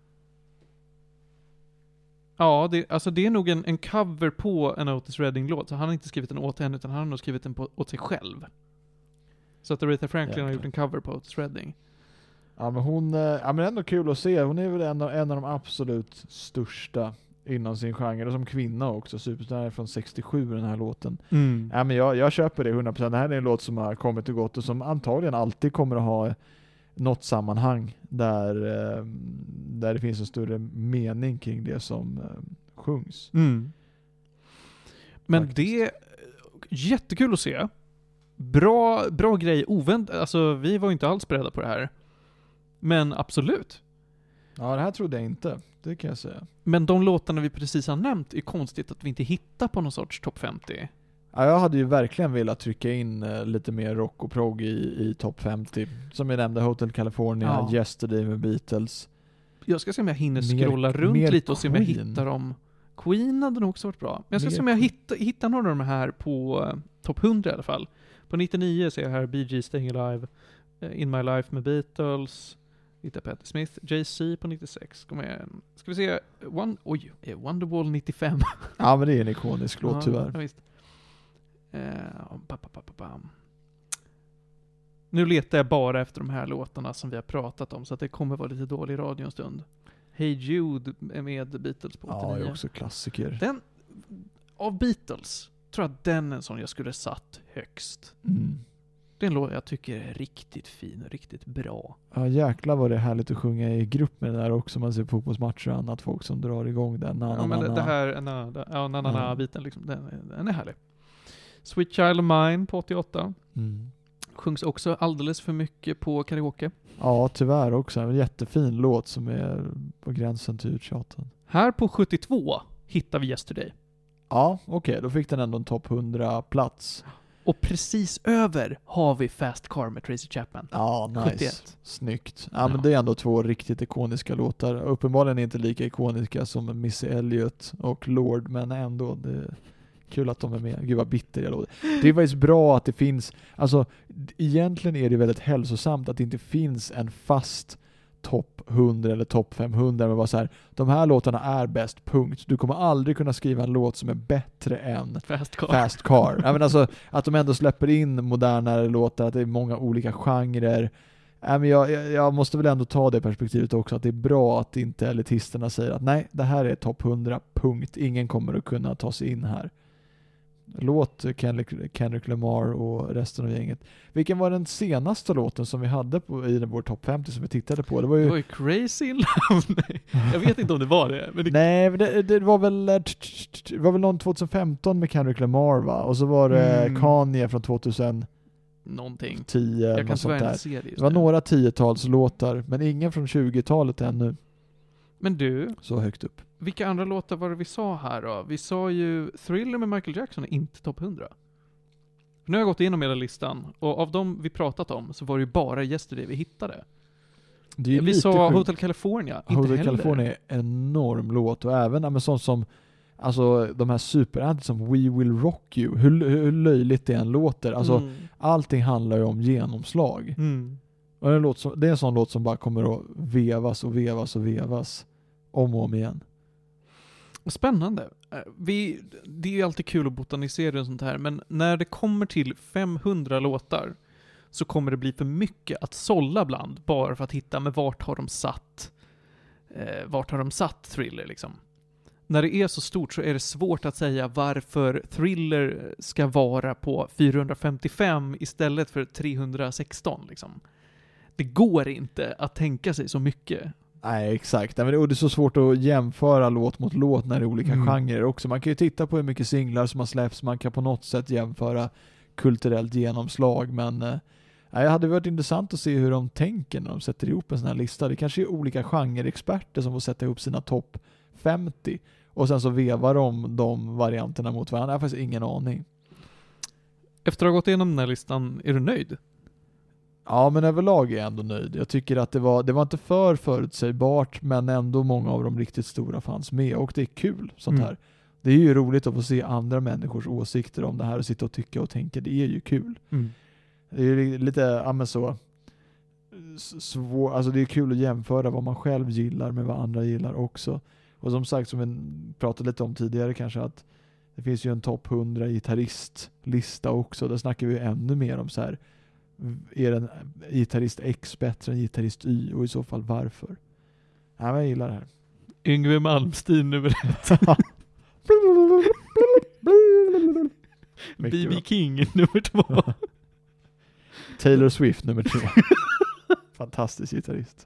Ja, det, alltså det är nog en, en cover på en Otis Redding-låt. Så han har inte skrivit den åt henne, utan han har nog skrivit den på, åt sig själv. Så att Aretha Franklin Jäklar. har gjort en cover på Otis Redding. Ja men hon, eh, ja men ändå kul att se. Hon är väl en av, en av de absolut största inom sin genre. Och som kvinna också. Superstar är från sextiosju den här låten. Mm. Ja men jag, jag köper det hundra procent. Det här är en låt som har kommit och gått och som antagligen alltid kommer att ha något sammanhang där, eh, där det finns en större mening kring det som eh, sjungs. Mm. Men Faktiskt. det är jättekul att se. Bra, bra grej, oväntat. Alltså vi var ju inte alls beredda på det här. Men absolut. Ja det här trodde jag inte. Det kan jag säga. Men de låtarna vi precis har nämnt är konstigt att vi inte hittar på någon sorts topp femtio. Ja, jag hade ju verkligen velat trycka in eh, lite mer rock och prog i, i topp femtio. Som jag nämnde, Hotel California, Ja. Yesterday med Beatles. Jag ska se om jag hinner Mer- scrolla runt mer lite och se om jag Queen. hittar dem. Queen hade nog också varit bra. Men jag ska Mer se om jag Queen. hittar, hittar några av de här på uh, topp hundra i alla fall. På nittionio ser jag här Bee Gees Staying Alive, uh, In My Life med Beatles, hittar Patti Smith, Jay-Z på nittiosex. Kom igen. Ska vi se, One, oj, eh, Wonderwall nittiofem. Ja men det är en ikonisk låt Ja, tyvärr. Ja, visst. Uh, pa, pa, pa, pa, pa. Nu letar jag bara efter de här låtarna som vi har pratat om, så att det kommer vara lite dålig radio en stund. Hey Jude är med Beatles på Ja, det åttionio. är också klassiker. Den, av Beatles, tror jag att den är en sån jag skulle satt högst. Mm. Det är en låt jag tycker är riktigt fin och riktigt bra. Ja jäklar vad det är härligt att sjunga i grupp med det där också. Man ser fotbollsmatcher och annat, folk som drar igång den. Na, Ja, na, men na, det, na. det här, na, na, ja, na, na, na, Ja. biten liksom, den, är- den är härlig. Sweet Child of Mine på åttioåtta. Mm. Sjungs också alldeles för mycket på karaoke. Ja tyvärr också. En jättefin låt som är på gränsen till uttjaten. Här på sjuttiotvå hittar vi Yesterday. Ja okej, då fick den ändå en topp hundra plats. Och precis över har vi Fast Car med Tracy Chapman. Ja, nice. sjuttioett. Snyggt. Ja, Ja. men det är ändå två riktigt ikoniska låtar. Uppenbarligen inte lika ikoniska som Missy Elliott och Lord, men ändå. Det är kul att de är med. Gud vad bitter jag låter. Det är faktiskt bra att det finns, alltså d- egentligen är det väldigt hälsosamt att det inte finns en fast topp hundra eller topp femhundra, men bara så här, de här låtarna är bäst, punkt. Du kommer aldrig kunna skriva en låt som är bättre än Fast Car. Fast Car. Ja, men alltså, att de ändå släpper in modernare låtar, att det är många olika genrer. Ja, men jag, jag, jag måste väl ändå ta det perspektivet också, att det är bra att inte elitisterna säger att nej, det här är topp hundra, punkt. Ingen kommer att kunna ta sig in här. Låt Kendrick, Kendrick Lamar och resten av gänget. Vilken var den senaste låten som vi hade på, i vår topp femtio som vi tittade på? Det var ju, det var ju Crazy in Love. Nej, jag vet inte om det var det. Men det... Nej, men det, det var väl det var väl någon tjugohundrafemton med Kendrick Lamar, va? Och så var det Mm. Kanye från tjugohundratio. Någonting. Jag Jag kan sånt tyvärr där. inte se det just Det var nu. några tiotals låtar, men ingen från tjugotalet ännu Men du, så högt upp. vilka andra låtar var det vi sa här då? Vi sa ju Thriller med Michael Jackson är inte topp hundra. Nu har jag gått igenom hela listan, och av dem vi pratat om så var det ju bara Yesterday vi hittade. Det är ju Vi lite sa sjukt. Hotel California, inte Hotel heller. California är en enorm låt, och även ja, men sånt som alltså de här superanti som We Will Rock You, hur, hur löjligt det än låter. Alltså Mm. allting handlar ju om genomslag. Mm. Och det, är en låt som, det är en sån låt som bara kommer att vevas och vevas och vevas om och om igen. Spännande. Eh, Vi, det är ju alltid kul att botanisera och sånt här, men när det kommer till femhundra låtar så kommer det bli för mycket att sålla bland, bara för att hitta, men vart har de satt eh, vart har de satt Thriller liksom. När det är så stort så är det svårt att säga varför Thriller ska vara på fyrahundrafemtiofem istället för trehundrasexton liksom. Det går inte att tänka sig så mycket. Nej, exakt. Nej, men det, och det är så svårt att jämföra låt mot låt när det är olika Mm. genrer också. Man kan ju titta på hur mycket singlar som har släppts, man kan på något sätt jämföra kulturellt genomslag, men eh, det hade varit intressant att se hur de tänker när de sätter ihop en sån här lista. Det kanske är olika genreexperter som får sätta ihop sina topp femtio och sen så vevar de de varianterna mot varandra. Jag har faktiskt ingen aning. Efter att ha gått igenom den här listan, är du nöjd? Ja, men överlag är jag ändå nöjd. Jag tycker att det var, det var inte för förutsägbart, men ändå många av de riktigt stora fanns med, och det är kul sånt Mm. här. Det är ju roligt att få se andra människors åsikter om det här och sitta och tycka och tänka. Det är ju kul. Mm. Det är ju lite, ja men så svår, alltså det är kul att jämföra vad man själv gillar med vad andra gillar också. Och som sagt, som vi pratade lite om tidigare kanske, att det finns ju en topp hundra gitarristlista också. Där snackar vi ännu mer om så här, är en gitarrist X bättre än gitarrist Y, och i så fall varför? Ja, men jag gillar det här. Yngwie Malmsteen nummer ett. B B King nummer två. Taylor Swift nummer tre. Fantastisk gitarrist.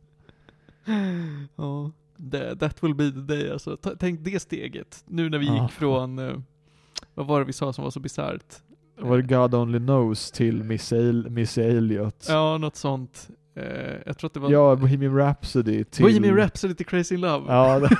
Ja, that, that will be the day alltså. Ta, tänk det steget. Nu när vi gick Ah. från, uh, vad var det vi sa som var så bisarrt? Var det God Only Knows till Miss, El- Miss Elliot? Ja, något sånt. Uh, jag tror att det var Ja, Bohemian Rhapsody till... Bohemian Rhapsody till Crazy in Love. Ja, det...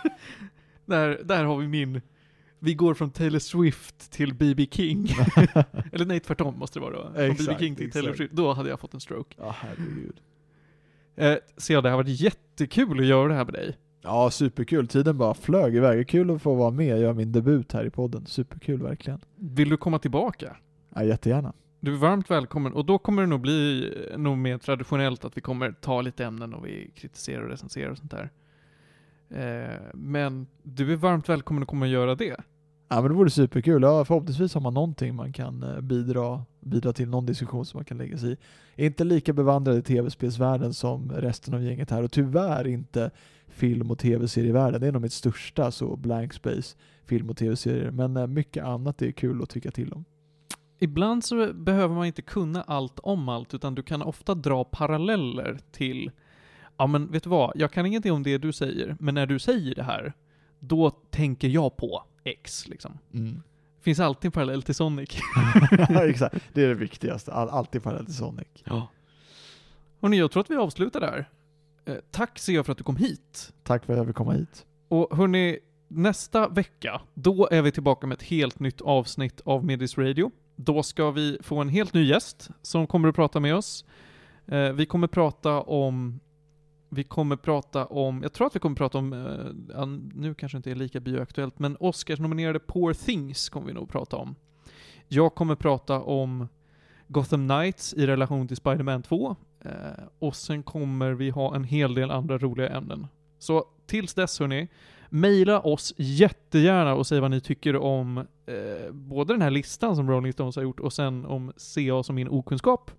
där, där har vi min, vi går från Taylor Swift till B B King. Eller nej, tvärtom måste det vara då. Från B B Exakt, King till exakt. Taylor Swift. Då hade jag fått en stroke. Ja, herregud. Eh, så ja, det har varit jättekul att göra det här med dig. Ja, superkul. Tiden bara flög iväg. Kul att få vara med och göra min debut här i podden. Superkul, verkligen. Vill du komma tillbaka? Ja, jättegärna. Du är varmt välkommen, och då kommer det nog bli nog mer traditionellt att vi kommer ta lite ämnen och vi kritiserar och recenserar och sånt där. Eh, men du är varmt välkommen att komma och göra det. Ja, men det vore superkul. Ja, förhoppningsvis har man någonting man kan eh, bidra, bidra till, någon diskussion som man kan lägga sig i. Är inte lika bevandrad i tv-spelsvärlden som resten av gänget här, och tyvärr inte film- och tv-serievärlden. Det är nog mitt största så blank space, film- och tv-serier. Men eh, mycket annat är kul att tycka till om. Ibland så behöver man inte kunna allt om allt, utan du kan ofta dra paralleller till, ja men vet du vad, jag kan ingenting om det du säger, men när du säger det här, då tänker jag på X liksom. Mm. Finns alltid en parallell till Sonic. Ja, exakt. Det är det viktigaste. All, alltid parallell till Sonic. Ja. Hörrni, jag tror att vi avslutar där. Eh, tack så jag för att du kom hit. Tack för att jag fick komma hit. Och hörni, nästa vecka, då är vi tillbaka med ett helt nytt avsnitt av Medis Radio. Då ska vi få en helt ny gäst som kommer att prata med oss. Eh, vi kommer prata om Vi kommer prata om, jag tror att vi kommer prata om, eh, nu kanske inte är lika bioaktuellt, men Oscars nominerade Poor Things kommer vi nog prata om. Jag kommer prata om Gotham Knights i relation till Spider-Man två. Eh, och sen kommer vi ha en hel del andra roliga ämnen. Så tills dess hörni, mejla oss jättegärna och säg vad ni tycker om eh, både den här listan som Rolling Stones har gjort och sen om C A som min okunskap.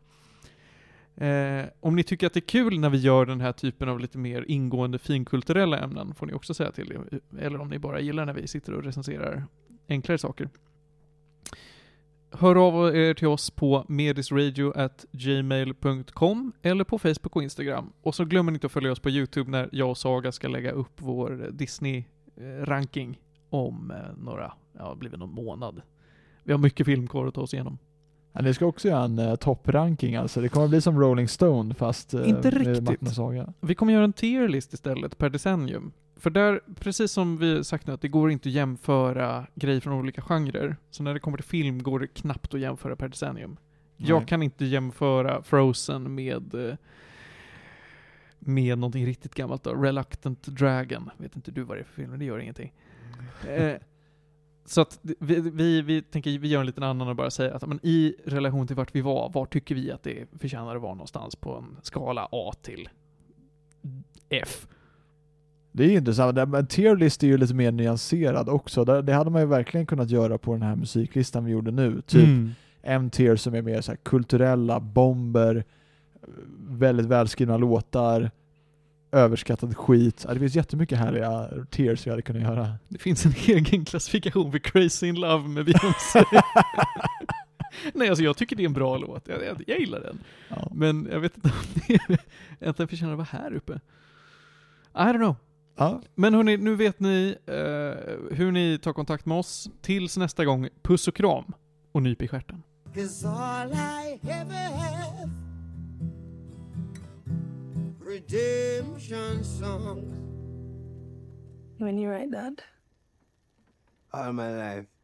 Eh, om ni tycker att det är kul när vi gör den här typen av lite mer ingående finkulturella ämnen får ni också säga till. Eller om ni bara gillar när vi sitter och recenserar enklare saker. hör av er till oss på medisradio at gmail dot com eller på Facebook och Instagram. Och så glömmer ni inte att följa oss på YouTube när jag och Saga ska lägga upp vår Disney-ranking om några, ja, blir det någon månad. Vi har mycket film kvar att ta oss igenom. Ja, ni ska också göra en uh, toppranking alltså. Det kommer bli som Rolling Stone fast uh, inte med riktigt. Martin och Saga. Vi kommer göra en tierlist istället per decennium. För där, precis som vi sagt nu, att det går inte att jämföra grejer från olika genrer. Så när det kommer till film går det knappt att jämföra per decennium. Nej. Jag kan inte jämföra Frozen med med någonting riktigt gammalt då. Reluctant Dragon. Vet inte du vad det är för film, men det gör ingenting. eh, så att vi, vi, vi tänker vi gör en liten annan och bara säga att men i relation till vart vi var, var tycker vi att det förtjänar att vara någonstans på en skala A till F. Det är ju intressant, men tierlist är ju lite mer nyanserad också. Det hade man ju verkligen kunnat göra på den här musiklistan vi gjorde nu. Typ Mm. en tier som är mer så här kulturella bomber, väldigt välskrivna låtar, överskattad skit. Ja, det finns jättemycket härliga tiers vi hade kunnat göra. Det finns en egen klassifikation för Crazy in Love med Beyoncé. Nej, alltså jag tycker det är en bra låt. Jag, jag, jag gillar den. Ja. Men jag vet inte om det är att den förtjänar att vara här uppe. I don't know. Ja. Men hörni, nu vet ni uh, hur ni tar kontakt med oss. Tills nästa gång, puss och kram och nyp i stjärten. 'Cause all I ever have, redemption songs. When you're right, Dad. All my life